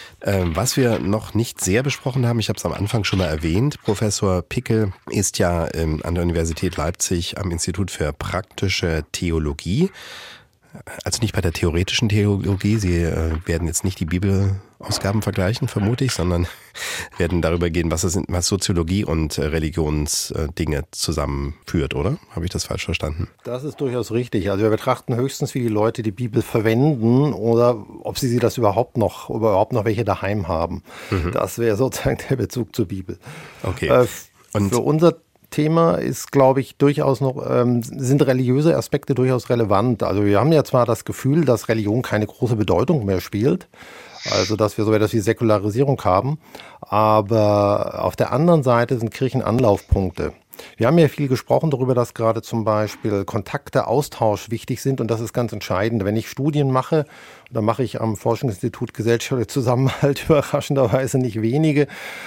Was wir noch nicht sehr besprochen haben, ich habe es am Anfang schon mal erwähnt, Professor Pickel ist ja an der Universität Leipzig am Institut für praktische Theologie. Also nicht bei der theoretischen Theologie, Sie werden jetzt nicht die Bibelausgaben vergleichen, vermute ich, sondern werden darüber gehen, was Soziologie und Religionsdinge zusammenführt, oder? Habe ich das falsch verstanden? Das ist durchaus richtig. Also wir betrachten höchstens, wie die Leute die Bibel verwenden oder ob sie das überhaupt noch welche daheim haben. Das wäre sozusagen der Bezug zur Bibel. Okay. Und für unser Thema ist, glaube ich, durchaus noch, sind religiöse Aspekte durchaus relevant. Also wir haben ja zwar das Gefühl, dass Religion keine große Bedeutung mehr spielt, also dass wir so etwas wie Säkularisierung haben, aber auf der anderen Seite sind Kirchen Anlaufpunkte. Wir haben ja viel gesprochen darüber, dass gerade zum Beispiel Kontakte, Austausch wichtig sind und das ist ganz entscheidend. Wenn ich Studien mache, da mache ich am Forschungsinstitut Gesellschaftlicher Zusammenhalt überraschenderweise nicht wenige,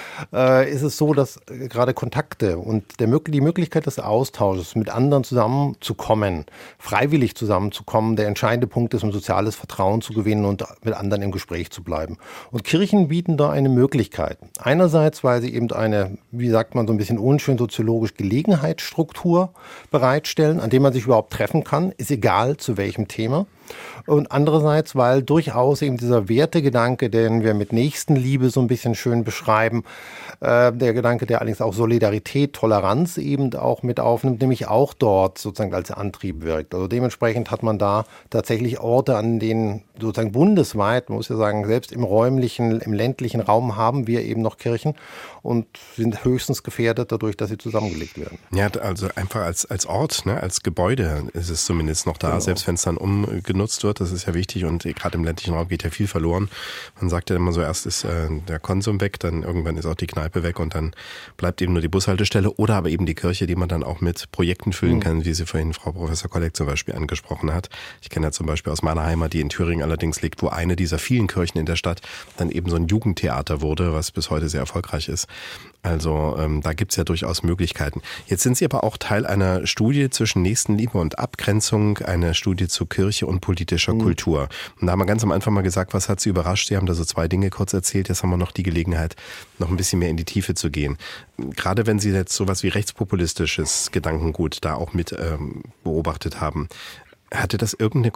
ist es so, dass gerade Kontakte und die Möglichkeit des Austausches mit anderen zusammenzukommen, freiwillig zusammenzukommen, der entscheidende Punkt ist, um soziales Vertrauen zu gewinnen und mit anderen im Gespräch zu bleiben. Und Kirchen bieten da eine Möglichkeit. Einerseits, weil sie eben eine, wie sagt man so ein bisschen unschön soziologisch, Gelegenheitsstruktur bereitstellen, an dem man sich überhaupt treffen kann, ist egal zu welchem Thema. Und andererseits, weil durchaus eben dieser Wertegedanke, den wir mit Nächstenliebe so ein bisschen schön beschreiben, der Gedanke, der allerdings auch Solidarität, Toleranz eben auch mit aufnimmt, nämlich auch dort sozusagen als Antrieb wirkt. Also dementsprechend hat man da tatsächlich Orte, an denen sozusagen bundesweit, man muss ja sagen, selbst im ländlichen Raum haben wir eben noch Kirchen und sind höchstens gefährdet dadurch, dass sie zusammengelegt werden. Ja, also einfach als Ort, ne, als Gebäude ist es zumindest noch da, genau. Selbst wenn es dann umgenutzt wird, das ist ja wichtig und gerade im ländlichen Raum geht ja viel verloren. Man sagt ja immer so, erst ist der Konsum weg, dann irgendwann ist auch die Kneipe weg und dann bleibt eben nur die Bushaltestelle oder aber eben die Kirche, die man dann auch mit Projekten füllen kann, wie sie vorhin Frau Professor Kolleg zum Beispiel angesprochen hat. Ich kenne ja zum Beispiel aus meiner Heimat, die in Thüringen allerdings liegt, wo eine dieser vielen Kirchen in der Stadt dann eben so ein Jugendtheater wurde, was bis heute sehr erfolgreich ist. Also da gibt's ja durchaus Möglichkeiten. Jetzt sind Sie aber auch Teil einer Studie zwischen Nächstenliebe und Abgrenzung, eine Studie zu Kirche und politischer Kultur. Und da haben wir ganz am Anfang mal gesagt, was hat Sie überrascht? Sie haben da so 2 Dinge kurz erzählt. Jetzt haben wir noch die Gelegenheit, noch ein bisschen mehr in die Tiefe zu gehen. Gerade wenn Sie jetzt sowas wie rechtspopulistisches Gedankengut da auch mit beobachtet haben, hatte das irgendeine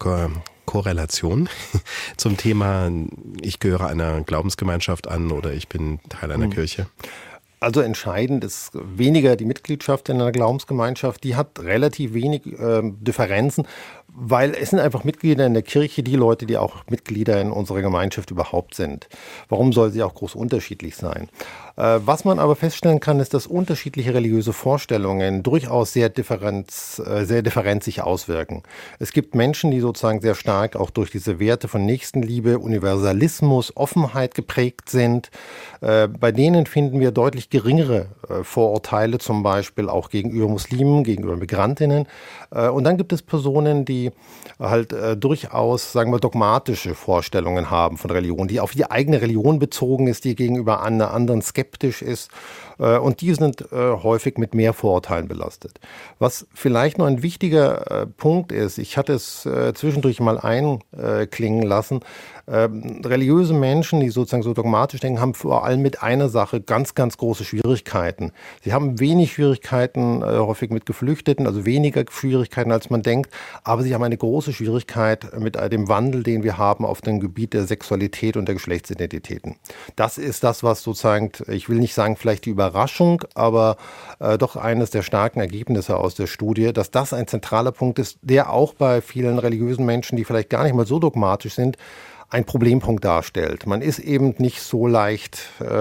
Korrelation zum Thema, ich gehöre einer Glaubensgemeinschaft an oder ich bin Teil einer Kirche? Also entscheidend ist weniger die Mitgliedschaft in einer Glaubensgemeinschaft. Die hat relativ wenig Differenzen, weil es sind einfach Mitglieder in der Kirche die Leute, die auch Mitglieder in unserer Gemeinschaft überhaupt sind. Warum soll sie auch groß unterschiedlich sein? Was man aber feststellen kann, ist, dass unterschiedliche religiöse Vorstellungen durchaus sehr different sich auswirken. Es gibt Menschen, die sozusagen sehr stark auch durch diese Werte von Nächstenliebe, Universalismus, Offenheit geprägt sind. Bei denen finden wir deutlich geringere Vorurteile, zum Beispiel auch gegenüber Muslimen, gegenüber Migrantinnen. Und dann gibt es Personen, die halt durchaus, sagen wir, dogmatische Vorstellungen haben von Religion, die auf die eigene Religion bezogen ist, die gegenüber einer anderen skeptisch ist. Und die sind häufig mit mehr Vorurteilen belastet. Was vielleicht noch ein wichtiger Punkt ist, ich hatte es zwischendurch mal einklingen lassen, religiöse Menschen, die sozusagen so dogmatisch denken, haben vor allem mit einer Sache ganz, ganz große Schwierigkeiten. Sie haben wenig Schwierigkeiten, häufig mit Geflüchteten, also weniger Schwierigkeiten, als man denkt, aber sie haben eine große Schwierigkeit mit dem Wandel, den wir haben auf dem Gebiet der Sexualität und der Geschlechtsidentitäten. Das ist das, was sozusagen, ich will nicht sagen vielleicht die Überraschung, aber doch eines der starken Ergebnisse aus der Studie, dass das ein zentraler Punkt ist, der auch bei vielen religiösen Menschen, die vielleicht gar nicht mal so dogmatisch sind, ein Problempunkt darstellt. Man ist eben nicht so leicht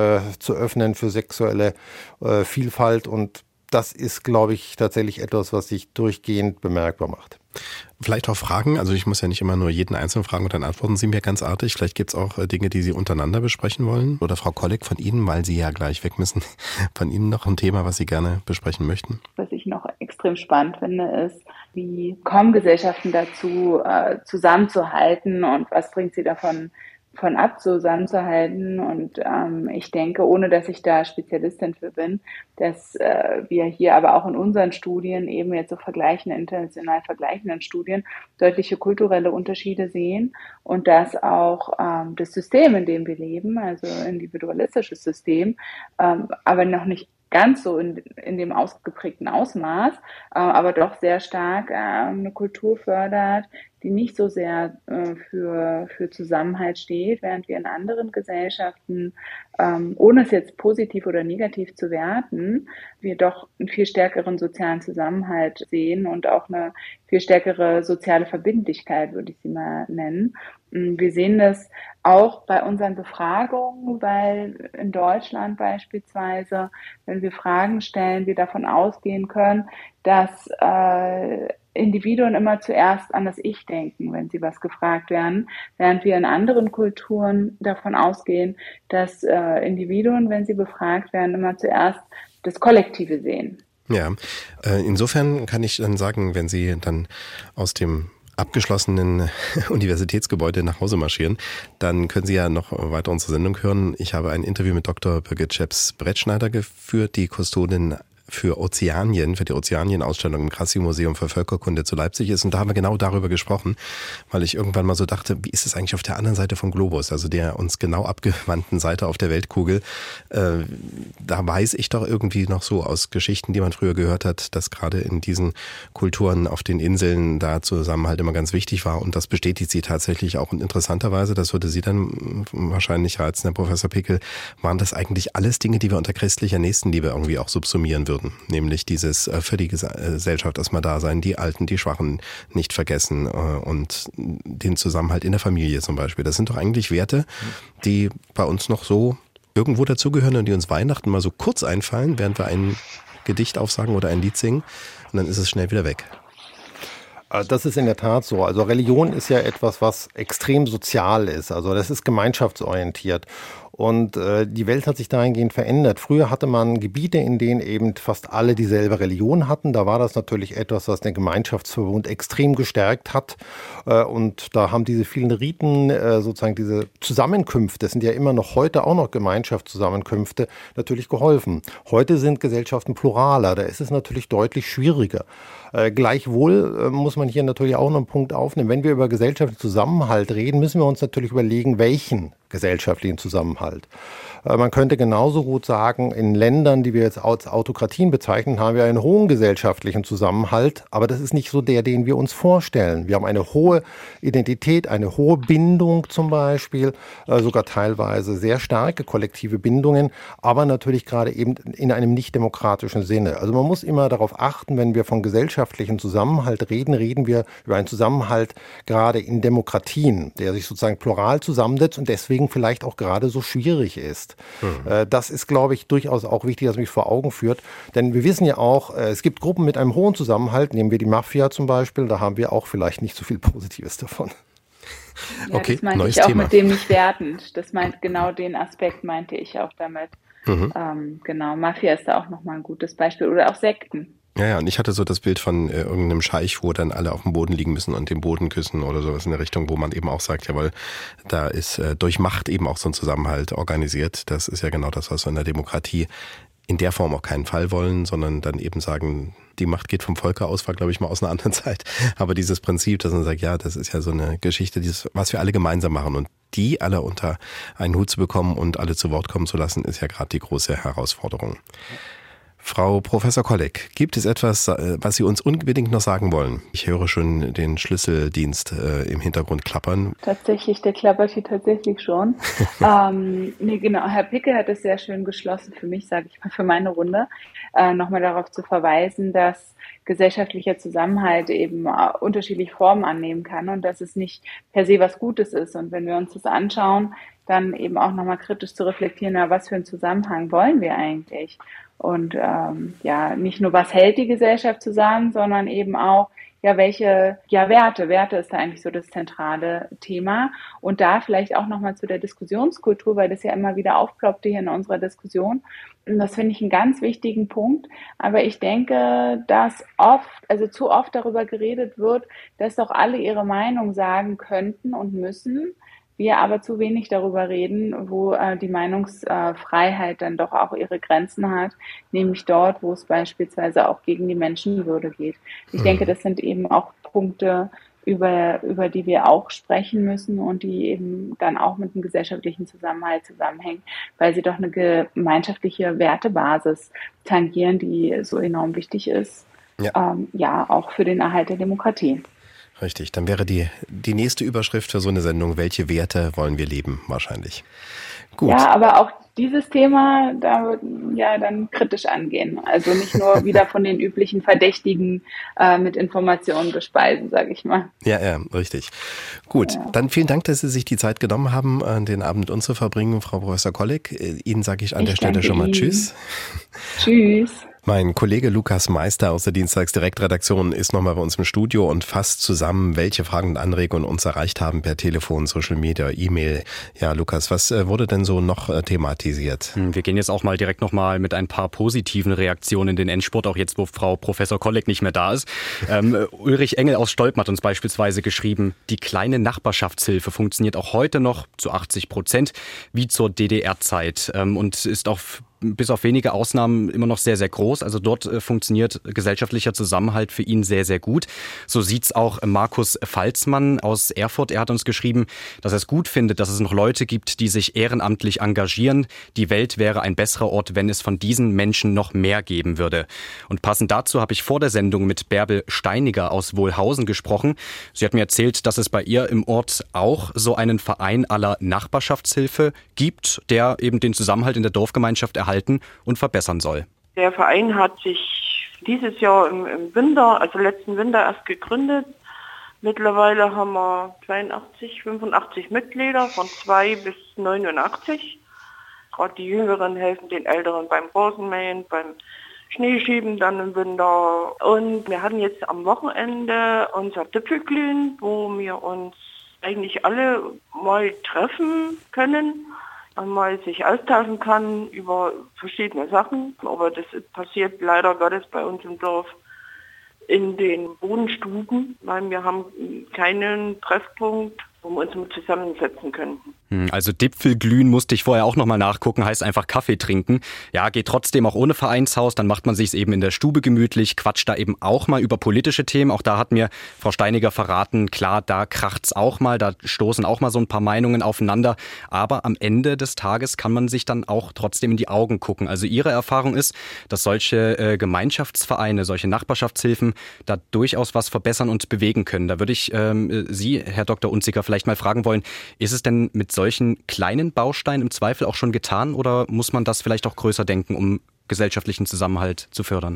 zu öffnen für sexuelle Vielfalt und das ist, glaube ich, tatsächlich etwas, was sich durchgehend bemerkbar macht. Vielleicht auch Fragen, also ich muss ja nicht immer nur jeden einzelnen fragen und dann antworten Sie mir ganz artig. Vielleicht gibt es auch Dinge, die Sie untereinander besprechen wollen. Oder Frau Kolleg von Ihnen, weil Sie ja gleich weg müssen, von Ihnen noch ein Thema, was Sie gerne besprechen möchten? Was ich noch extrem spannend finde, ist, wie kommen Gesellschaften dazu, zusammenzuhalten und was bringt sie davon ab, zusammenzuhalten. Und ich denke, ohne dass ich da Spezialistin für bin, dass wir hier aber auch in unseren Studien eben jetzt so international vergleichenden Studien deutliche kulturelle Unterschiede sehen und dass auch das System, in dem wir leben, also individualistisches System, aber noch nicht ganz so in dem ausgeprägten Ausmaß, aber doch sehr stark eine Kultur fördert, die nicht so sehr für Zusammenhalt steht, während wir in anderen Gesellschaften, ohne es jetzt positiv oder negativ zu werten, wir doch einen viel stärkeren sozialen Zusammenhalt sehen und auch eine viel stärkere soziale Verbindlichkeit, würde ich sie mal nennen. Wir sehen das auch bei unseren Befragungen, weil in Deutschland beispielsweise, wenn wir Fragen stellen, wir davon ausgehen können, dass Individuen immer zuerst an das Ich denken, wenn sie was gefragt werden, während wir in anderen Kulturen davon ausgehen, dass Individuen, wenn sie befragt werden, immer zuerst das Kollektive sehen. Ja, insofern kann ich dann sagen, wenn Sie dann aus dem abgeschlossenen Universitätsgebäude nach Hause marschieren, dann können Sie ja noch weiter unsere Sendung hören. Ich habe ein Interview mit Dr. Birgit Scheps-Brettschneider geführt, die Kustodin für die Ozeanien-Ausstellung im Krassi-Museum für Völkerkunde zu Leipzig ist. Und da haben wir genau darüber gesprochen, weil ich irgendwann mal so dachte, wie ist es eigentlich auf der anderen Seite vom Globus, also der uns genau abgewandten Seite auf der Weltkugel. Da weiß ich doch irgendwie noch so aus Geschichten, die man früher gehört hat, dass gerade in diesen Kulturen auf den Inseln da Zusammenhalt immer ganz wichtig war. Und das bestätigt sie tatsächlich auch. Und interessanterweise, das würde Sie dann wahrscheinlich reizen, Herr Professor Pickel, waren das eigentlich alles Dinge, die wir unter christlicher Nächstenliebe irgendwie auch subsumieren würden. Nämlich dieses für die Gesellschaft erstmal da sein, die Alten, die Schwachen nicht vergessen und den Zusammenhalt in der Familie zum Beispiel. Das sind doch eigentlich Werte, die bei uns noch so irgendwo dazugehören und die uns Weihnachten mal so kurz einfallen, während wir ein Gedicht aufsagen oder ein Lied singen und dann ist es schnell wieder weg. Das ist in der Tat so. Also Religion ist ja etwas, was extrem sozial ist. Also das ist gemeinschaftsorientiert. Und die Welt hat sich dahingehend verändert. Früher hatte man Gebiete, in denen eben fast alle dieselbe Religion hatten. Da war das natürlich etwas, was den Gemeinschaftsverbund extrem gestärkt hat. Und da haben diese vielen Riten, sozusagen diese Zusammenkünfte, das sind ja immer noch heute auch noch Gemeinschaftszusammenkünfte, natürlich geholfen. Heute sind Gesellschaften pluraler. Da ist es natürlich deutlich schwieriger. Gleichwohl muss man hier natürlich auch noch einen Punkt aufnehmen. Wenn wir über gesellschaftlichen Zusammenhalt reden, müssen wir uns natürlich überlegen, welchen gesellschaftlichen Zusammenhalt. Man könnte genauso gut sagen, in Ländern, die wir jetzt als Autokratien bezeichnen, haben wir einen hohen gesellschaftlichen Zusammenhalt, aber das ist nicht so der, den wir uns vorstellen. Wir haben eine hohe Identität, eine hohe Bindung zum Beispiel, sogar teilweise sehr starke kollektive Bindungen, aber natürlich gerade eben in einem nicht demokratischen Sinne. Also man muss immer darauf achten, wenn wir von gesellschaftlichen Zusammenhalt reden, reden wir über einen Zusammenhalt gerade in Demokratien, der sich sozusagen plural zusammensetzt und deswegen vielleicht auch gerade so schwierig ist. Das ist, glaube ich, durchaus auch wichtig, dass man sich vor Augen führt. Denn wir wissen ja auch, es gibt Gruppen mit einem hohen Zusammenhalt, nehmen wir die Mafia zum Beispiel, da haben wir auch vielleicht nicht so viel Positives davon. Ja, okay, das meinte neues ich auch Thema. mit dem nicht wertend. Das meint genau den Aspekt meinte ich auch damit. Genau, Mafia ist da auch nochmal ein gutes Beispiel. Oder auch Sekten. Ja, und ich hatte so das Bild von irgendeinem Scheich, wo dann alle auf dem Boden liegen müssen und den Boden küssen oder sowas in der Richtung, wo man eben auch sagt, jawohl, da ist durch Macht eben auch so ein Zusammenhalt organisiert. Das ist ja genau das, was wir in der Demokratie in der Form auch keinen Fall wollen, sondern dann eben sagen, die Macht geht vom Volke aus, war glaube ich mal aus einer anderen Zeit. Aber dieses Prinzip, dass man sagt, ja, das ist ja so eine Geschichte, was wir alle gemeinsam machen und die alle unter einen Hut zu bekommen und alle zu Wort kommen zu lassen, ist ja gerade die große Herausforderung. Frau Professor Kolleg, gibt es etwas, was Sie uns unbedingt noch sagen wollen? Ich höre schon den Schlüsseldienst im Hintergrund klappern. Tatsächlich, der klappert hier tatsächlich schon. Nee, genau, Herr Picke hat es sehr schön geschlossen für mich, sage ich mal, für meine Runde, nochmal darauf zu verweisen, dass gesellschaftlicher Zusammenhalt eben unterschiedliche Formen annehmen kann und dass es nicht per se was Gutes ist. Und wenn wir uns das anschauen, dann eben auch nochmal kritisch zu reflektieren, na, was für einen Zusammenhang wollen wir eigentlich? Und ja, nicht nur, was hält die Gesellschaft zusammen, sondern eben auch, ja, welche Werte. Werte ist da eigentlich so das zentrale Thema. Und da vielleicht auch nochmal zu der Diskussionskultur, weil das ja immer wieder aufploppte hier in unserer Diskussion. Und das finde ich einen ganz wichtigen Punkt. Aber ich denke, dass zu oft darüber geredet wird, dass doch alle ihre Meinung sagen könnten und müssen. Wir aber zu wenig darüber reden, wo die Meinungsfreiheit dann doch auch ihre Grenzen hat, nämlich dort, wo es beispielsweise auch gegen die Menschenwürde geht. Ich denke, das sind eben auch Punkte, über die wir auch sprechen müssen und die eben dann auch mit dem gesellschaftlichen Zusammenhalt zusammenhängen, weil sie doch eine gemeinschaftliche Wertebasis tangieren, die so enorm wichtig ist, ja auch für den Erhalt der Demokratie. Richtig, dann wäre die nächste Überschrift für so eine Sendung, welche Werte wollen wir leben, wahrscheinlich. Gut. Ja, aber auch dieses Thema, da wird ja dann kritisch angehen. Also nicht nur wieder von den üblichen Verdächtigen mit Informationen bespeisen, sage ich mal. Ja, richtig. Gut, Dann vielen Dank, dass Sie sich die Zeit genommen haben, den Abend mit uns zu verbringen, Frau Professor Kolleg. Ihnen sage ich an der Stelle schon mal Tschüss. Tschüss. Mein Kollege Lukas Meister aus der Dienstagsdirektredaktion ist nochmal bei uns im Studio und fasst zusammen, welche Fragen und Anregungen uns erreicht haben per Telefon, Social Media, E-Mail. Ja, Lukas, was wurde denn so noch thematisiert? Wir gehen jetzt auch mal direkt nochmal mit ein paar positiven Reaktionen in den Endspurt, auch jetzt, wo Frau Professor Kolleg nicht mehr da ist. Ulrich Engel aus Stolpen hat uns beispielsweise geschrieben, die kleine Nachbarschaftshilfe funktioniert auch heute noch zu 80% wie zur DDR-Zeit und ist auch bis auf wenige Ausnahmen immer noch sehr, sehr groß. Also dort funktioniert gesellschaftlicher Zusammenhalt für ihn sehr, sehr gut. So sieht's auch Markus Pfalzmann aus Erfurt. Er hat uns geschrieben, dass er es gut findet, dass es noch Leute gibt, die sich ehrenamtlich engagieren. Die Welt wäre ein besserer Ort, wenn es von diesen Menschen noch mehr geben würde. Und passend dazu habe ich vor der Sendung mit Bärbel Steiniger aus Wohlhausen gesprochen. Sie hat mir erzählt, dass es bei ihr im Ort auch so einen Verein aller Nachbarschaftshilfe gibt, der eben den Zusammenhalt in der Dorfgemeinschaft erhalten und verbessern soll. Der Verein hat sich dieses Jahr im Winter, also letzten Winter erst gegründet. Mittlerweile haben wir 85 Mitglieder von 2 bis 89. Gerade die Jüngeren helfen den Älteren beim Rasenmähen, beim Schneeschieben dann im Winter. Und wir hatten jetzt am Wochenende unser Tüpfelglühen, wo wir uns eigentlich alle mal treffen können, mal sich austauschen kann über verschiedene Sachen. Aber das passiert leider Gottes bei uns im Dorf in den Wohnstuben, weil wir haben keinen Treffpunkt wo wir uns mal zusammensetzen könnten. Also Dipfelglühen musste ich vorher auch nochmal nachgucken, heißt einfach Kaffee trinken. Ja, geht trotzdem auch ohne Vereinshaus, dann macht man sich's eben in der Stube gemütlich, quatscht da eben auch mal über politische Themen. Auch da hat mir Frau Steiniger verraten, klar, da kracht's auch mal, da stoßen auch mal so ein paar Meinungen aufeinander. Aber am Ende des Tages kann man sich dann auch trotzdem in die Augen gucken. Also Ihre Erfahrung ist, dass solche Gemeinschaftsvereine, solche Nachbarschaftshilfen da durchaus was verbessern und bewegen können. Da würde ich Sie, Herr Dr. Unziker, vielleicht mal fragen wollen, ist es denn mit solchen kleinen Bausteinen im Zweifel auch schon getan oder muss man das vielleicht auch größer denken, um gesellschaftlichen Zusammenhalt zu fördern?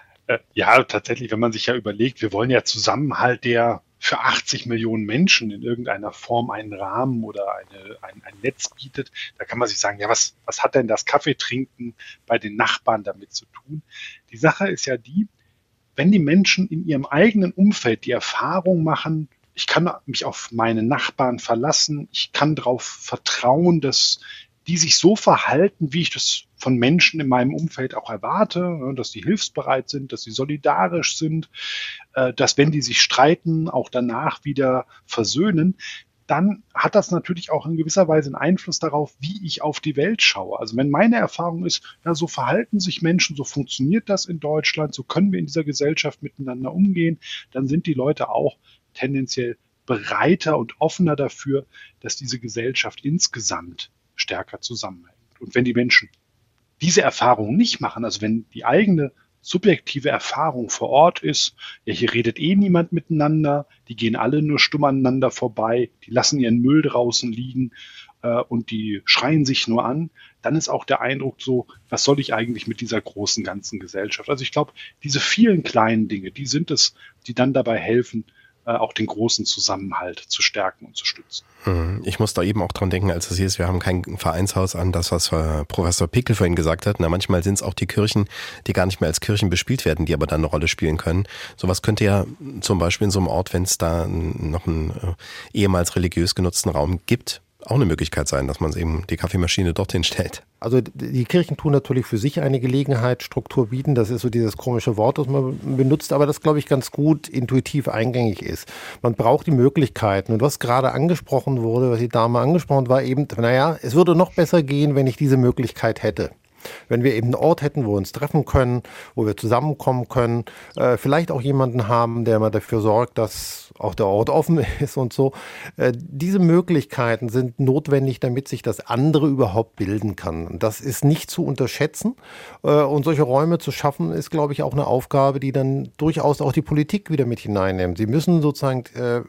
Ja, tatsächlich, wenn man sich ja überlegt, wir wollen ja Zusammenhalt, der für 80 Millionen Menschen in irgendeiner Form einen Rahmen oder ein Netz bietet, da kann man sich sagen, ja, was hat denn das Kaffeetrinken bei den Nachbarn damit zu tun? Die Sache ist ja die, wenn die Menschen in ihrem eigenen Umfeld die Erfahrung machen, ich kann mich auf meine Nachbarn verlassen, ich kann darauf vertrauen, dass die sich so verhalten, wie ich das von Menschen in meinem Umfeld auch erwarte, dass die hilfsbereit sind, dass sie solidarisch sind, dass wenn die sich streiten, auch danach wieder versöhnen, dann hat das natürlich auch in gewisser Weise einen Einfluss darauf, wie ich auf die Welt schaue. Also wenn meine Erfahrung ist, ja, so verhalten sich Menschen, so funktioniert das in Deutschland, so können wir in dieser Gesellschaft miteinander umgehen, dann sind die Leute auch tendenziell bereiter und offener dafür, dass diese Gesellschaft insgesamt stärker zusammenhängt. Und wenn die Menschen diese Erfahrung nicht machen, also wenn die eigene subjektive Erfahrung vor Ort ist, ja, hier redet eh niemand miteinander, die gehen alle nur stumm aneinander vorbei, die lassen ihren Müll draußen liegen und die schreien sich nur an, dann ist auch der Eindruck so, was soll ich eigentlich mit dieser großen ganzen Gesellschaft? Also ich glaube, diese vielen kleinen Dinge, die sind es, die dann dabei helfen, auch den großen Zusammenhalt zu stärken und zu stützen. Ich muss da eben auch dran denken, als es hieß, wir haben kein Vereinshaus, an das, was Professor Pickel vorhin gesagt hat. Na, manchmal sind es auch die Kirchen, die gar nicht mehr als Kirchen bespielt werden, die aber dann eine Rolle spielen können. Sowas könnte ja zum Beispiel in so einem Ort, wenn es da noch einen ehemals religiös genutzten Raum gibt, auch eine Möglichkeit sein, dass man eben die Kaffeemaschine dorthin stellt. Also die Kirchen tun natürlich für sich eine Gelegenheitsstruktur bieten. Das ist so dieses komische Wort, das man benutzt, aber das, glaube ich, ganz gut intuitiv eingängig ist. Man braucht die Möglichkeiten. Und was gerade angesprochen wurde, was die Dame angesprochen hat, war eben, naja, es würde noch besser gehen, wenn ich diese Möglichkeit hätte. Wenn wir eben einen Ort hätten, wo wir uns treffen können, wo wir zusammenkommen können, vielleicht auch jemanden haben, der mal dafür sorgt, dass auch der Ort offen ist und so. Diese Möglichkeiten sind notwendig, damit sich das andere überhaupt bilden kann. Und das ist nicht zu unterschätzen. Und solche Räume zu schaffen, ist, glaube ich, auch eine Aufgabe, die dann durchaus auch die Politik wieder mit hineinnimmt. Sie müssen sozusagen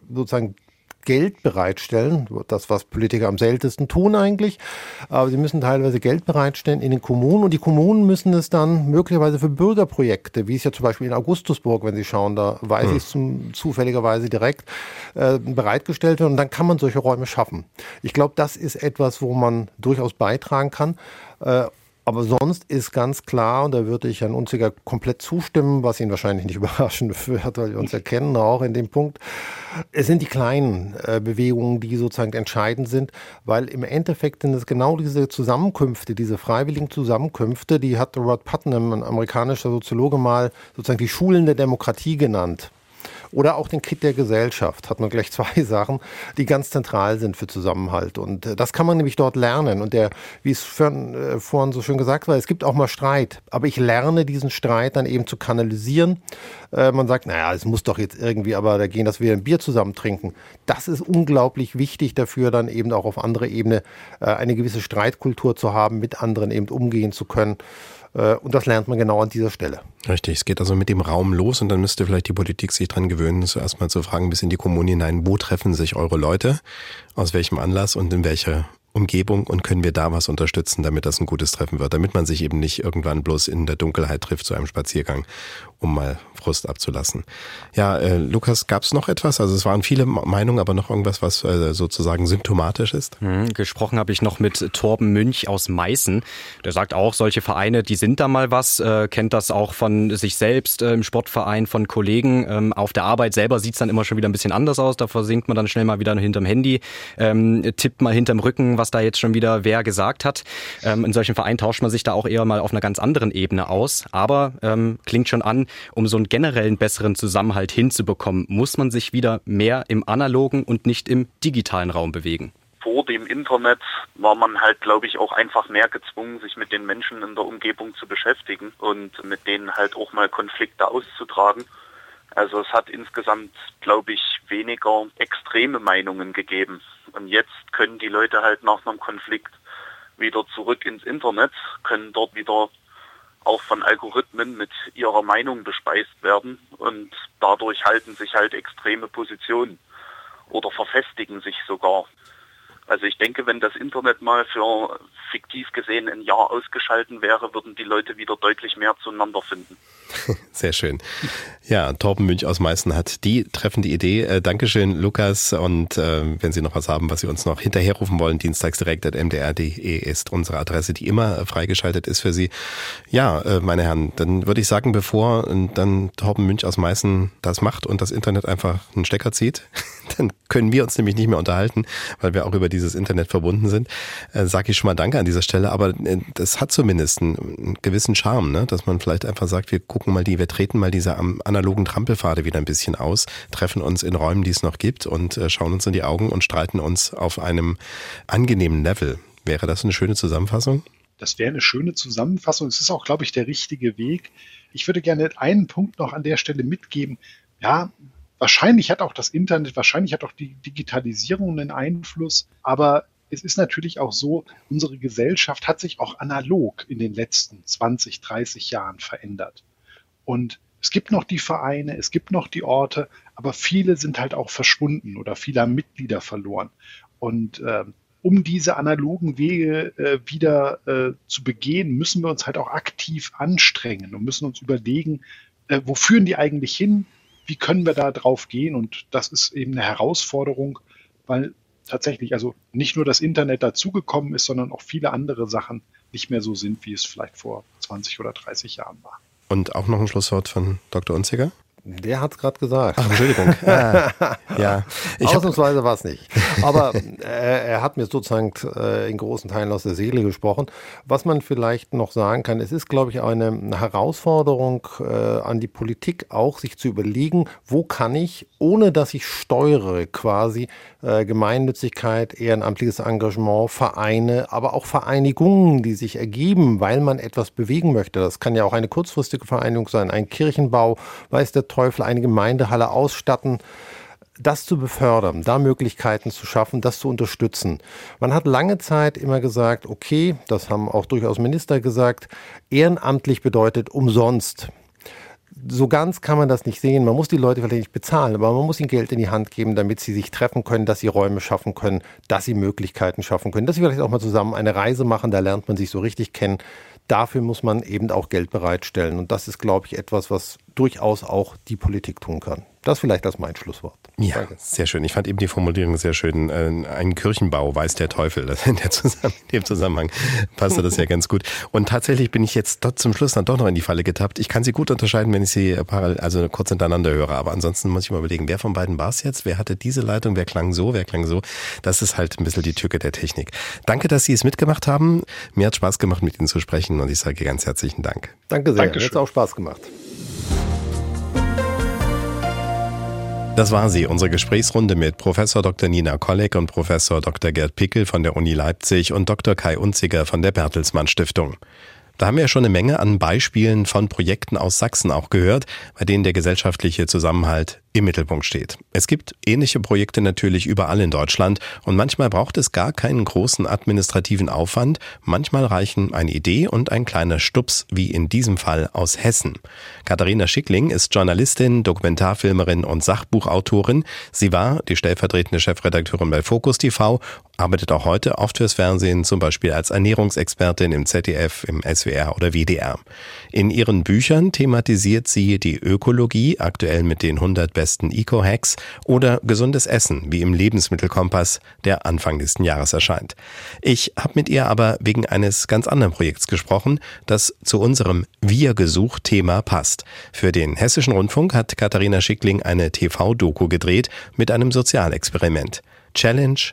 Geld bereitstellen, das, was Politiker am seltensten tun eigentlich, aber sie müssen teilweise Geld bereitstellen in den Kommunen und die Kommunen müssen es dann möglicherweise für Bürgerprojekte, wie es ja zum Beispiel in Augustusburg, wenn Sie schauen, da weiß ich es zufälligerweise direkt, bereitgestellt wird und dann kann man solche Räume schaffen. Ich glaube, das ist etwas, wo man durchaus beitragen kann. Aber sonst ist ganz klar, und da würde ich Herrn Unziker komplett zustimmen, was ihn wahrscheinlich nicht überraschen wird, weil wir uns erkennen auch in dem Punkt. Es sind die kleinen Bewegungen, die sozusagen entscheidend sind, weil im Endeffekt sind es genau diese Zusammenkünfte, diese freiwilligen Zusammenkünfte, die hat Robert Putnam, ein amerikanischer Soziologe, mal sozusagen die Schulen der Demokratie genannt. Oder auch den Kit der Gesellschaft, hat man gleich zwei Sachen, die ganz zentral sind für Zusammenhalt. Und das kann man nämlich dort lernen. Und wie es vorhin so schön gesagt war, es gibt auch mal Streit. Aber ich lerne diesen Streit dann eben zu kanalisieren. Man sagt, naja, es muss doch jetzt irgendwie aber da gehen, dass wir ein Bier zusammen trinken. Das ist unglaublich wichtig dafür, dann eben auch auf anderer Ebene eine gewisse Streitkultur zu haben, mit anderen eben umgehen zu können. Und das lernt man genau an dieser Stelle. Richtig, es geht also mit dem Raum los und dann müsste vielleicht die Politik sich dran gewöhnen, zuerst mal zu fragen, bis in die Kommune hinein, wo treffen sich eure Leute, aus welchem Anlass und in welcher Umgebung und können wir da was unterstützen, damit das ein gutes Treffen wird, damit man sich eben nicht irgendwann bloß in der Dunkelheit trifft zu einem Spaziergang, um mal Frust abzulassen. Ja, Lukas, gab es noch etwas? Also es waren viele Meinungen, aber noch irgendwas, was sozusagen symptomatisch ist? Gesprochen habe ich noch mit Torben Münch aus Meißen. Der sagt auch, solche Vereine, die sind da mal was, kennt das auch von sich selbst im Sportverein, von Kollegen. Auf der Arbeit selber sieht es dann immer schon wieder ein bisschen anders aus. Da versinkt man dann schnell mal wieder hinterm Handy, tippt mal hinterm Rücken was da jetzt schon wieder wer gesagt hat. In solchen Vereinen tauscht man sich da auch eher mal auf einer ganz anderen Ebene aus. Aber klingt schon an, um so einen generellen besseren Zusammenhalt hinzubekommen, muss man sich wieder mehr im analogen und nicht im digitalen Raum bewegen. Vor dem Internet war man halt, glaube ich, auch einfach mehr gezwungen, sich mit den Menschen in der Umgebung zu beschäftigen und mit denen halt auch mal Konflikte auszutragen. Also es hat insgesamt, glaube ich, weniger extreme Meinungen gegeben. Und jetzt können die Leute halt nach einem Konflikt wieder zurück ins Internet, können dort wieder auch von Algorithmen mit ihrer Meinung bespeist werden und dadurch halten sich halt extreme Positionen oder verfestigen sich sogar. Also ich denke, wenn das Internet mal für fiktiv gesehen ein Jahr ausgeschalten wäre, würden die Leute wieder deutlich mehr zueinander finden. Sehr schön. Ja, Torben Münch aus Meißen hat die treffende Idee. Dankeschön, Lukas. Und wenn Sie noch was haben, was Sie uns noch hinterherrufen wollen, dienstagsdirekt@mdr.de ist unsere Adresse, die immer freigeschaltet ist für Sie. Ja, meine Herren, dann würde ich sagen, bevor dann Torben Münch aus Meißen das macht und das Internet einfach einen Stecker zieht, dann können wir uns nämlich nicht mehr unterhalten, weil wir auch über dieses Internet verbunden sind. Sage ich schon mal Danke an dieser Stelle, aber das hat zumindest einen gewissen Charme, ne? Dass man vielleicht einfach sagt, wir treten mal diese analogen Trampelpfade wieder ein bisschen aus, treffen uns in Räumen, die es noch gibt und schauen uns in die Augen und streiten uns auf einem angenehmen Level. Wäre das eine schöne Zusammenfassung? Das wäre eine schöne Zusammenfassung. Es ist auch, glaube ich, der richtige Weg. Ich würde gerne einen Punkt noch an der Stelle mitgeben. Ja, wahrscheinlich hat auch das Internet, wahrscheinlich hat auch die Digitalisierung einen Einfluss, aber es ist natürlich auch so, unsere Gesellschaft hat sich auch analog in den letzten 20, 30 Jahren verändert. Und es gibt noch die Vereine, es gibt noch die Orte, aber viele sind halt auch verschwunden oder viele haben Mitglieder verloren. Und um diese analogen Wege wieder zu begehen, müssen wir uns halt auch aktiv anstrengen und müssen uns überlegen, wo führen die eigentlich hin? Wie können wir da drauf gehen? Und das ist eben eine Herausforderung, weil tatsächlich also nicht nur das Internet dazugekommen ist, sondern auch viele andere Sachen nicht mehr so sind, wie es vielleicht vor 20 oder 30 Jahren war. Und auch noch ein Schlusswort von Dr. Unziger? Der hat es gerade gesagt. Ach, Entschuldigung. Ja. Ausnahmsweise war es nicht. Aber er hat mir sozusagen in großen Teilen aus der Seele gesprochen. Was man vielleicht noch sagen kann, es ist, glaube ich, eine Herausforderung an die Politik auch, sich zu überlegen, wo kann ich, ohne dass ich steuere, quasi Gemeinnützigkeit, ehrenamtliches Engagement, Vereine, aber auch Vereinigungen, die sich ergeben, weil man etwas bewegen möchte. Das kann ja auch eine kurzfristige Vereinigung sein, ein Kirchenbau, weiß der Teufel, eine Gemeindehalle ausstatten, das zu befördern, da Möglichkeiten zu schaffen, das zu unterstützen. Man hat lange Zeit immer gesagt, okay, das haben auch durchaus Minister gesagt, ehrenamtlich bedeutet umsonst. So ganz kann man das nicht sehen. Man muss die Leute vielleicht nicht bezahlen, aber man muss ihnen Geld in die Hand geben, damit sie sich treffen können, dass sie Räume schaffen können, dass sie Möglichkeiten schaffen können, dass sie vielleicht auch mal zusammen eine Reise machen, da lernt man sich so richtig kennen. Dafür muss man eben auch Geld bereitstellen. Und das ist, glaube ich, etwas, was durchaus auch die Politik tun kann. Das vielleicht als mein Schlusswort. Ja, danke. Sehr schön. Ich fand eben die Formulierung sehr schön. Ein Kirchenbau, weiß der Teufel. In dem Zusammenhang passte das ja ganz gut. Und tatsächlich bin ich jetzt dort zum Schluss dann doch noch in die Falle getappt. Ich kann sie gut unterscheiden, wenn ich sie parallel, kurz hintereinander höre. Aber ansonsten muss ich mal überlegen, wer von beiden war es jetzt? Wer hatte diese Leitung? Wer klang so? Wer klang so? Das ist halt ein bisschen die Tücke der Technik. Danke, dass Sie es mitgemacht haben. Mir hat Spaß gemacht, mit Ihnen zu sprechen. Und ich sage ganz herzlichen Dank. Danke sehr. Hat auch Spaß gemacht. Das war sie, unsere Gesprächsrunde mit Professor Dr. Nina Kolleg und Professor Dr. Gerd Pickel von der Uni Leipzig und Dr. Kai Unziger von der Bertelsmann Stiftung. Da haben wir ja schon eine Menge an Beispielen von Projekten aus Sachsen auch gehört, bei denen der gesellschaftliche Zusammenhalt im Mittelpunkt steht. Es gibt ähnliche Projekte natürlich überall in Deutschland und manchmal braucht es gar keinen großen administrativen Aufwand. Manchmal reichen eine Idee und ein kleiner Stups, wie in diesem Fall aus Hessen. Katharina Schickling ist Journalistin, Dokumentarfilmerin und Sachbuchautorin. Sie war die stellvertretende Chefredakteurin bei Focus TV, arbeitet auch heute oft fürs Fernsehen, zum Beispiel als Ernährungsexpertin im ZDF, im SWR oder WDR. In ihren Büchern thematisiert sie die Ökologie, aktuell mit den 100 besten Eco-Hacks, oder gesundes Essen, wie im Lebensmittelkompass, der Anfang nächsten Jahres erscheint. Ich habe mit ihr aber wegen eines ganz anderen Projekts gesprochen, das zu unserem Wir-Gesuch-Thema passt. Für den Hessischen Rundfunk hat Katharina Schickling eine TV-Doku gedreht mit einem Sozialexperiment. Challenge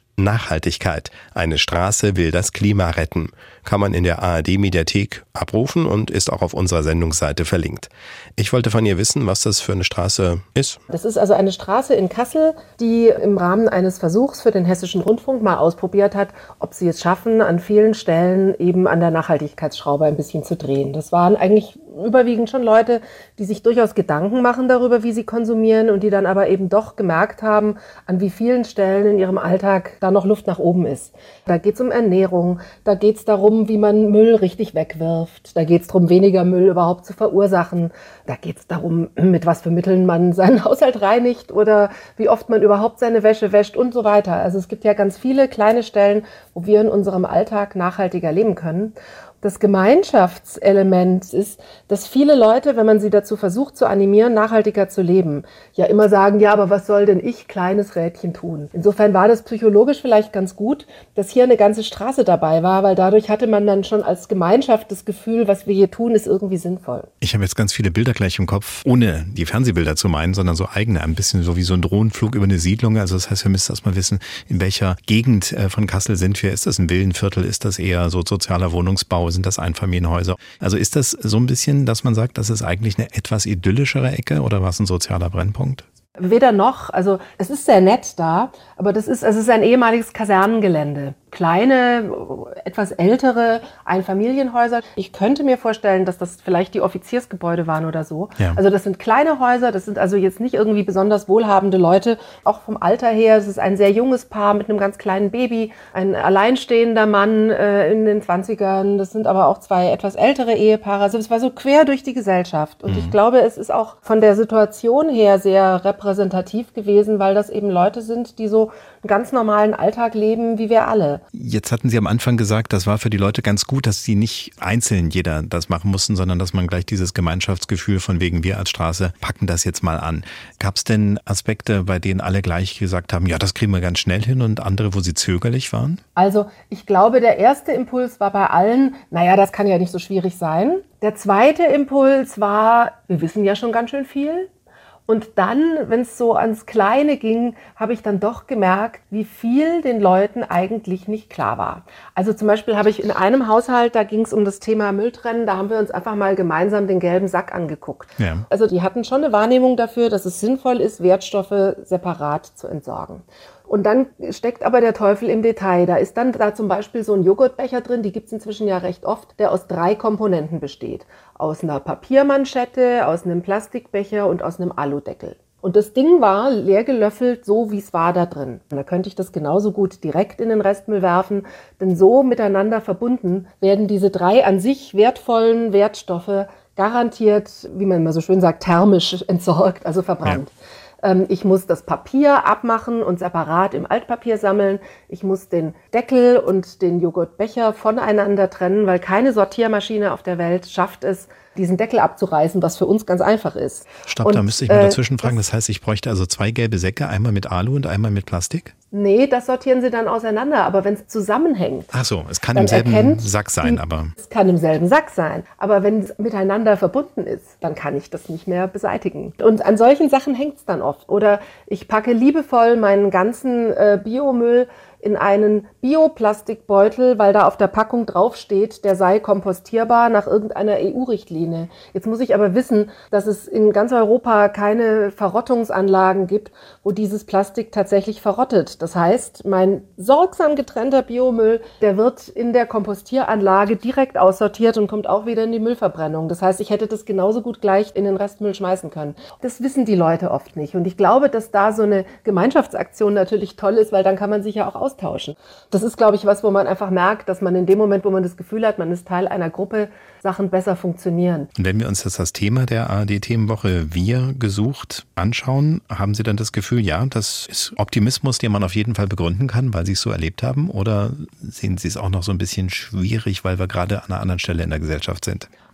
Nachhaltigkeit. Eine Straße will das Klima retten. Kann man in der ARD-Mediathek abrufen und ist auch auf unserer Sendungsseite verlinkt. Ich wollte von ihr wissen, was das für eine Straße ist. Das ist also eine Straße in Kassel, die im Rahmen eines Versuchs für den Hessischen Rundfunk mal ausprobiert hat, ob sie es schaffen, an vielen Stellen eben an der Nachhaltigkeitsschraube ein bisschen zu drehen. Das waren eigentlich überwiegend schon Leute, die sich durchaus Gedanken machen darüber, wie sie konsumieren und die dann aber eben doch gemerkt haben, an wie vielen Stellen in ihrem Alltag da noch Luft nach oben ist. Da geht es um Ernährung, da geht es darum, wie man Müll richtig wegwirft, da geht es darum, weniger Müll überhaupt zu verursachen, da geht es darum, mit was für Mitteln man seinen Haushalt reinigt oder wie oft man überhaupt seine Wäsche wäscht und so weiter. Also es gibt ja ganz viele kleine Stellen, wo wir in unserem Alltag nachhaltiger leben können. Das Gemeinschaftselement ist, dass viele Leute, wenn man sie dazu versucht zu animieren, nachhaltiger zu leben, ja immer sagen, ja, aber was soll denn ich, kleines Rädchen, tun? Insofern war das psychologisch vielleicht ganz gut, dass hier eine ganze Straße dabei war, weil dadurch hatte man dann schon als Gemeinschaft das Gefühl, was wir hier tun, ist irgendwie sinnvoll. Ich habe jetzt ganz viele Bilder gleich im Kopf, ohne die Fernsehbilder zu meinen, sondern so eigene, ein bisschen so wie so ein Drohnenflug über eine Siedlung. Also das heißt, wir müssen erst mal wissen, in welcher Gegend von Kassel sind wir. Ist das ein Villenviertel? Ist das eher so sozialer Wohnungsbau? Sind das Einfamilienhäuser? Also ist das so ein bisschen, dass man sagt, das ist eigentlich eine etwas idyllischere Ecke oder war es ein sozialer Brennpunkt? Weder noch, also es ist sehr nett da, aber es ist ein ehemaliges Kasernengelände. Kleine, etwas ältere Einfamilienhäuser. Ich könnte mir vorstellen, dass das vielleicht die Offiziersgebäude waren oder so. Ja. Also das sind kleine Häuser, das sind also jetzt nicht irgendwie besonders wohlhabende Leute. Auch vom Alter her, es ist ein sehr junges Paar mit einem ganz kleinen Baby, ein alleinstehender Mann in den 20ern. Das sind aber auch zwei etwas ältere Ehepaare. Also es war so quer durch die Gesellschaft. Und ich glaube, es ist auch von der Situation her sehr repräsentativ gewesen, weil das eben Leute sind, die so einen ganz normalen Alltag leben, wie wir alle. Jetzt hatten Sie am Anfang gesagt, das war für die Leute ganz gut, dass sie nicht einzeln jeder das machen mussten, sondern dass man gleich dieses Gemeinschaftsgefühl von wegen wir als Straße packen das jetzt mal an. Gab es denn Aspekte, bei denen alle gleich gesagt haben, ja, das kriegen wir ganz schnell hin und andere, wo sie zögerlich waren? Also ich glaube, der erste Impuls war bei allen, naja, das kann ja nicht so schwierig sein. Der zweite Impuls war, wir wissen ja schon ganz schön viel. Und dann, wenn es so ans Kleine ging, habe ich dann doch gemerkt, wie viel den Leuten eigentlich nicht klar war. Also zum Beispiel habe ich in einem Haushalt, da ging es um das Thema Mülltrennen, da haben wir uns einfach mal gemeinsam den gelben Sack angeguckt. Ja. Also die hatten schon eine Wahrnehmung dafür, dass es sinnvoll ist, Wertstoffe separat zu entsorgen. Und dann steckt aber der Teufel im Detail. Da ist dann da zum Beispiel so ein Joghurtbecher drin, die gibt's inzwischen ja recht oft, der aus 3 Komponenten besteht. Aus einer Papiermanschette, aus einem Plastikbecher und aus einem Aludeckel. Und das Ding war leer gelöffelt, so wie es war da drin. Und da könnte ich das genauso gut direkt in den Restmüll werfen, denn so miteinander verbunden werden diese 3 an sich wertvollen Wertstoffe garantiert, wie man immer so schön sagt, thermisch entsorgt, also verbrannt. Ja. Ich muss das Papier abmachen und separat im Altpapier sammeln. Ich muss den Deckel und den Joghurtbecher voneinander trennen, weil keine Sortiermaschine auf der Welt schafft es, diesen Deckel abzureißen, was für uns ganz einfach ist. Stopp, und, da müsste ich mal dazwischen fragen. Das heißt, ich bräuchte also 2 gelbe Säcke, einmal mit Alu und einmal mit Plastik? Nee, das sortieren sie dann auseinander. Aber wenn es zusammenhängt. Ach so, es kann im selben Sack sein, aber. Es kann im selben Sack sein. Aber wenn es miteinander verbunden ist, dann kann ich das nicht mehr beseitigen. Und an solchen Sachen hängt es dann oft. Oder ich packe liebevoll meinen ganzen Biomüll in einen Bioplastikbeutel, weil da auf der Packung draufsteht, der sei kompostierbar nach irgendeiner EU-Richtlinie. Jetzt muss ich aber wissen, dass es in ganz Europa keine Verrottungsanlagen gibt, wo dieses Plastik tatsächlich verrottet. Das heißt, mein sorgsam getrennter Biomüll, der wird in der Kompostieranlage direkt aussortiert und kommt auch wieder in die Müllverbrennung. Das heißt, ich hätte das genauso gut gleich in den Restmüll schmeißen können. Das wissen die Leute oft nicht. Und ich glaube, dass da so eine Gemeinschaftsaktion natürlich toll ist, weil dann kann man sich ja auch austauschen. Das ist, glaube ich, was, wo man einfach merkt, dass man in dem Moment, wo man das Gefühl hat, man ist Teil einer Gruppe, Sachen besser funktionieren. Und wenn wir uns jetzt das Thema der ARD-Themenwoche Wir gesucht anschauen, haben Sie dann das Gefühl, ja, das ist Optimismus, den man auf jeden Fall begründen kann, weil Sie es so erlebt haben? Oder sehen Sie es auch noch so ein bisschen schwierig, weil wir gerade an einer anderen Stelle in der Gesellschaft sind?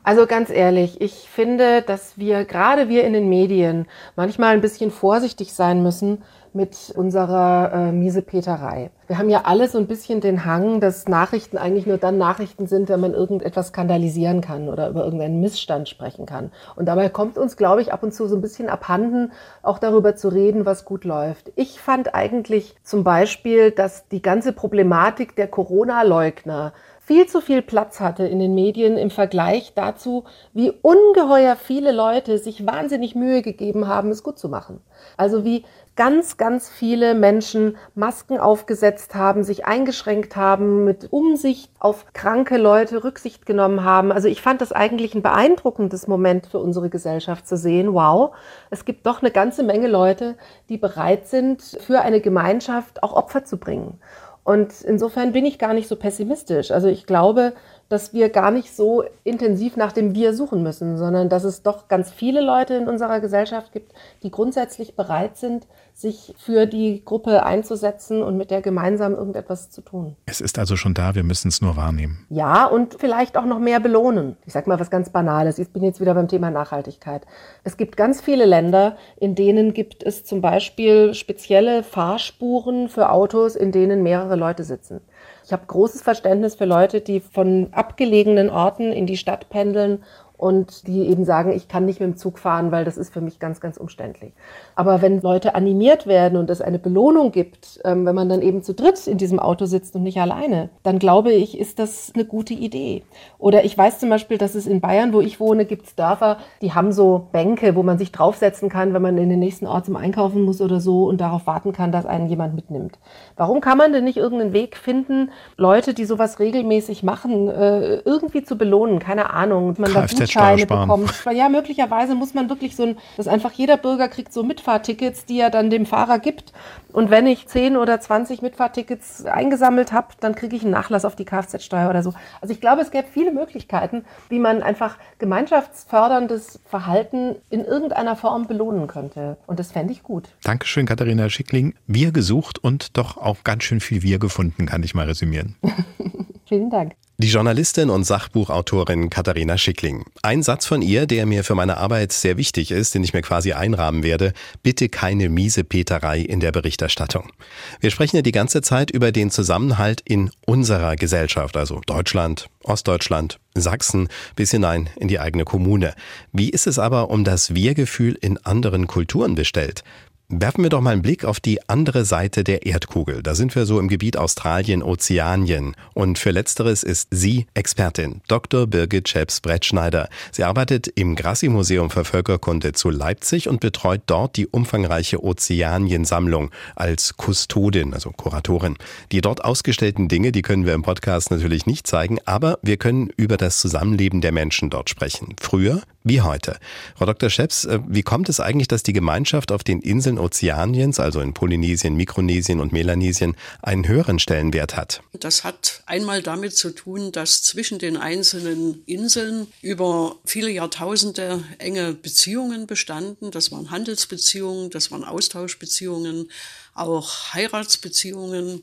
Also ganz ehrlich, ich finde, dass gerade wir in den Medien manchmal ein bisschen vorsichtig sein müssen mit unserer Miesepeterei. Wir haben ja alle so ein bisschen den Hang, dass Nachrichten eigentlich nur dann Nachrichten sind, wenn man irgendetwas skandalisieren kann oder über irgendeinen Missstand sprechen kann. Und dabei kommt uns, glaube ich, ab und zu so ein bisschen abhanden, auch darüber zu reden, was gut läuft. Ich fand eigentlich zum Beispiel, dass die ganze Problematik der Corona-Leugner viel zu viel Platz hatte in den Medien im Vergleich dazu, wie ungeheuer viele Leute sich wahnsinnig Mühe gegeben haben, es gut zu machen. Also wie ganz, ganz viele Menschen Masken aufgesetzt haben, sich eingeschränkt haben, mit Umsicht auf kranke Leute Rücksicht genommen haben. Also ich fand das eigentlich ein beeindruckendes Moment für unsere Gesellschaft zu sehen. Wow, es gibt doch eine ganze Menge Leute, die bereit sind, für eine Gemeinschaft auch Opfer zu bringen. Und insofern bin ich gar nicht so pessimistisch. Also ich glaube, dass wir gar nicht so intensiv nach dem Wir suchen müssen, sondern dass es doch ganz viele Leute in unserer Gesellschaft gibt, die grundsätzlich bereit sind, sich für die Gruppe einzusetzen und mit der gemeinsam irgendetwas zu tun. Es ist also schon da, wir müssen es nur wahrnehmen. Ja, und vielleicht auch noch mehr belohnen. Ich sage mal was ganz Banales. Ich bin jetzt wieder beim Thema Nachhaltigkeit. Es gibt ganz viele Länder, in denen gibt es zum Beispiel spezielle Fahrspuren für Autos, in denen mehrere Leute sitzen. Ich habe großes Verständnis für Leute, die von abgelegenen Orten in die Stadt pendeln und die eben sagen, ich kann nicht mit dem Zug fahren, weil das ist für mich ganz, ganz umständlich. Aber wenn Leute animiert werden und es eine Belohnung gibt, wenn man dann eben zu dritt in diesem Auto sitzt und nicht alleine, dann glaube ich, ist das eine gute Idee. Oder ich weiß zum Beispiel, dass es in Bayern, wo ich wohne, gibt es Dörfer, die haben so Bänke, wo man sich draufsetzen kann, wenn man in den nächsten Ort zum Einkaufen muss oder so und darauf warten kann, dass einen jemand mitnimmt. Warum kann man denn nicht irgendeinen Weg finden, Leute, die sowas regelmäßig machen, irgendwie zu belohnen? Keine Ahnung. Man da Gutscheine bekommt. Ja, möglicherweise muss man wirklich dass einfach jeder Bürger kriegt so Mitfahrtickets, die er dann dem Fahrer gibt. Und wenn ich 10 oder 20 Mitfahrtickets eingesammelt habe, dann kriege ich einen Nachlass auf die Kfz-Steuer oder so. Also ich glaube, es gäbe viele Möglichkeiten, wie man einfach gemeinschaftsförderndes Verhalten in irgendeiner Form belohnen könnte. Und das fände ich gut. Dankeschön, Katharina Schickling. Wir gesucht und doch auch ganz schön viel Wir gefunden, kann ich mal resümieren. Vielen Dank. Die Journalistin und Sachbuchautorin Katharina Schickling. Ein Satz von ihr, der mir für meine Arbeit sehr wichtig ist, den ich mir quasi einrahmen werde: Bitte keine Miesepeterei in der Berichterstattung. Wir sprechen ja die ganze Zeit über den Zusammenhalt in unserer Gesellschaft, also Deutschland, Ostdeutschland, Sachsen, bis hinein in die eigene Kommune. Wie ist es aber um das Wir-Gefühl in anderen Kulturen bestellt? Werfen wir doch mal einen Blick auf die andere Seite der Erdkugel. Da sind wir so im Gebiet Australien, Ozeanien. Und für Letzteres ist sie Expertin, Dr. Birgit Scheps-Brettschneider. Sie arbeitet im Grassi-Museum für Völkerkunde zu Leipzig und betreut dort die umfangreiche Ozeanien-Sammlung als Kustodin, also Kuratorin. Die dort ausgestellten Dinge, die können wir im Podcast natürlich nicht zeigen, aber wir können über das Zusammenleben der Menschen dort sprechen. Früher wie heute. Frau Dr. Scheps, wie kommt es eigentlich, dass die Gemeinschaft auf den Inseln Ozeaniens, also in Polynesien, Mikronesien und Melanesien, einen höheren Stellenwert hat? Das hat einmal damit zu tun, dass zwischen den einzelnen Inseln über viele Jahrtausende enge Beziehungen bestanden. Das waren Handelsbeziehungen, das waren Austauschbeziehungen, auch Heiratsbeziehungen.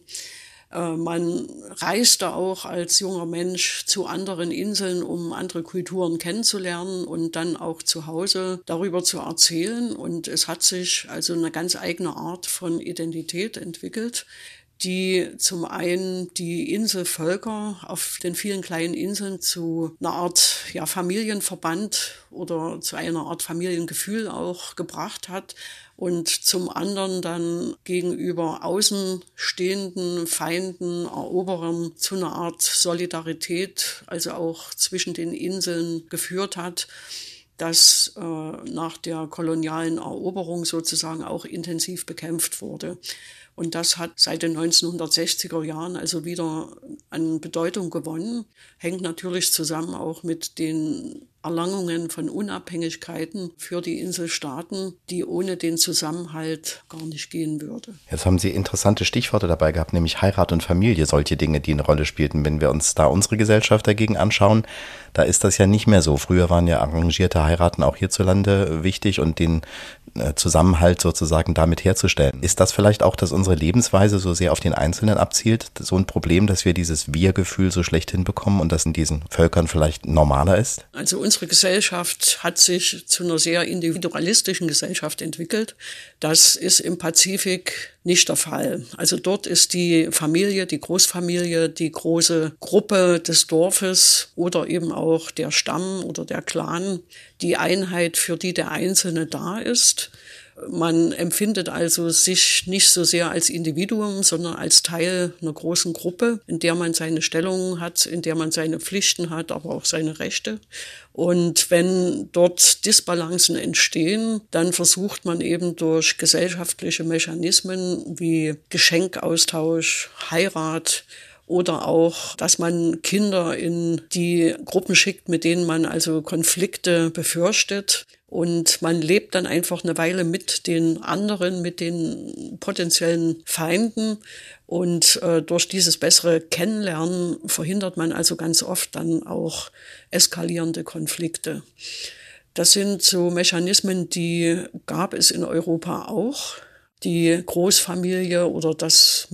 Man reiste auch als junger Mensch zu anderen Inseln, um andere Kulturen kennenzulernen und dann auch zu Hause darüber zu erzählen. Und es hat sich also eine ganz eigene Art von Identität entwickelt, die zum einen die Inselvölker auf den vielen kleinen Inseln zu einer Art Familienverband oder zu einer Art Familiengefühl auch gebracht hat und zum anderen dann gegenüber außenstehenden Feinden, Eroberern zu einer Art Solidarität, also auch zwischen den Inseln geführt hat, das nach der kolonialen Eroberung sozusagen auch intensiv bekämpft wurde. Und das hat seit den 1960er Jahren also wieder an Bedeutung gewonnen, hängt natürlich zusammen auch mit den Erlangungen von Unabhängigkeiten für die Inselstaaten, die ohne den Zusammenhalt gar nicht gehen würde. Jetzt haben Sie interessante Stichworte dabei gehabt, nämlich Heirat und Familie, solche Dinge, die eine Rolle spielten. Wenn wir uns da unsere Gesellschaft dagegen anschauen, da ist das ja nicht mehr so. Früher waren ja arrangierte Heiraten auch hierzulande wichtig und den Zusammenhalt sozusagen damit herzustellen. Ist das vielleicht auch, dass unsere Lebensweise so sehr auf den Einzelnen abzielt? So ein Problem, dass wir dieses Wir-Gefühl so schlecht hinbekommen und das in diesen Völkern vielleicht normaler ist? Also unsere Gesellschaft hat sich zu einer sehr individualistischen Gesellschaft entwickelt. Das ist im Pazifik nicht der Fall. Also dort ist die Familie, die Großfamilie, die große Gruppe des Dorfes oder eben auch der Stamm oder der Clan die Einheit, für die der Einzelne da ist. Man empfindet also sich nicht so sehr als Individuum, sondern als Teil einer großen Gruppe, in der man seine Stellungen hat, in der man seine Pflichten hat, aber auch seine Rechte. Und wenn dort Disbalancen entstehen, dann versucht man eben durch gesellschaftliche Mechanismen wie Geschenkaustausch, Heirat, oder auch, dass man Kinder in die Gruppen schickt, mit denen man also Konflikte befürchtet. Und man lebt dann einfach eine Weile mit den anderen, mit den potenziellen Feinden. Und durch dieses bessere Kennenlernen verhindert man also ganz oft dann auch eskalierende Konflikte. Das sind so Mechanismen, die gab es in Europa auch. Die Großfamilie oder das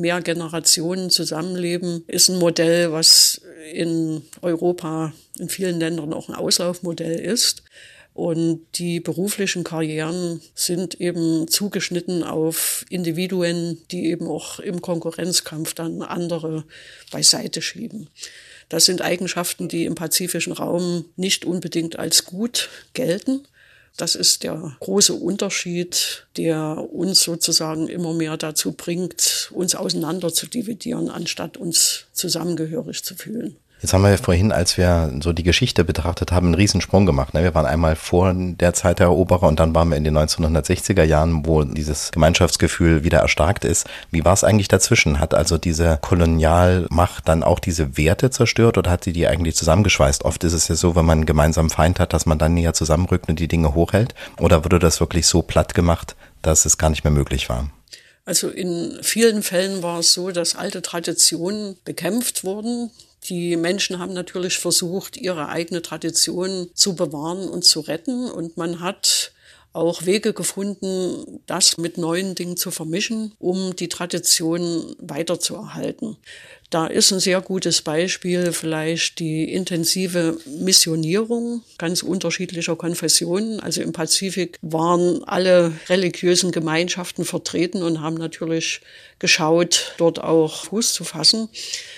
Mehrgenerationen-Zusammenleben ist ein Modell, was in Europa in vielen Ländern auch ein Auslaufmodell ist. Und die beruflichen Karrieren sind eben zugeschnitten auf Individuen, die eben auch im Konkurrenzkampf dann andere beiseite schieben. Das sind Eigenschaften, die im pazifischen Raum nicht unbedingt als gut gelten. Das ist der große Unterschied, der uns sozusagen immer mehr dazu bringt, uns auseinander zu dividieren, anstatt uns zusammengehörig zu fühlen. Jetzt haben wir ja vorhin, als wir so die Geschichte betrachtet haben, einen Riesensprung gemacht. Wir waren einmal vor der Zeit der Eroberer und dann waren wir in den 1960er Jahren, wo dieses Gemeinschaftsgefühl wieder erstarkt ist. Wie war es eigentlich dazwischen? Hat also diese Kolonialmacht dann auch diese Werte zerstört oder hat sie die eigentlich zusammengeschweißt? Oft ist es ja so, wenn man einen gemeinsamen Feind hat, dass man dann näher zusammenrückt und die Dinge hochhält. Oder wurde das wirklich so platt gemacht, dass es gar nicht mehr möglich war? Also in vielen Fällen war es so, dass alte Traditionen bekämpft wurden. Die Menschen haben natürlich versucht, ihre eigene Tradition zu bewahren und zu retten. Und man hat auch Wege gefunden, das mit neuen Dingen zu vermischen, um die Tradition weiterzuerhalten. Da ist ein sehr gutes Beispiel vielleicht die intensive Missionierung ganz unterschiedlicher Konfessionen. Also im Pazifik waren alle religiösen Gemeinschaften vertreten und haben natürlich geschaut, dort auch Fuß zu fassen.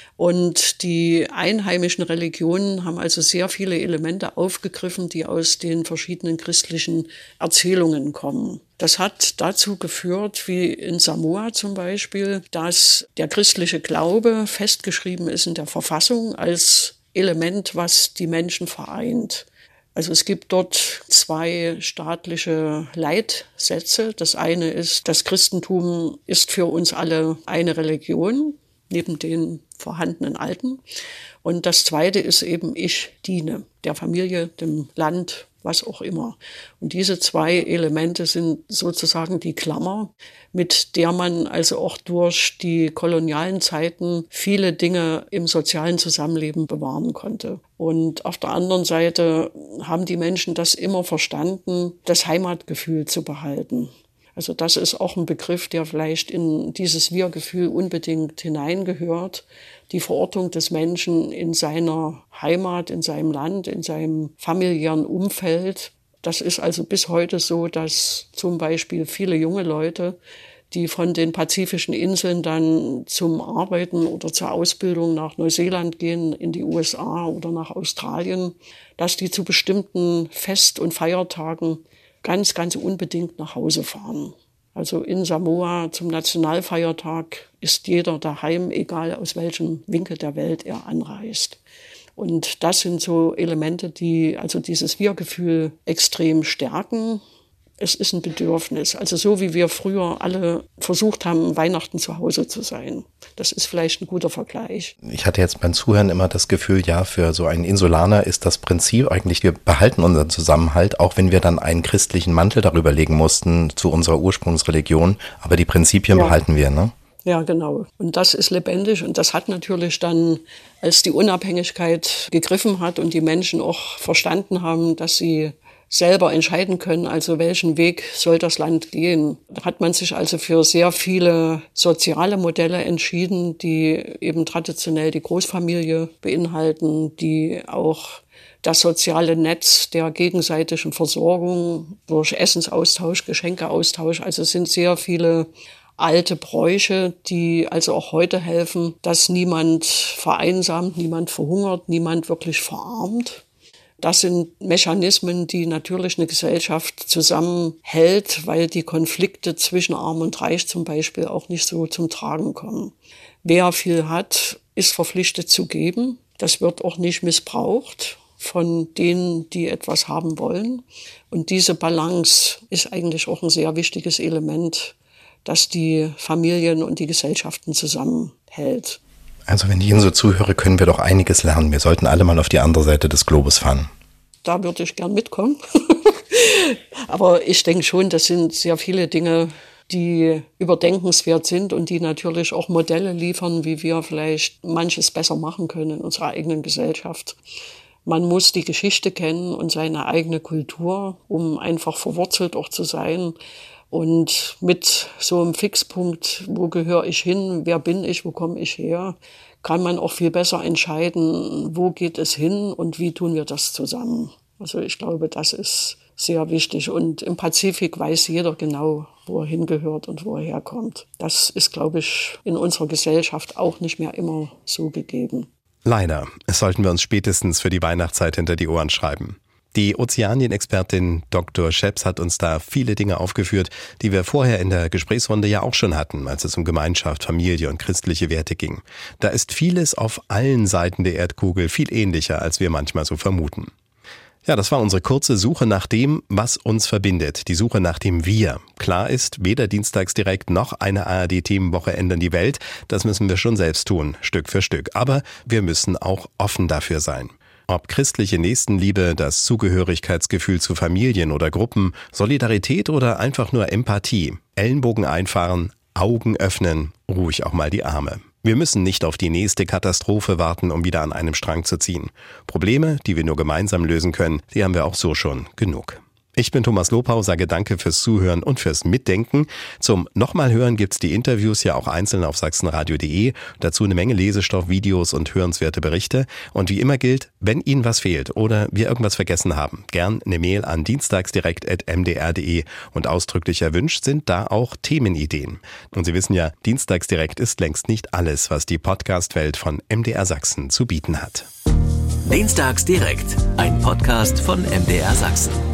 Und die einheimischen Religionen haben also sehr viele Elemente aufgegriffen, die aus den verschiedenen christlichen Erzählungen kommen. Das hat dazu geführt, wie in Samoa zum Beispiel, dass der christliche Glaube festgeschrieben ist in der Verfassung als Element, was die Menschen vereint. Also es gibt dort 2 staatliche Leitsätze. Das eine ist, das Christentum ist für uns alle eine Religion, neben den vorhandenen Alten. Und das zweite ist eben, ich diene der Familie, dem Land, was auch immer. Und diese 2 Elemente sind sozusagen die Klammer, mit der man also auch durch die kolonialen Zeiten viele Dinge im sozialen Zusammenleben bewahren konnte. Und auf der anderen Seite haben die Menschen das immer verstanden, das Heimatgefühl zu behalten. Also das ist auch ein Begriff, der vielleicht in dieses Wir-Gefühl unbedingt hineingehört. Die Verortung des Menschen in seiner Heimat, in seinem Land, in seinem familiären Umfeld. Das ist also bis heute so, dass zum Beispiel viele junge Leute, die von den pazifischen Inseln dann zum Arbeiten oder zur Ausbildung nach Neuseeland gehen, in die USA oder nach Australien, dass die zu bestimmten Fest- und Feiertagen ganz, ganz unbedingt nach Hause fahren. Also in Samoa zum Nationalfeiertag ist jeder daheim, egal aus welchem Winkel der Welt er anreist. Und das sind so Elemente, die also dieses Wir-Gefühl extrem stärken. Es ist ein Bedürfnis. Also so wie wir früher alle versucht haben, Weihnachten zu Hause zu sein. Das ist vielleicht ein guter Vergleich. Ich hatte jetzt beim Zuhören immer das Gefühl, ja, für so einen Insulaner ist das Prinzip eigentlich, wir behalten unseren Zusammenhalt, auch wenn wir dann einen christlichen Mantel darüber legen mussten zu unserer Ursprungsreligion. Aber die Prinzipien behalten wir, ne? Ja, genau. Und das ist lebendig und das hat natürlich dann, als die Unabhängigkeit gegriffen hat und die Menschen auch verstanden haben, dass sie selber entscheiden können, also welchen Weg soll das Land gehen. Da hat man sich also für sehr viele soziale Modelle entschieden, die eben traditionell die Großfamilie beinhalten, die auch das soziale Netz der gegenseitigen Versorgung durch Essensaustausch, Geschenkeaustausch, also es sind sehr viele alte Bräuche, die also auch heute helfen, dass niemand vereinsamt, niemand verhungert, niemand wirklich verarmt. Das sind Mechanismen, die natürlich eine Gesellschaft zusammenhält, weil die Konflikte zwischen Arm und Reich zum Beispiel auch nicht so zum Tragen kommen. Wer viel hat, ist verpflichtet zu geben. Das wird auch nicht missbraucht von denen, die etwas haben wollen. Und diese Balance ist eigentlich auch ein sehr wichtiges Element, das die Familien und die Gesellschaften zusammenhält. Also wenn ich Ihnen so zuhöre, können wir doch einiges lernen. Wir sollten alle mal auf die andere Seite des Globus fahren. Da würde ich gern mitkommen. Aber ich denke schon, das sind sehr viele Dinge, die überdenkenswert sind und die natürlich auch Modelle liefern, wie wir vielleicht manches besser machen können in unserer eigenen Gesellschaft. Man muss die Geschichte kennen und seine eigene Kultur, um einfach verwurzelt auch zu sein. Und mit so einem Fixpunkt, wo gehöre ich hin, wer bin ich, wo komme ich her, kann man auch viel besser entscheiden, wo geht es hin und wie tun wir das zusammen. Also ich glaube, das ist sehr wichtig. Und im Pazifik weiß jeder genau, wo er hingehört und wo er herkommt. Das ist, glaube ich, in unserer Gesellschaft auch nicht mehr immer so gegeben. Leider. Es sollten wir uns spätestens für die Weihnachtszeit hinter die Ohren schreiben. Die Ozeanien-Expertin Dr. Scheps hat uns da viele Dinge aufgeführt, die wir vorher in der Gesprächsrunde ja auch schon hatten, als es um Gemeinschaft, Familie und christliche Werte ging. Da ist vieles auf allen Seiten der Erdkugel viel ähnlicher, als wir manchmal so vermuten. Ja, das war unsere kurze Suche nach dem, was uns verbindet, die Suche nach dem Wir. Klar ist, weder Dienstagsdirekt noch eine ARD-Themenwoche ändern die Welt, das müssen wir schon selbst tun, Stück für Stück. Aber wir müssen auch offen dafür sein. Ob christliche Nächstenliebe, das Zugehörigkeitsgefühl zu Familien oder Gruppen, Solidarität oder einfach nur Empathie, Ellenbogen einfahren, Augen öffnen, ruhig auch mal die Arme. Wir müssen nicht auf die nächste Katastrophe warten, um wieder an einem Strang zu ziehen. Probleme, die wir nur gemeinsam lösen können, die haben wir auch so schon genug. Ich bin Thomas Lopau, sage danke fürs Zuhören und fürs Mitdenken. Zum Nochmalhören gibt's die Interviews ja auch einzeln auf sachsenradio.de. Dazu eine Menge Lesestoff, Videos und hörenswerte Berichte. Und wie immer gilt, wenn Ihnen was fehlt oder wir irgendwas vergessen haben, gern eine Mail an dienstagsdirekt@mdr.de und ausdrücklich erwünscht sind da auch Themenideen. Und Sie wissen ja, Dienstagsdirekt ist längst nicht alles, was die Podcast-Welt von MDR Sachsen zu bieten hat. Dienstagsdirekt, ein Podcast von MDR Sachsen.